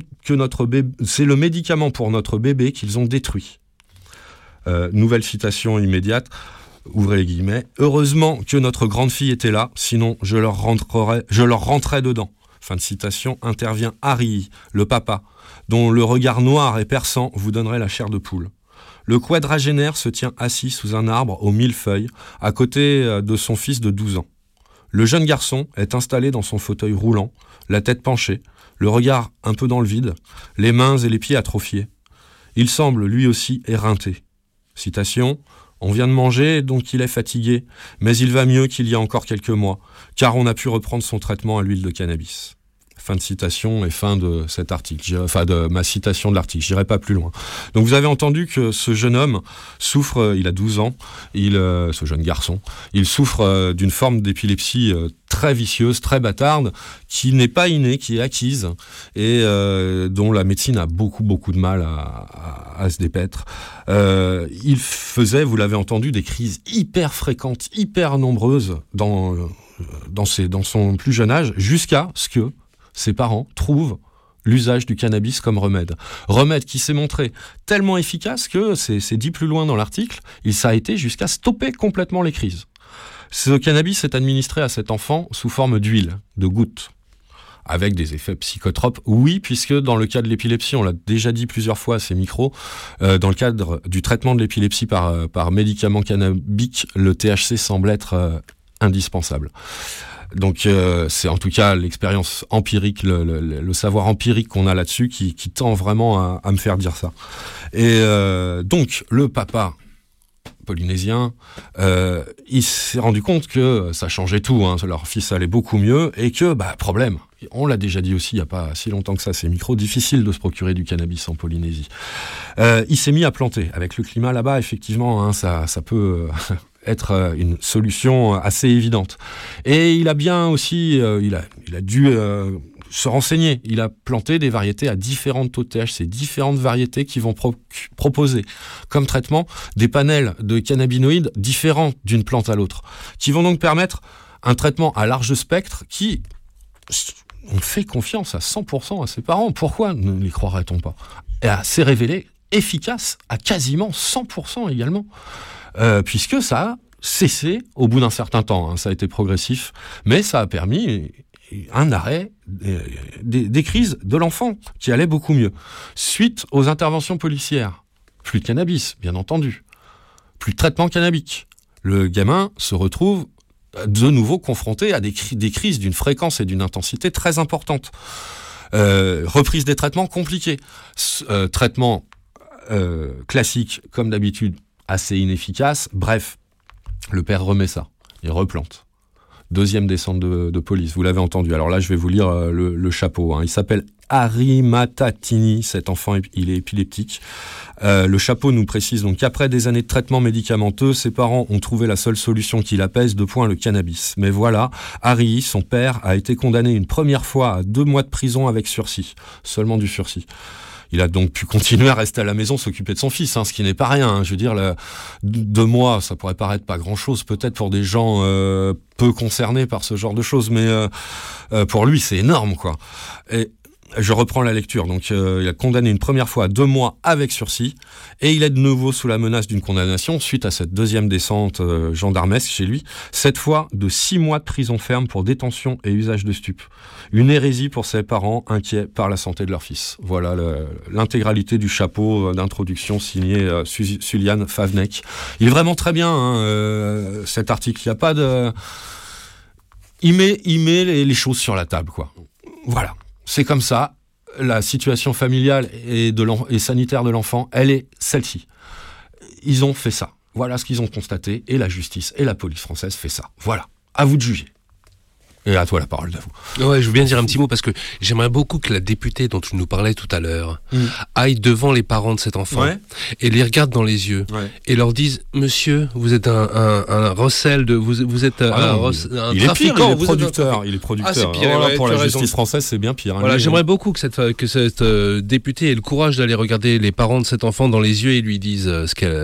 Speaker 6: pour notre bébé qu'ils ont détruit. Nouvelle citation immédiate, ouvrez les guillemets. Heureusement que notre grande fille était là, sinon je leur rentrais dedans. Fin de citation, intervient Harry, le papa, dont le regard noir et perçant vous donnerait la chair de poule. Le quadragénaire se tient assis sous un arbre aux 1000 feuilles, à côté de son fils de 12 ans. Le jeune garçon est installé dans son fauteuil roulant, la tête penchée, le regard un peu dans le vide, les mains et les pieds atrophiés. Il semble lui aussi éreinté. Citation, « On vient de manger, donc il est fatigué, mais il va mieux qu'il y a encore quelques mois, car on a pu reprendre son traitement à l'huile de cannabis. » Fin de citation et fin de cet article, de ma citation de l'article, j'irai pas plus loin. Donc vous avez entendu que ce jeune homme souffre, il a 12 ans, ce jeune garçon, il souffre d'une forme d'épilepsie très vicieuse, très bâtarde, qui n'est pas innée, qui est acquise, et dont la médecine a beaucoup de mal à se dépaître. Il faisait, vous l'avez entendu, des crises hyper fréquentes, hyper nombreuses dans son plus jeune âge, jusqu'à ce que ses parents trouvent l'usage du cannabis comme remède. Remède qui s'est montré tellement efficace que, c'est dit plus loin dans l'article, ça a été jusqu'à stopper complètement les crises. Ce cannabis est administré à cet enfant sous forme d'huile, de gouttes, avec des effets psychotropes. Oui, puisque dans le cas de l'épilepsie, on l'a déjà dit plusieurs fois à ces micros, dans le cadre du traitement de l'épilepsie par médicament cannabique, le THC semble être indispensable. Donc c'est en tout cas l'expérience empirique, le savoir empirique qu'on a là-dessus qui tend vraiment à me faire dire ça. Et donc le papa polynésien, il s'est rendu compte que ça changeait tout, leur fils allait beaucoup mieux et que, problème, on l'a déjà dit aussi il n'y a pas si longtemps que ça, ces micros, difficile de se procurer du cannabis en Polynésie. Il s'est mis à planter. Avec le climat là-bas, effectivement, ça peut être une solution assez évidente. Et il a bien aussi, il a dû se renseigner. Il a planté des variétés à différents taux de THC, différentes variétés qui vont proposer comme traitement des panels de cannabinoïdes différents d'une plante à l'autre, qui vont donc permettre un traitement à large spectre qui, on fait confiance à 100% à ses parents. Pourquoi ne les croirait-on pas ? Et s'est révélé efficace à quasiment 100% également. Puisque ça a cessé au bout d'un certain temps. Ça a été progressif, mais ça a permis un arrêt des crises de l'enfant, qui allait beaucoup mieux. Suite aux interventions policières, plus de cannabis, bien entendu. plus de traitement cannabique. Le gamin se retrouve de nouveau confronté à des crises d'une fréquence et d'une intensité très importante. Reprise des traitements compliqués. Traitement classique, comme d'habitude, assez inefficace. Bref, le père remet ça. Il replante. Deuxième descente de police, vous l'avez entendu. Alors là, je vais vous lire le chapeau. Il s'appelle Harry Matatini, cet enfant, il est épileptique. Le chapeau nous précise donc qu'après des années de traitement médicamenteux, ses parents ont trouvé la seule solution qui l'apaise, le cannabis. Mais voilà, Harry, son père, a été condamné une première fois à 2 mois de prison avec sursis. Seulement du sursis. Il a donc pu continuer à rester à la maison, s'occuper de son fils, ce qui n'est pas rien. Je veux dire, 2 mois, ça pourrait paraître pas grand-chose, peut-être pour des gens peu concernés par ce genre de choses, mais pour lui, c'est énorme, quoi. Et je reprends la lecture. Donc, il a condamné une première fois à 2 mois avec sursis, et il est de nouveau sous la menace d'une condamnation suite à cette deuxième descente gendarmesque chez lui. Cette fois, de 6 mois de prison ferme pour détention et usage de stupes. Une hérésie pour ses parents inquiets par la santé de leur fils. Voilà l'intégralité du chapeau d'introduction signé Sulian Favnek. Il est vraiment très bien, cet article. Il n'y a pas de... Il met les choses sur la table, quoi. Voilà. C'est comme ça, la situation familiale et sanitaire de l'enfant, elle est celle-ci. Ils ont fait ça. Voilà ce qu'ils ont constaté, et la justice et la police française fait ça. Voilà, à vous de juger. Et à toi la parole, Davou.
Speaker 2: Ouais, je veux bien dire un petit mot parce que j'aimerais beaucoup que la députée dont tu nous parlais tout à l'heure aille devant les parents de cet enfant et les regarde dans les yeux et leur dise: Monsieur, vous êtes un recel de vous êtes un trafiquant.
Speaker 6: Il est producteur.
Speaker 2: Ah, c'est pire.
Speaker 6: Pour la justice française, c'est bien pire.
Speaker 2: Voilà, j'aimerais beaucoup que cette députée ait le courage d'aller regarder les parents de cet enfant dans les yeux et lui dise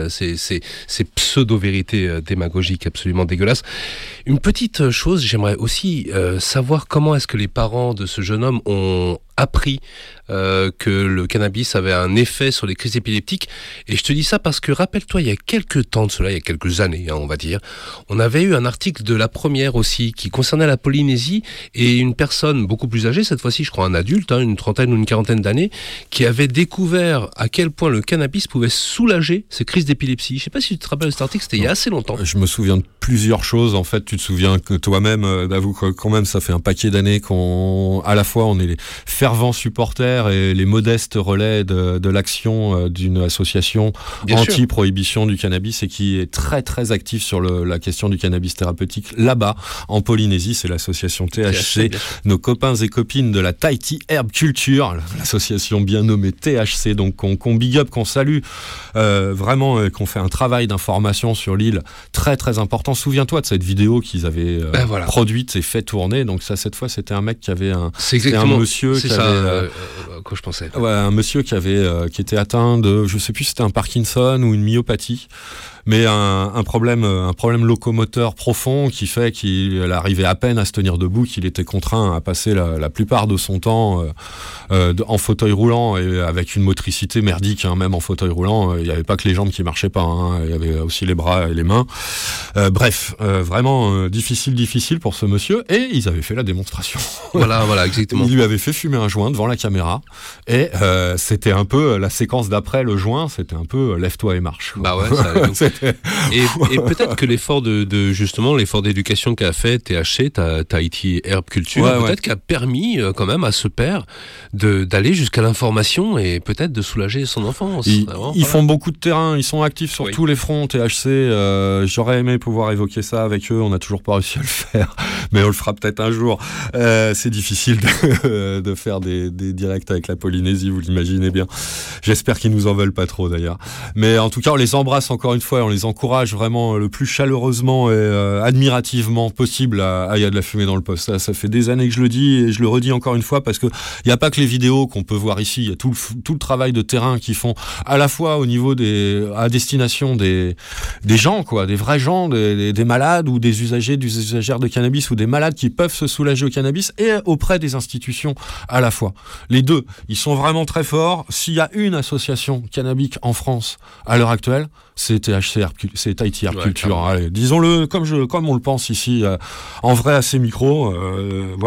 Speaker 2: ces pseudo-vérités démagogiques absolument dégueulasses. Une petite chose, j'aimerais aussi savoir comment est-ce que les parents de ce jeune homme ont appris que le cannabis avait un effet sur les crises épileptiques. Et je te dis ça parce que, rappelle-toi, il y a quelques temps de cela, il y a quelques années, on va dire, on avait eu un article de La Première aussi qui concernait la Polynésie et une personne beaucoup plus âgée, cette fois-ci je crois un adulte, une trentaine ou une quarantaine d'années, qui avait découvert à quel point le cannabis pouvait soulager ces crises d'épilepsie. Je ne sais pas si tu te rappelles de cet article, c'était il y a assez longtemps.
Speaker 6: Je me souviens de plusieurs choses. En fait, tu te souviens que toi-même, d'avoue, quand même, ça fait un paquet d'années à la fois on est les fervents supporters et les modestes relais de l'action d'une association anti-prohibition du cannabis et qui est très très active sur la question du cannabis thérapeutique là-bas en Polynésie. C'est l'association THC, nos copains et copines de la Tahiti Herb Culture, l'association bien nommée THC, donc qu'on big up, qu'on salue vraiment, qu'on fait un travail d'information sur l'île très très important. Souviens-toi de cette vidéo qu'ils avaient produite et fait tourner. Donc ça, cette fois, c'était un mec qui avait un monsieur qui avait
Speaker 2: quoi je pensais.
Speaker 6: Ouais, un monsieur qui était atteint de, je sais plus si c'était un Parkinson ou une myopathie, mais un problème locomoteur profond qui fait qu'il arrivait à peine à se tenir debout, qu'il était contraint à passer la plupart de son temps en fauteuil roulant et avec une motricité merdique, même en fauteuil roulant. Il n'y avait pas que les jambes qui marchaient pas, il y avait aussi les bras et les mains. Bref, vraiment difficile pour ce monsieur, et ils avaient fait la démonstration.
Speaker 2: Voilà, exactement.
Speaker 6: Ils lui avaient fait fumer un joint devant la caméra, et c'était un peu la séquence d'après le joint, c'était un peu lève-toi et marche.
Speaker 2: Bah ouais, ça et peut-être que l'effort justement l'effort d'éducation qu'a fait THC, Tahiti Herb Culture, peut-être qu'a permis quand même à ce père d'aller jusqu'à l'information et peut-être de soulager son enfant.
Speaker 6: Ils font beaucoup de terrain, ils sont actifs sur tous les fronts. THC, j'aurais aimé pouvoir évoquer ça avec eux, on n'a toujours pas réussi à le faire, mais on le fera peut-être un jour. C'est difficile de faire des directs avec la Polynésie, vous l'imaginez bien. J'espère qu'ils nous en veulent pas trop d'ailleurs. Mais en tout cas, on les embrasse encore une fois, on les encourage vraiment le plus chaleureusement et admirativement possible à y a de la fumée dans le poste. Ça fait des années que je le dis et je le redis encore une fois parce que il n'y a pas que les vidéos qu'on peut voir ici, il y a tout le travail de terrain qu'ils font à la fois au niveau à destination des gens, quoi, des vrais gens, des malades ou des usagères de cannabis ou des malades qui peuvent se soulager au cannabis, et auprès des institutions à la fois. Les deux, ils sont vraiment très forts. S'il y a une association cannabique en France à l'heure actuelle, c'est Tahiti Herb Culture. Allez, disons-le comme on le pense ici, en vrai à ces micros. Voilà.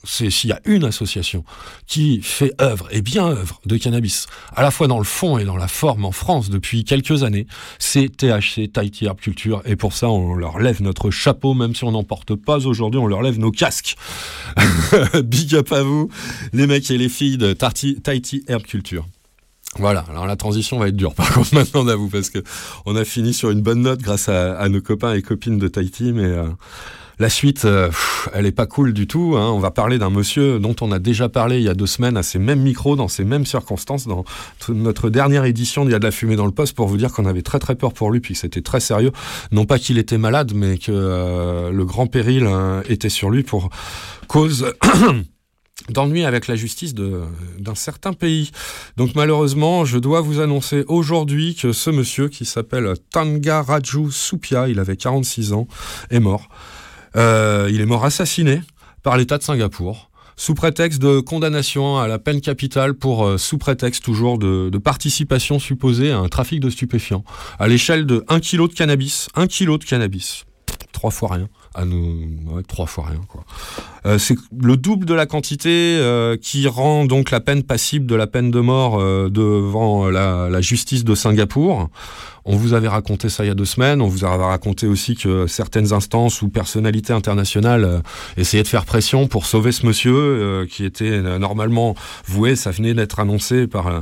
Speaker 6: s'il y a une association qui fait œuvre, et bien œuvre, de cannabis, à la fois dans le fond et dans la forme en France depuis quelques années, c'est THC, Tahiti Herb Culture, et pour ça, on leur lève notre chapeau, même si on n'en porte pas aujourd'hui, on leur lève nos casques. Big up à vous, les mecs et les filles de Tahiti Herb Culture. Voilà, alors la transition va être dure par contre maintenant d'avou, parce que on a fini sur une bonne note grâce à nos copains et copines de Tahiti, mais la suite, elle est pas cool du tout, hein. On va parler d'un monsieur dont on a déjà parlé il y a 2 semaines à ces mêmes micros, dans ces mêmes circonstances, dans notre dernière édition d'Il y a de la fumée dans le poste, pour vous dire qu'on avait très très peur pour lui, puis que c'était très sérieux. Non pas qu'il était malade, mais que le grand péril était sur lui pour cause d'ennui avec la justice d'un certain pays. Donc malheureusement, je dois vous annoncer aujourd'hui que ce monsieur, qui s'appelle Thangaraju Supia, il avait 46 ans, est mort. Il est mort assassiné par l'État de Singapour, sous prétexte de condamnation à la peine capitale pour sous prétexte toujours de participation supposée à un trafic de stupéfiants, à l'échelle de 1 kg de cannabis. 1 kg de cannabis. 3 fois rien. Ouais, 3 fois rien, quoi. C'est le double de la quantité qui rend donc la peine passible de la peine de mort devant la justice de Singapour. On vous avait raconté ça il y a 2 semaines. On vous avait raconté aussi que certaines instances ou personnalités internationales essayaient de faire pression pour sauver ce monsieur qui était normalement voué. Ça venait d'être annoncé par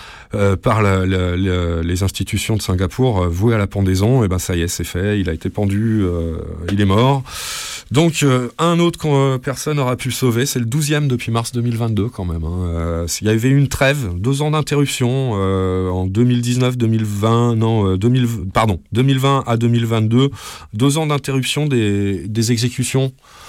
Speaker 6: les institutions de Singapour, voué à la pendaison. Et ben ça y est, c'est fait. Il a été pendu, il est mort. Donc un autre personne aura pu le sauver. C'est le 12e depuis mars 2022 quand même, hein. Il y avait eu une trêve, 2 ans d'interruption en 2020 à 2022, 2 ans d'interruption des exécutions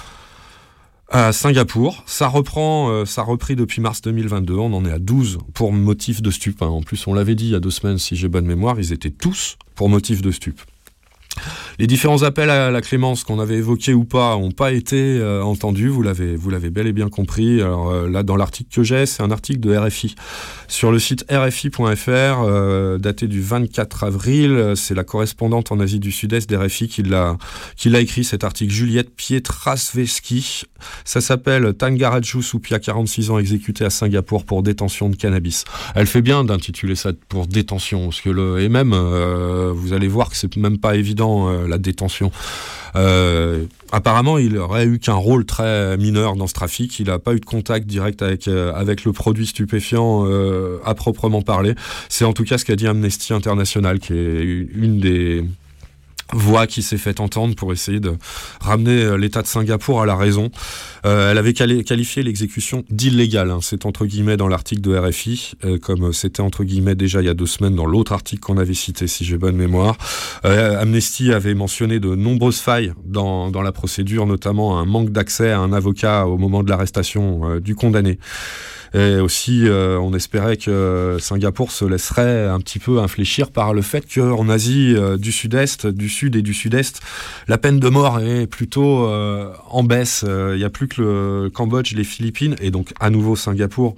Speaker 6: à Singapour. Ça a repris depuis mars 2022. On en est à 12 pour motif de stup, hein. En plus, on l'avait dit il y a 2 semaines, si j'ai bonne mémoire, ils étaient tous pour motif de stup. Les différents appels à la clémence qu'on avait évoqués ou pas n'ont pas été entendus, vous l'avez bel et bien compris. Alors là, dans l'article que j'ai, c'est un article de RFI. Sur le site rfi.fr, daté du 24 avril, c'est la correspondante en Asie du Sud-Est d'RFI qui l'a écrit, cet article, Juliette Pietraszewski. Ça s'appelle « Thangaraju Supia, 46 ans, exécuté à Singapour pour détention de cannabis ». Elle fait bien d'intituler ça pour détention, parce que vous allez voir que c'est même pas évident, la détention. Apparemment, il aurait eu qu'un rôle très mineur dans ce trafic. Il n'a pas eu de contact direct avec le produit stupéfiant à proprement parler. C'est en tout cas ce qu'a dit Amnesty International, qui est une des voix qui s'est fait entendre pour essayer de ramener l'État de Singapour à la raison. Elle avait qualifié l'exécution d'illégale, hein. C'est entre guillemets dans l'article de RFI, comme c'était entre guillemets déjà il y a 2 semaines dans l'autre article qu'on avait cité, si j'ai bonne mémoire. Amnesty avait mentionné de nombreuses failles dans la procédure, notamment un manque d'accès à un avocat au moment de l'arrestation du condamné. Et aussi, on espérait que Singapour se laisserait un petit peu infléchir par le fait qu'en Asie du Sud-Est, du Sud et du Sud-Est, la peine de mort est plutôt en baisse. Il n'y a plus que le Cambodge, les Philippines, et donc à nouveau Singapour.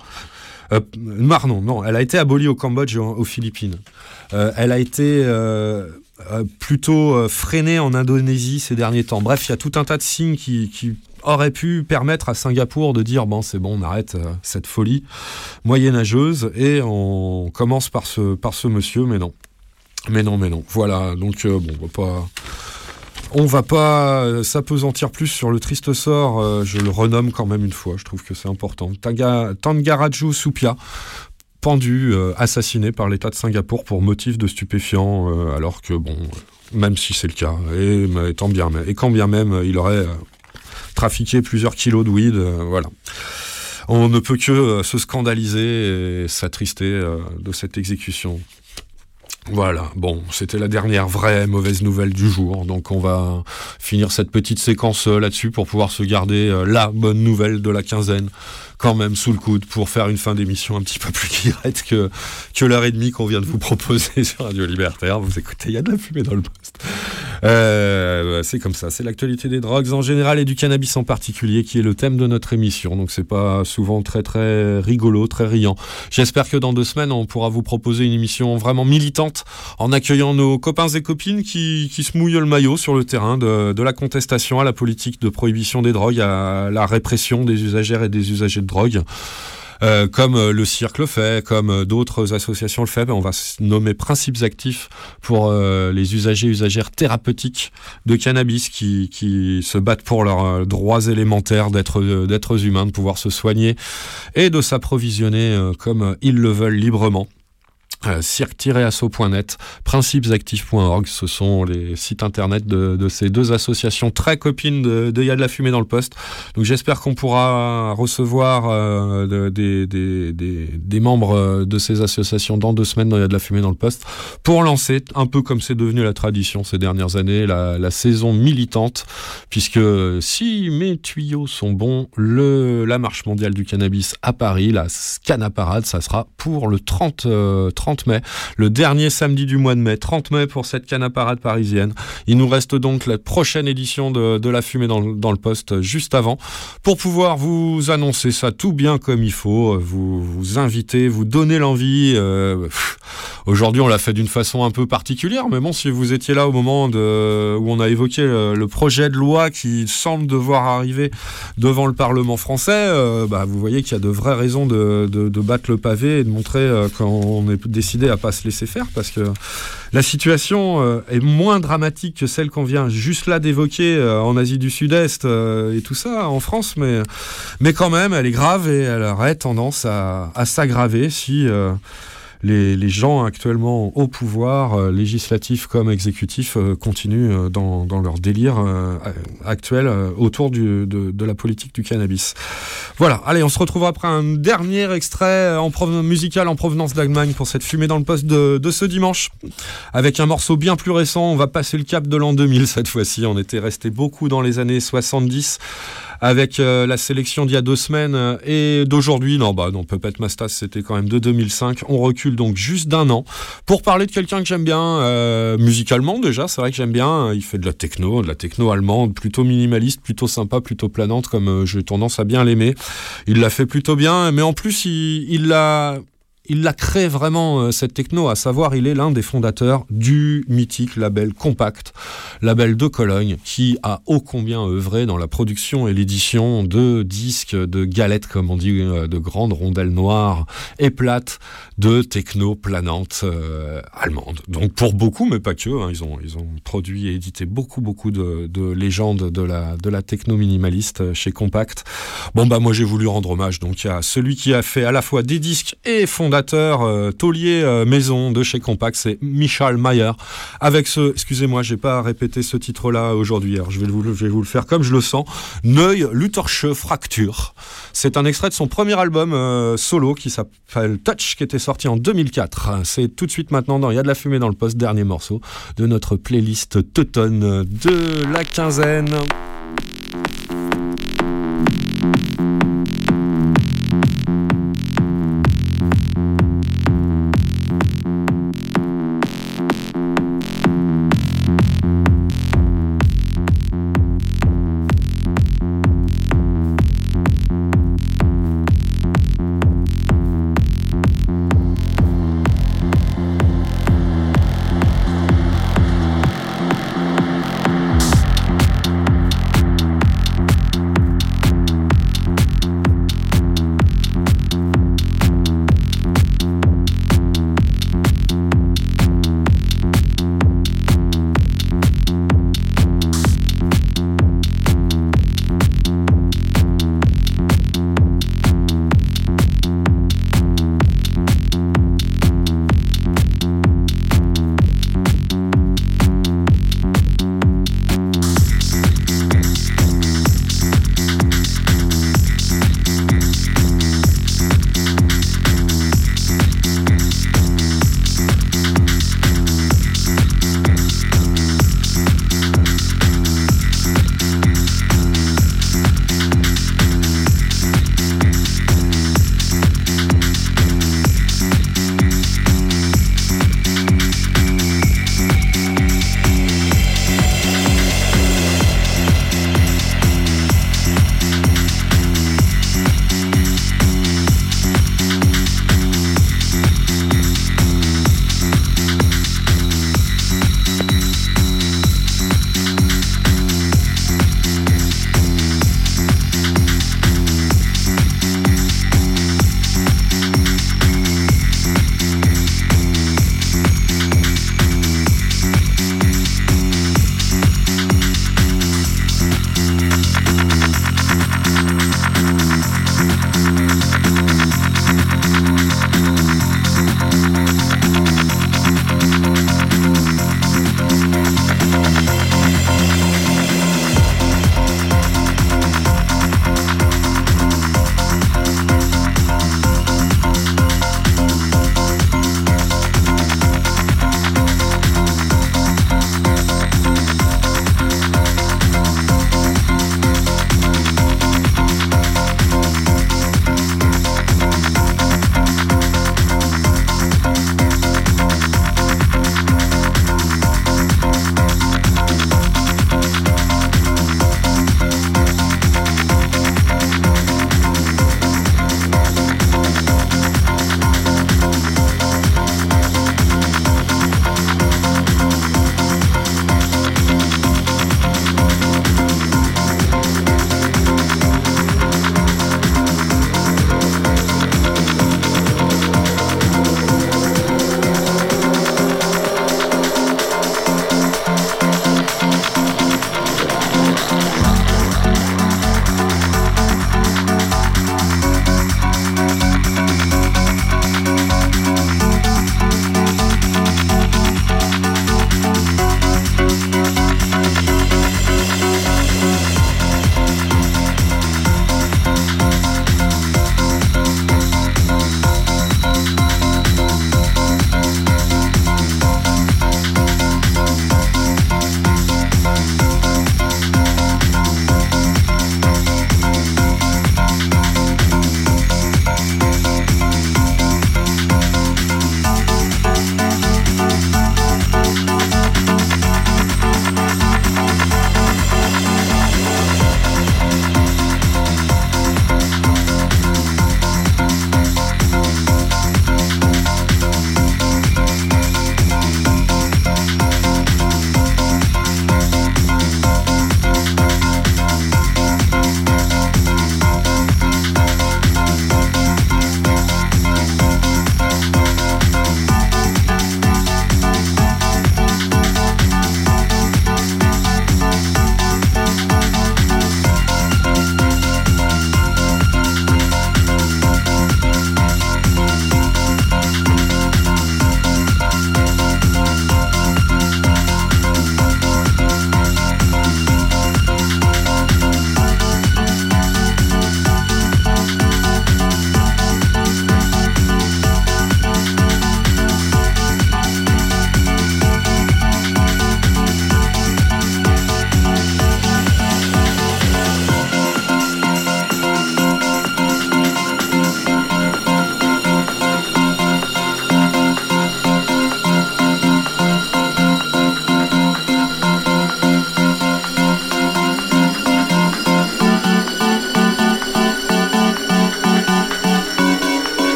Speaker 6: Non, elle a été abolie au Cambodge et aux Philippines. Elle a été plutôt freinée en Indonésie ces derniers temps. Bref, il y a tout un tas de signes qui aurait pu permettre à Singapour de dire bon, c'est bon, on arrête cette folie moyenâgeuse et on commence par ce monsieur, mais non. Voilà, donc on va pas s'apesantir plus sur le triste sort, je le renomme quand même une fois, je trouve que c'est important. Thangaraju Supia, pendu, assassiné par l'État de Singapour pour motif de stupéfiants, alors que même si c'est le cas, et quand bien même il aurait trafiqué plusieurs kilos de weed, voilà. On ne peut que se scandaliser et s'attrister de cette exécution. Voilà, bon, c'était la dernière vraie mauvaise nouvelle du jour, donc on va finir cette petite séquence là-dessus pour pouvoir se garder la bonne nouvelle de la quinzaine quand même sous le coude pour faire une fin d'émission un petit peu plus guirette que l'heure et demie qu'on vient de vous proposer sur Radio Libertaire. Vous écoutez, il y a de la fumée dans le poste. C'est comme ça, c'est l'actualité des drogues en général et du cannabis en particulier qui est le thème de notre émission, donc c'est pas souvent très très rigolo, très riant. J'espère que dans 2 semaines on pourra vous proposer une émission vraiment militante enceinte en accueillant nos copains et copines qui se mouillent le maillot sur le terrain de la contestation à la politique de prohibition des drogues, à la répression des usagères et des usagers de drogue. Comme le cirque le fait, comme d'autres associations le fait, on va se nommer principes actifs pour les usagers et usagères thérapeutiques de cannabis qui se battent pour leurs droits élémentaires d'êtres humains, de pouvoir se soigner et de s'approvisionner comme ils le veulent librement. Cirque-asso.net, principesactifs.org, ce sont les sites internet de ces deux associations très copines de Y a de la fumée dans le poste. Donc j'espère qu'on pourra recevoir des membres de ces associations dans 2 semaines dans Y a de la fumée dans le poste pour lancer, un peu comme c'est devenu la tradition ces dernières années, la saison militante, puisque si mes tuyaux sont bons, la marche mondiale du cannabis à Paris, la Scanaparade, ça sera pour le 30 mai, le dernier samedi du mois de mai, 30 mai pour cette Canaparade parisienne. Il nous reste donc la prochaine édition de la fumée dans le poste juste avant pour pouvoir vous annoncer ça tout bien comme il faut, vous inviter, vous donner l'envie. Aujourd'hui, on l'a fait d'une façon un peu particulière, mais bon, si vous étiez là au moment où on a évoqué le projet de loi qui semble devoir arriver devant le Parlement français, vous voyez qu'il y a de vraies raisons de battre le pavé et de montrer qu'on est décidé à pas se laisser faire, parce que la situation est moins dramatique que celle qu'on vient juste là d'évoquer en Asie du Sud-Est et tout ça en France, mais quand même elle est grave et elle aurait tendance à s'aggraver si les gens actuellement au pouvoir, législatif comme exécutif, continuent dans leur délire actuel autour de la politique du cannabis. Voilà, allez, on se retrouve après un dernier extrait musical en provenance d'Allemagne pour cette fumée dans le poste de ce dimanche, avec un morceau bien plus récent. On va passer le cap de l'an 2000 cette fois-ci. On était resté beaucoup dans les années 70 avec la sélection d'il y a 2 semaines et d'aujourd'hui. Non, Puppet Master, c'était quand même de 2005. On recule donc juste d'1 an pour parler de quelqu'un que j'aime bien musicalement déjà. C'est vrai que j'aime bien. Il fait de la techno allemande, plutôt minimaliste, plutôt sympa, plutôt planante, comme j'ai tendance à bien l'aimer. Il l'a fait plutôt bien, mais en plus il l'a créé vraiment, cette techno, à savoir, il est l'un des fondateurs du mythique label Compact, label de Cologne, qui a ô combien œuvré dans la production et l'édition de disques, de galettes, comme on dit, de grandes rondelles noires et plates, de techno planante allemande. Donc pour beaucoup, mais pas que, ils ont produit et édité beaucoup de légendes de la techno minimaliste chez Compact. Moi j'ai voulu rendre hommage donc à celui qui a fait à la fois des disques et fondateur taulier maison de chez Compact, c'est Michael Mayer, avec excusez-moi, j'ai pas répété ce titre-là aujourd'hui, alors je vais vous le faire comme je le sens, Neue Luthersche Fraktur. C'est un extrait de son premier album solo qui s'appelle Touch, qui était sorti en 2004. C'est tout de suite maintenant dans Il y a de la fumée dans le poste, dernier morceau de notre playlist teutonne de la quinzaine.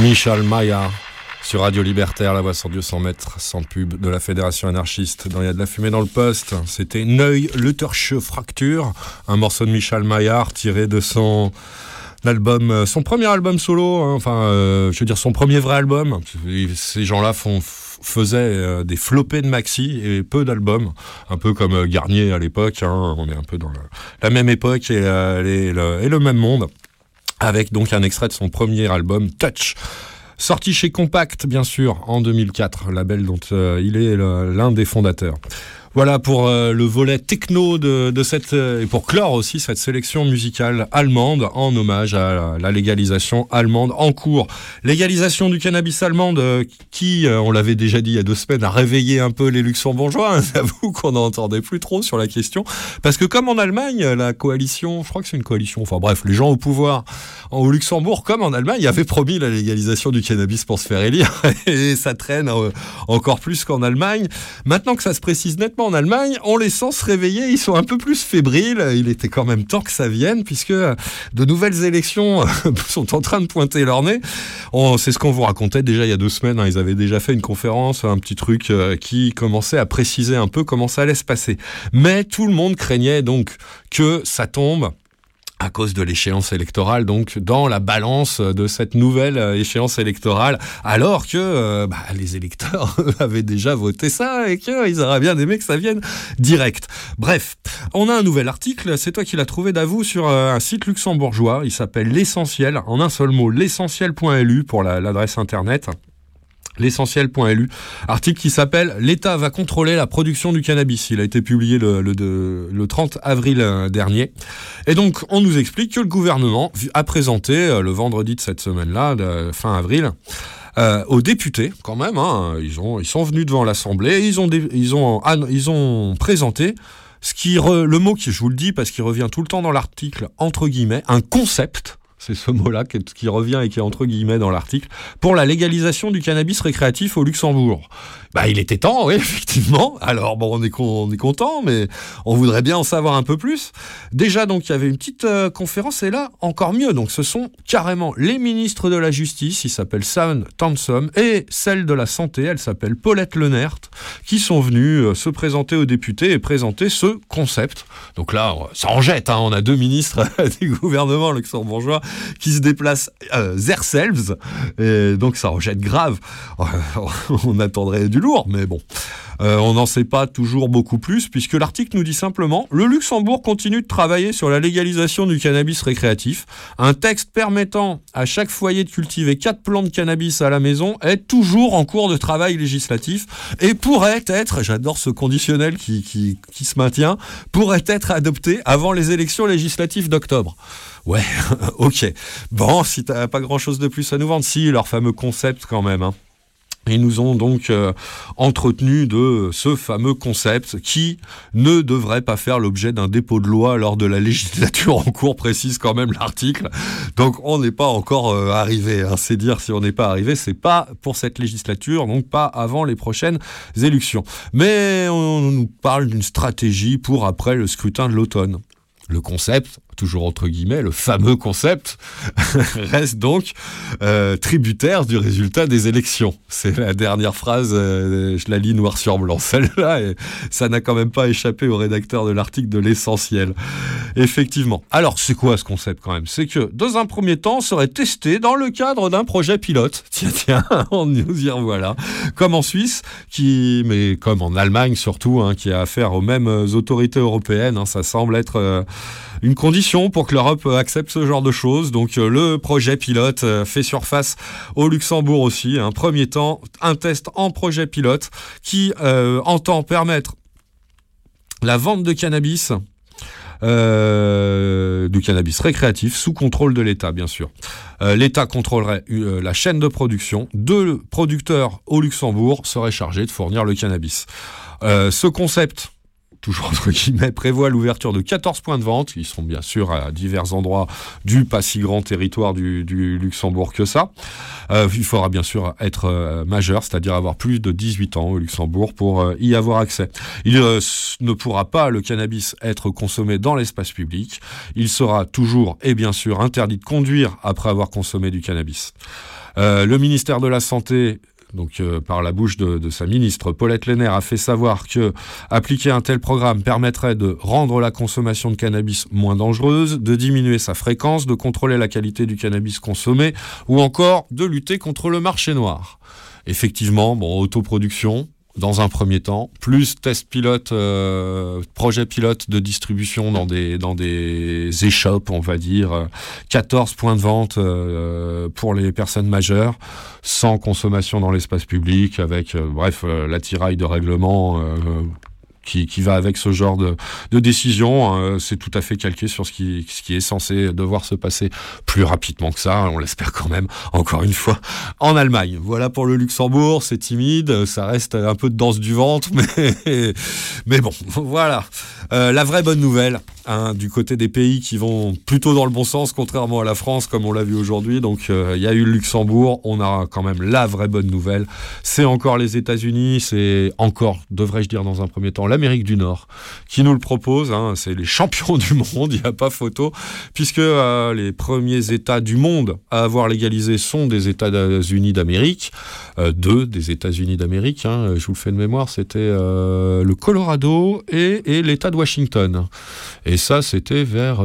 Speaker 6: Michal Maillard sur Radio Libertaire, la voix sans Dieu, sans maître, sans pub de la Fédération anarchiste. Dans Il y a de la fumée dans le poste, c'était Neuil Luttersche Fracture, un morceau de Michal Maillard tiré de son album, son premier album solo, hein, je veux dire son premier vrai album. Ces gens-là faisaient des flopées de maxi et peu d'albums, un peu comme Garnier à l'époque, hein, on est un peu dans la même époque et le même monde, avec donc un extrait de son premier album, Touch. Sorti chez Compact, bien sûr, en 2004, label dont il est l'un des fondateurs. Voilà pour le volet techno de cette et pour clore aussi cette sélection musicale allemande en hommage à la légalisation allemande en cours. Légalisation du cannabis allemande qui, on l'avait déjà dit il y a 2 semaines, a réveillé un peu les luxembourgeois. J'avoue qu'on n'en entendait plus trop sur la question. Parce que comme en Allemagne, la coalition, je crois que c'est une coalition, enfin bref, les gens au pouvoir au Luxembourg comme en Allemagne avaient promis la légalisation du cannabis pour se faire élire. Et ça traîne encore plus qu'en Allemagne. Maintenant que ça se précise nettement en Allemagne, on les sent se réveiller, ils sont un peu plus fébriles, il était quand même temps que ça vienne puisque de nouvelles élections sont en train de pointer leur nez. C'est ce qu'on vous racontait déjà il y a 2 semaines, hein, ils avaient déjà fait une conférence, un petit truc qui commençait à préciser un peu comment ça allait se passer. Mais tout le monde craignait donc que ça tombe à cause de l'échéance électorale, donc dans la balance de cette nouvelle échéance électorale, alors que les électeurs avaient déjà voté ça et qu'ils auraient bien aimé que ça vienne direct. Bref, on a un nouvel article, c'est toi qui l'as trouvé, Davou, sur un site luxembourgeois, il s'appelle L'Essentiel, en un seul mot, l'essentiel.lu pour l'adresse internet. L'essentiel.lu, article qui s'appelle « L'État va contrôler la production du cannabis ». Il a été publié le 30 avril dernier. Et donc, on nous explique que le gouvernement a présenté, le vendredi de cette semaine-là, fin avril, aux députés, quand même, hein, ils sont venus devant l'Assemblée, ils ont présenté le mot qui, je vous le dis, parce qu'il revient tout le temps dans l'article, entre guillemets, un concept. C'est ce mot-là qui revient et qui est entre guillemets dans l'article, pour la légalisation du cannabis récréatif au Luxembourg. Il était temps, oui, effectivement. Alors, bon, on est content, mais on voudrait bien en savoir un peu plus. Déjà, donc, il y avait une petite conférence, et là, encore mieux. Donc, ce sont carrément les ministres de la Justice, il s'appelle Sam Tansom, et celle de la Santé, elle s'appelle Paulette Lenert, qui sont venus se présenter aux députés et présenter ce concept. Donc là, ça en jette, hein. On a 2 ministres du gouvernement luxembourgeois qui se déplacent themselves, et donc ça en jette grave. On attendrait du lourd, mais bon. On n'en sait pas toujours beaucoup plus, puisque l'article nous dit simplement « Le Luxembourg continue de travailler sur la légalisation du cannabis récréatif. Un texte permettant à chaque foyer de cultiver 4 plants de cannabis à la maison est toujours en cours de travail législatif et pourrait être, j'adore ce conditionnel qui se maintient, pourrait être adopté avant les élections législatives d'octobre. » Ouais, ok. Bon, si t'as pas grand-chose de plus à nous vendre, si, leur fameux concept quand même, hein. Ils nous ont donc entretenu de ce fameux concept qui ne devrait pas faire l'objet d'un dépôt de loi lors de la législature en cours, précise quand même l'article. Donc on n'est pas encore arrivé, hein. C'est dire si on n'est pas arrivé, c'est pas pour cette législature, donc pas avant les prochaines élections. Mais on nous parle d'une stratégie pour après le scrutin de l'automne. Le concept, toujours entre guillemets, le fameux concept, reste donc tributaire du résultat des élections. C'est la dernière phrase, je la lis noir sur blanc, celle-là, et ça n'a quand même pas échappé au rédacteur de l'article de L'Essentiel. Effectivement. Alors, c'est quoi ce concept quand même ? C'est que, dans un premier temps, serait testé dans le cadre d'un projet pilote. Tiens, on nous y revoilà. Comme en Suisse, mais comme en Allemagne surtout, hein, qui a affaire aux mêmes autorités européennes, hein, ça semble être une condition pour que l'Europe accepte ce genre de choses. Donc le projet pilote fait surface au Luxembourg aussi. Un premier temps, un test en projet pilote qui entend permettre la vente de cannabis, du cannabis récréatif sous contrôle de l'État, bien sûr. L'État contrôlerait la chaîne de production. 2 producteurs au Luxembourg seraient chargés de fournir le cannabis. Ce concept, toujours entre guillemets, prévoit l'ouverture de 14 points de vente, qui seront bien sûr à divers endroits du pas si grand territoire du Luxembourg que ça. Il faudra bien sûr être majeur, c'est-à-dire avoir plus de 18 ans au Luxembourg pour y avoir accès. Il ne pourra pas, le cannabis, être consommé dans l'espace public. Il sera toujours et bien sûr interdit de conduire après avoir consommé du cannabis. Le ministère de la Santé, donc par la bouche de sa ministre Paulette Lenner, a fait savoir que appliquer un tel programme permettrait de rendre la consommation de cannabis moins dangereuse, de diminuer sa fréquence, de contrôler la qualité du cannabis consommé ou encore de lutter contre le marché noir. Effectivement, autoproduction dans un premier temps, plus test pilote, projet pilote de distribution dans des échoppes, on va dire, 14 points de vente pour les personnes majeures, sans consommation dans l'espace public, avec l'attirail de règlement qui va avec ce genre de décision. C'est tout à fait calqué sur ce qui est censé devoir se passer plus rapidement que ça, on l'espère quand même, encore une fois, en Allemagne. Voilà pour le Luxembourg, c'est timide, ça reste un peu de danse du ventre, mais bon, voilà. La vraie bonne nouvelle, du côté des pays qui vont plutôt dans le bon sens, contrairement à la France, comme on l'a vu aujourd'hui. Donc, il y a eu le Luxembourg, on a quand même la vraie bonne nouvelle. C'est encore les États-Unis, c'est encore, devrais-je dire dans un premier temps, l'Amérique du Nord qui nous le propose. C'est les champions du monde, il n'y a pas photo, puisque les premiers États du monde à avoir légalisé sont des États-Unis d'Amérique, des États-Unis d'Amérique. Je vous le fais de mémoire, c'était le Colorado et l'État de Washington. Et ça, c'était vers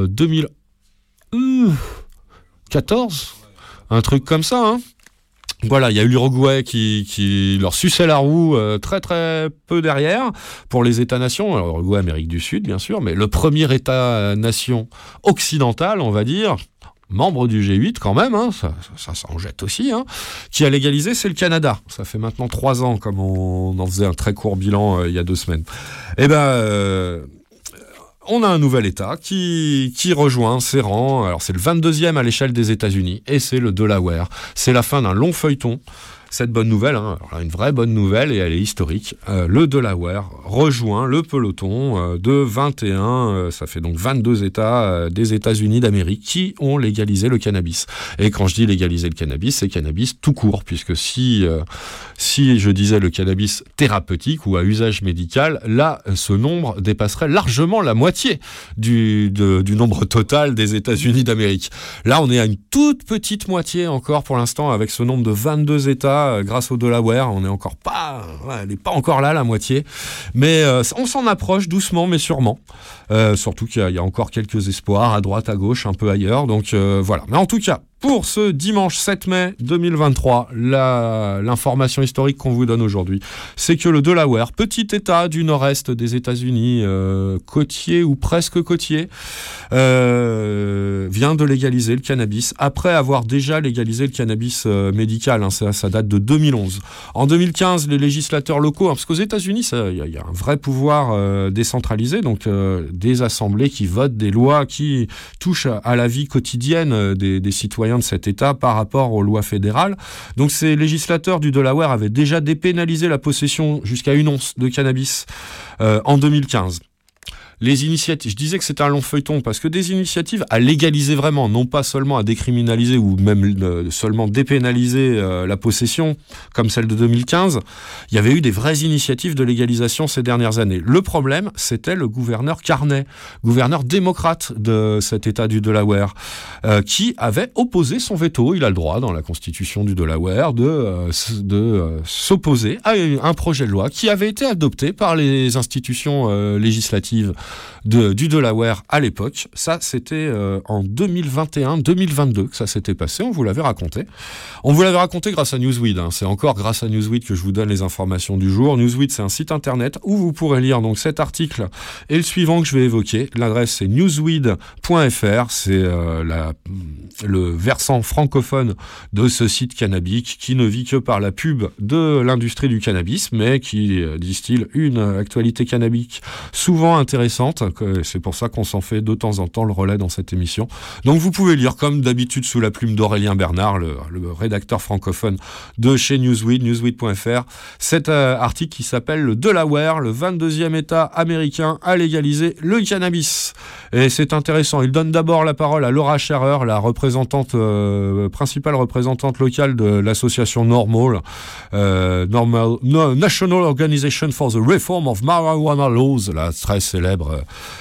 Speaker 6: 2014, un truc comme ça. Voilà, il y a eu l'Uruguay qui leur suçait la roue très très peu derrière pour les États-nations. Alors, Uruguay, Amérique du Sud, bien sûr, mais le premier État-nation occidental, on va dire, membre du G8 quand même, ça en jette aussi, qui a légalisé, c'est le Canada. Ça fait maintenant 3 ans, comme on en faisait un très court bilan il y a 2 semaines. On a un nouvel État qui rejoint ses rangs. Alors, c'est le 22e à l'échelle des États-Unis et c'est le Delaware. C'est la fin d'un long feuilleton. Cette bonne nouvelle, alors là, une vraie bonne nouvelle et elle est historique. Le Delaware rejoint le peloton de 21, ça fait donc 22 États des États-Unis d'Amérique qui ont légalisé le cannabis. Et quand je dis légaliser le cannabis, c'est cannabis tout court, puisque si je disais le cannabis thérapeutique ou à usage médical, là, ce nombre dépasserait largement la moitié du nombre total des États-Unis d'Amérique. Là, on est à une toute petite moitié encore pour l'instant avec ce nombre de 22 États. Grâce au Delaware, on n'est encore pas, elle n'est pas encore là, la moitié, mais on s'en approche doucement mais sûrement. Surtout qu'il y a encore quelques espoirs à droite, à gauche, un peu ailleurs. Donc voilà. Mais en tout cas, pour ce dimanche 7 mai 2023, l'information historique qu'on vous donne aujourd'hui, c'est que le Delaware, petit État du nord-est des États-Unis, côtier ou presque côtier, vient de légaliser le cannabis après avoir déjà légalisé le cannabis médical. Ça date de 2011. En 2015, les législateurs locaux, parce qu'aux États-Unis, il y a un vrai pouvoir décentralisé, donc des assemblées qui votent des lois qui touchent à la vie quotidienne des citoyens de cet État par rapport aux lois fédérales. Donc ces législateurs du Delaware avaient déjà dépénalisé la possession jusqu'à 1 once de cannabis en 2015. Les initiatives, je disais que c'était un long feuilleton parce que des initiatives à légaliser vraiment, non pas seulement à décriminaliser ou même seulement dépénaliser la possession, comme celle de 2015, il y avait eu des vraies initiatives de légalisation ces dernières années. Le problème, c'était le gouverneur Carney, gouverneur démocrate de cet État du Delaware, qui avait opposé son veto. Il a le droit, dans la constitution du Delaware, de s'opposer à un projet de loi qui avait été adopté par les institutions législatives du Delaware à l'époque. Ça, c'était en 2021-2022 que ça s'était passé. On vous l'avait raconté. On vous l'avait raconté grâce à Newsweek. C'est encore grâce à Newsweek que je vous donne les informations du jour. Newsweek, c'est un site internet où vous pourrez lire donc cet article et le suivant que je vais évoquer. L'adresse, c'est newsweek.fr. C'est le versant francophone de ce site cannabique qui ne vit que par la pub de l'industrie du cannabis, mais qui distille une actualité cannabique souvent intéressante. C'est pour ça qu'on s'en fait de temps en temps le relais dans cette émission. Donc vous pouvez lire comme d'habitude sous la plume d'Aurélien Bernard, le rédacteur francophone de chez Newsweek, newsweek.fr, cet article qui s'appelle le Delaware, le 22e État américain à légaliser le cannabis. Et c'est intéressant. Il donne d'abord la parole à Laura Scherer, la principale représentante locale de l'association National Organization for the Reform of Marijuana Laws, la très célèbre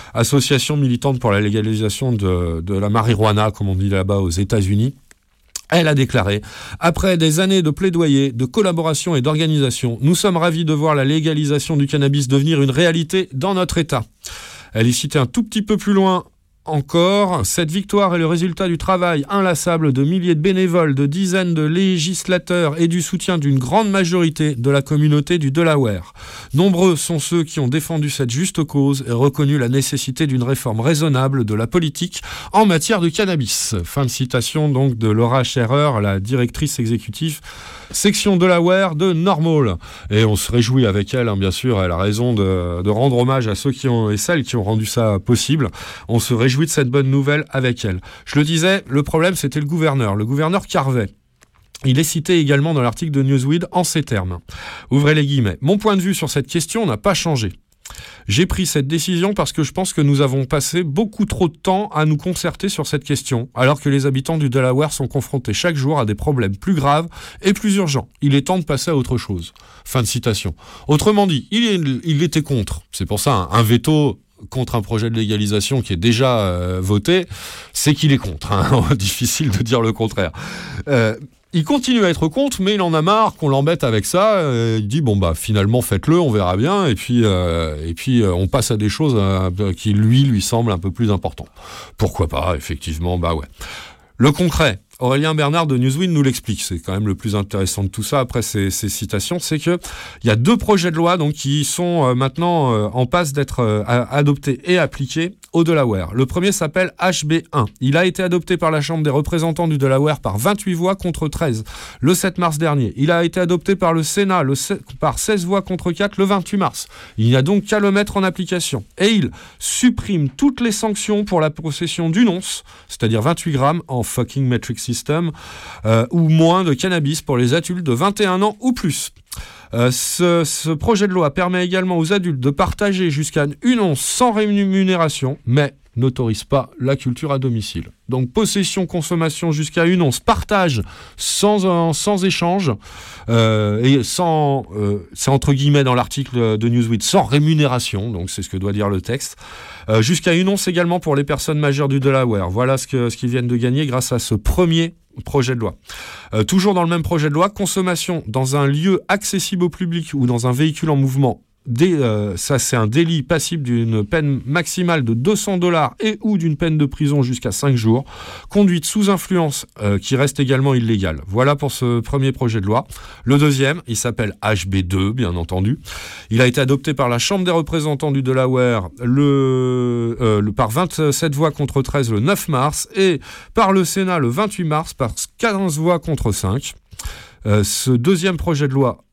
Speaker 6: association militante pour la légalisation de la marijuana, comme on dit là-bas aux États-Unis. Elle a déclaré « Après des années de plaidoyer, de collaboration et d'organisation, nous sommes ravis de voir la légalisation du cannabis devenir une réalité dans notre État. » Elle est citée un tout petit peu plus loin encore. Cette victoire est le résultat du travail inlassable de milliers de bénévoles, de dizaines de législateurs et du soutien d'une grande majorité de la communauté du Delaware. Nombreux sont ceux qui ont défendu cette juste cause et reconnu la nécessité d'une réforme raisonnable de la politique en matière de cannabis. Fin de citation donc de Laura Scherer, la directrice exécutive section Delaware de NORML. Et on se réjouit avec elle, bien sûr, elle a raison de rendre hommage à ceux qui ont et celles qui ont rendu ça possible. On se réjouit de cette bonne nouvelle avec elle. Je le disais, le problème c'était le gouverneur Carvey. Il est cité également dans l'article de Newsweek en ces termes. Ouvrez les guillemets. Mon point de vue sur cette question n'a pas changé. J'ai pris cette décision parce que je pense que nous avons passé beaucoup trop de temps à nous concerter sur cette question, alors que les habitants du Delaware sont confrontés chaque jour à des problèmes plus graves et plus urgents. Il est temps de passer à autre chose. Fin de citation. Autrement dit, il était contre. C'est pour ça un veto contre un projet de légalisation qui est déjà voté, c'est qu'il est contre. Difficile de dire le contraire. Il continue à être contre, mais il en a marre qu'on l'embête avec ça. Il dit finalement faites-le, on verra bien, et puis on passe à des choses qui lui semblent un peu plus importantes. Pourquoi pas, effectivement, ouais. Le concret. Aurélien Bernard de Newsweek nous l'explique, c'est quand même le plus intéressant de tout ça après ces citations, c'est que il y a 2 projets de loi donc qui sont maintenant en passe d'être adoptés et appliqués au Delaware. Le premier s'appelle HB1. Il a été adopté par la Chambre des représentants du Delaware par 28 voix contre 13 le 7 mars dernier. Il a été adopté par le Sénat par 16 voix contre 4 le 28 mars. Il n'y a donc qu'à le mettre en application. Et il supprime toutes les sanctions pour la possession d'une once, c'est-à-dire 28 grammes en fucking metric system, ou moins de cannabis pour les adultes de 21 ans ou plus. Ce projet de loi permet également aux adultes de partager jusqu'à une once sans rémunération, mais n'autorise pas la culture à domicile. Donc possession, consommation jusqu'à une once, partage sans échange, et sans, c'est entre guillemets dans l'article de Newsweek, sans rémunération, donc c'est ce que doit dire le texte. Jusqu'à une once également pour les personnes majeures du Delaware. Voilà ce qu'ils viennent de gagner grâce à ce premier projet de loi. Toujours dans le même projet de loi, consommation dans un lieu accessible au public ou dans un véhicule en mouvement. Ça c'est un délit passible d'une peine maximale de $200 et ou d'une peine de prison jusqu'à 5 jours. Conduite sous influence qui reste également illégale. Voilà pour ce premier projet de loi. Le deuxième, il s'appelle HB2 bien entendu. Il a été adopté par la Chambre des représentants du Delaware par 27 voix contre 13 le 9 mars et par le Sénat le 28 mars par 15 voix contre 5. Ce deuxième projet de loi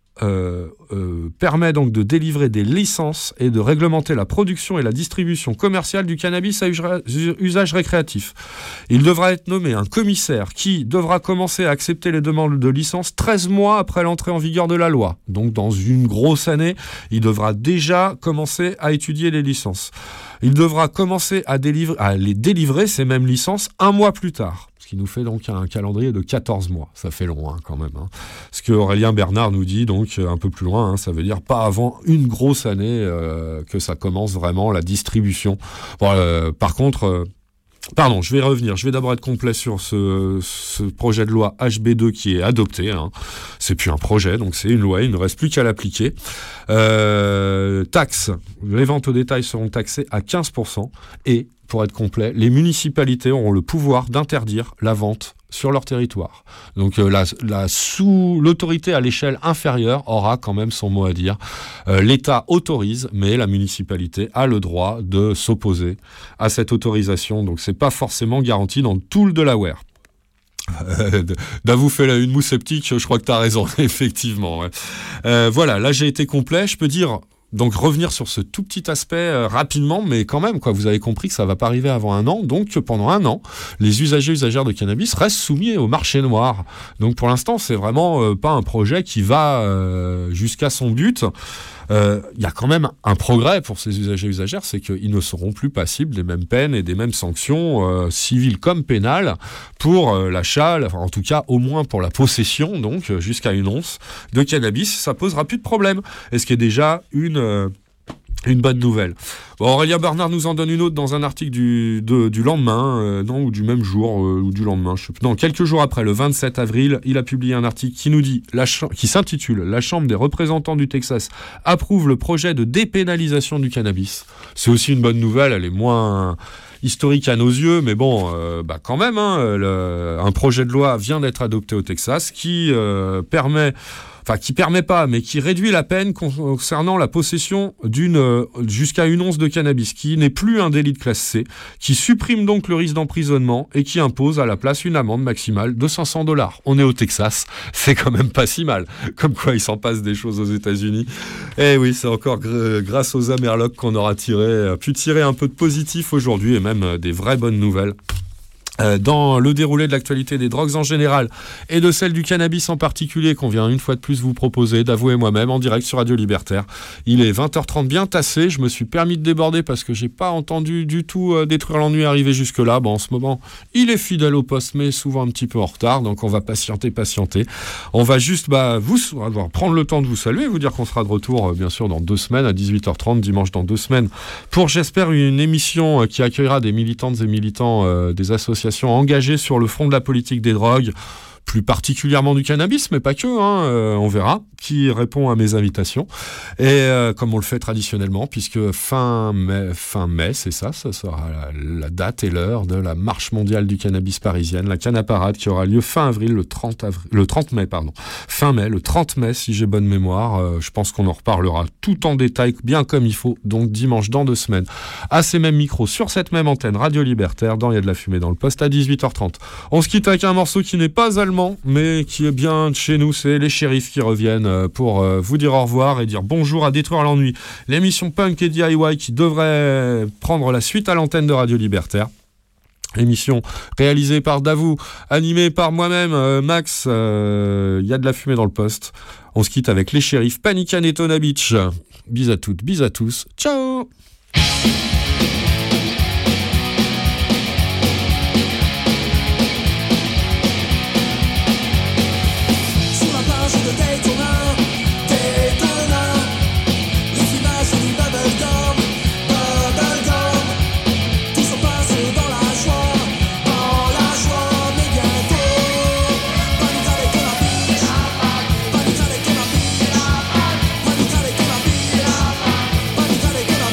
Speaker 6: permet donc de délivrer des licences et de réglementer la production et la distribution commerciale du cannabis à usage récréatif. Il devra être nommé un commissaire qui devra commencer à accepter les demandes de licence 13 mois après l'entrée en vigueur de la loi. Donc dans une grosse année, il devra déjà commencer à étudier les licences. Il devra commencer à les délivrer, ces mêmes licences, 1 mois plus tard. Ce qui nous fait donc un calendrier de 14 mois. Ça fait long quand même. Ce que Aurélien Bernard nous dit donc un peu plus loin, ça veut dire pas avant une grosse année que ça commence vraiment la distribution. Par contre... Pardon, je vais revenir. Je vais d'abord être complet sur ce projet de loi HB2 qui est adopté. C'est plus un projet, donc c'est une loi. Il ne reste plus qu'à l'appliquer. Taxes. Les ventes au détail seront taxées à 15%. Et, pour être complet, les municipalités auront le pouvoir d'interdire la vente sur leur territoire. Donc l'autorité à l'échelle inférieure aura quand même son mot à dire. L'État autorise, mais la municipalité a le droit de s'opposer à cette autorisation. Donc c'est pas forcément garanti dans tout le Delaware. D'avou fait une moue sceptique, je crois que tu as raison, effectivement. Ouais. Voilà, là j'ai été complet, je peux dire... Donc revenir sur ce tout petit aspect rapidement, mais quand même, vous avez compris que ça va pas arriver avant 1 an. Donc pendant 1 an, les usagères de cannabis restent soumis au marché noir. Donc pour l'instant, c'est vraiment pas un projet qui va jusqu'à son but. Il y a quand même un progrès pour ces usagers, c'est qu'ils ne seront plus passibles des mêmes peines et des mêmes sanctions civiles comme pénales pour l'achat, en tout cas au moins pour la possession, donc jusqu'à une once de cannabis, ça posera plus de problème. Et ce qui est déjà une Une bonne nouvelle. Bon, Aurélien Bernard nous en donne une autre dans un article du lendemain, non, ou du même jour, ou du lendemain, je sais plus. Non, quelques jours après, le 27 avril, il a publié un article qui nous dit, qui s'intitule « La Chambre des représentants du Texas approuve le projet de dépénalisation du cannabis ». C'est aussi une bonne nouvelle, elle est moins historique à nos yeux, mais bon, quand même, un projet de loi vient d'être adopté au Texas qui permet pas, mais qui réduit la peine concernant la possession jusqu'à une once de cannabis, qui n'est plus un délit de classe C, qui supprime donc le risque d'emprisonnement et qui impose à la place une amende maximale de $500. On est au Texas, c'est quand même pas si mal. Comme quoi il s'en passe des choses aux États-Unis. Et oui, c'est encore grâce aux Amerlocs qu'on aura pu tirer un peu de positif aujourd'hui et même des vraies bonnes nouvelles. Dans le déroulé de l'actualité des drogues en général et de celle du cannabis en particulier qu'on vient une fois de plus vous proposer, d'avouer moi-même en direct sur Radio Libertaire. Il est 20h30 bien tassé, je me suis permis de déborder parce que j'ai pas entendu du tout Détruire l'ennui arriver jusque-là. Bon, en ce moment, il est fidèle au poste mais souvent un petit peu en retard, donc on va patienter. On va juste prendre le temps de vous saluer, vous dire qu'on sera de retour bien sûr dans 2 semaines à 18h30, dimanche dans 2 semaines, pour j'espère une émission qui accueillera des militantes et militants des associations engagés sur le front de la politique des drogues, plus particulièrement du cannabis, mais pas que, on verra, qui répond à mes invitations. Et comme on le fait traditionnellement, puisque fin mai, c'est ça sera la date et l'heure de la marche mondiale du cannabis parisienne, la Cannaparade, qui aura lieu fin mai, le 30 mai, si j'ai bonne mémoire. Je pense qu'on en reparlera tout en détail, bien comme il faut, donc dimanche dans 2 semaines, à ces mêmes micros, sur cette même antenne Radio Libertaire, dans Il y a de la fumée dans le poste, à 18h30. On se quitte avec un morceau qui n'est pas allemand, mais qui est bien de chez nous, c'est les Shérifs qui reviennent pour vous dire au revoir et dire bonjour à Détruire l'ennui, l'émission punk et DIY qui devrait prendre la suite à l'antenne de Radio Libertaire. Émission réalisée par Davou, animée par moi-même, Max. Il y a de la fumée dans le poste. On se quitte avec les Shérifs, Panican et Tona Beach. Bis à toutes, bis à tous. Ciao.
Speaker 8: Panic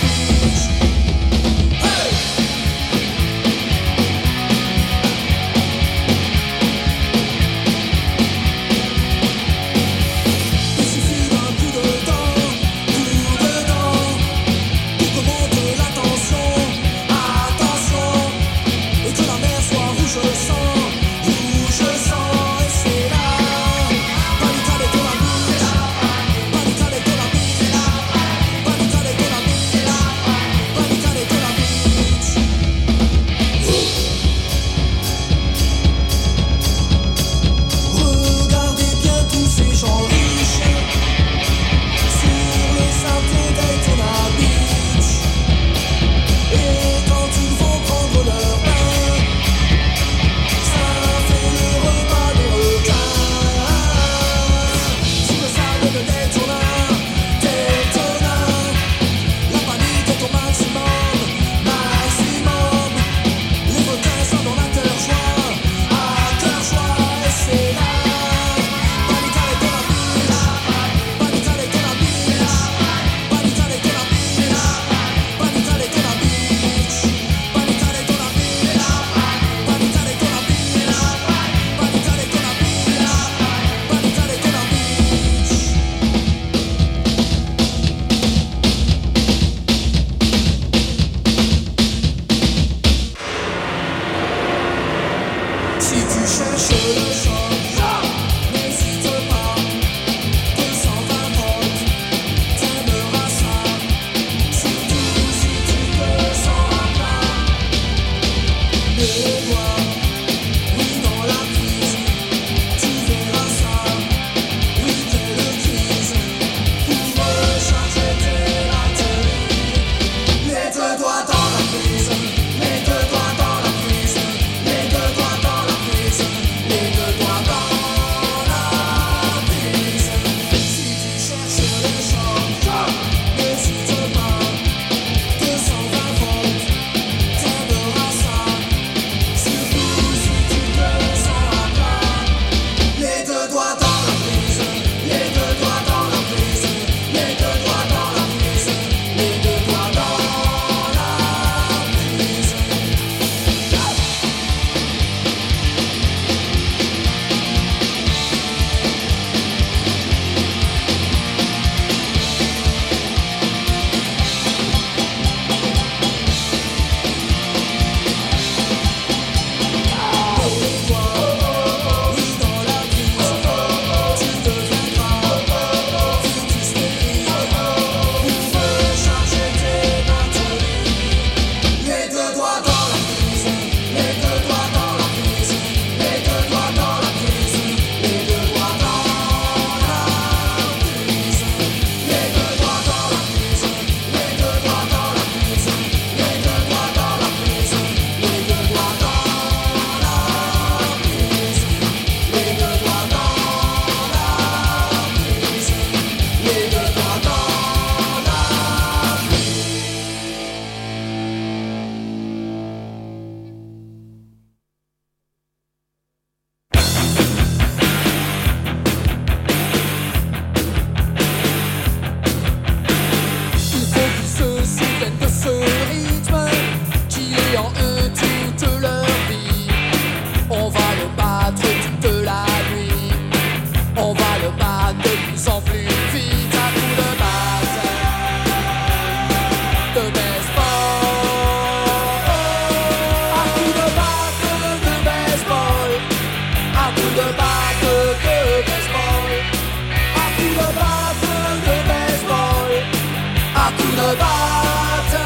Speaker 8: de batte de baseball, à coup de batte de baseball, à coup de batte.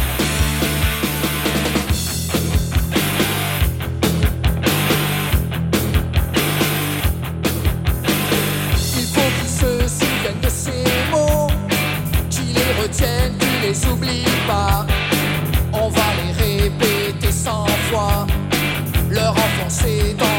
Speaker 8: Il faut qu'ils se souviennent de ces mots, qu'ils les retiennent, qu'ils les oublient pas. On va les répéter 100 fois, leur enfoncer dans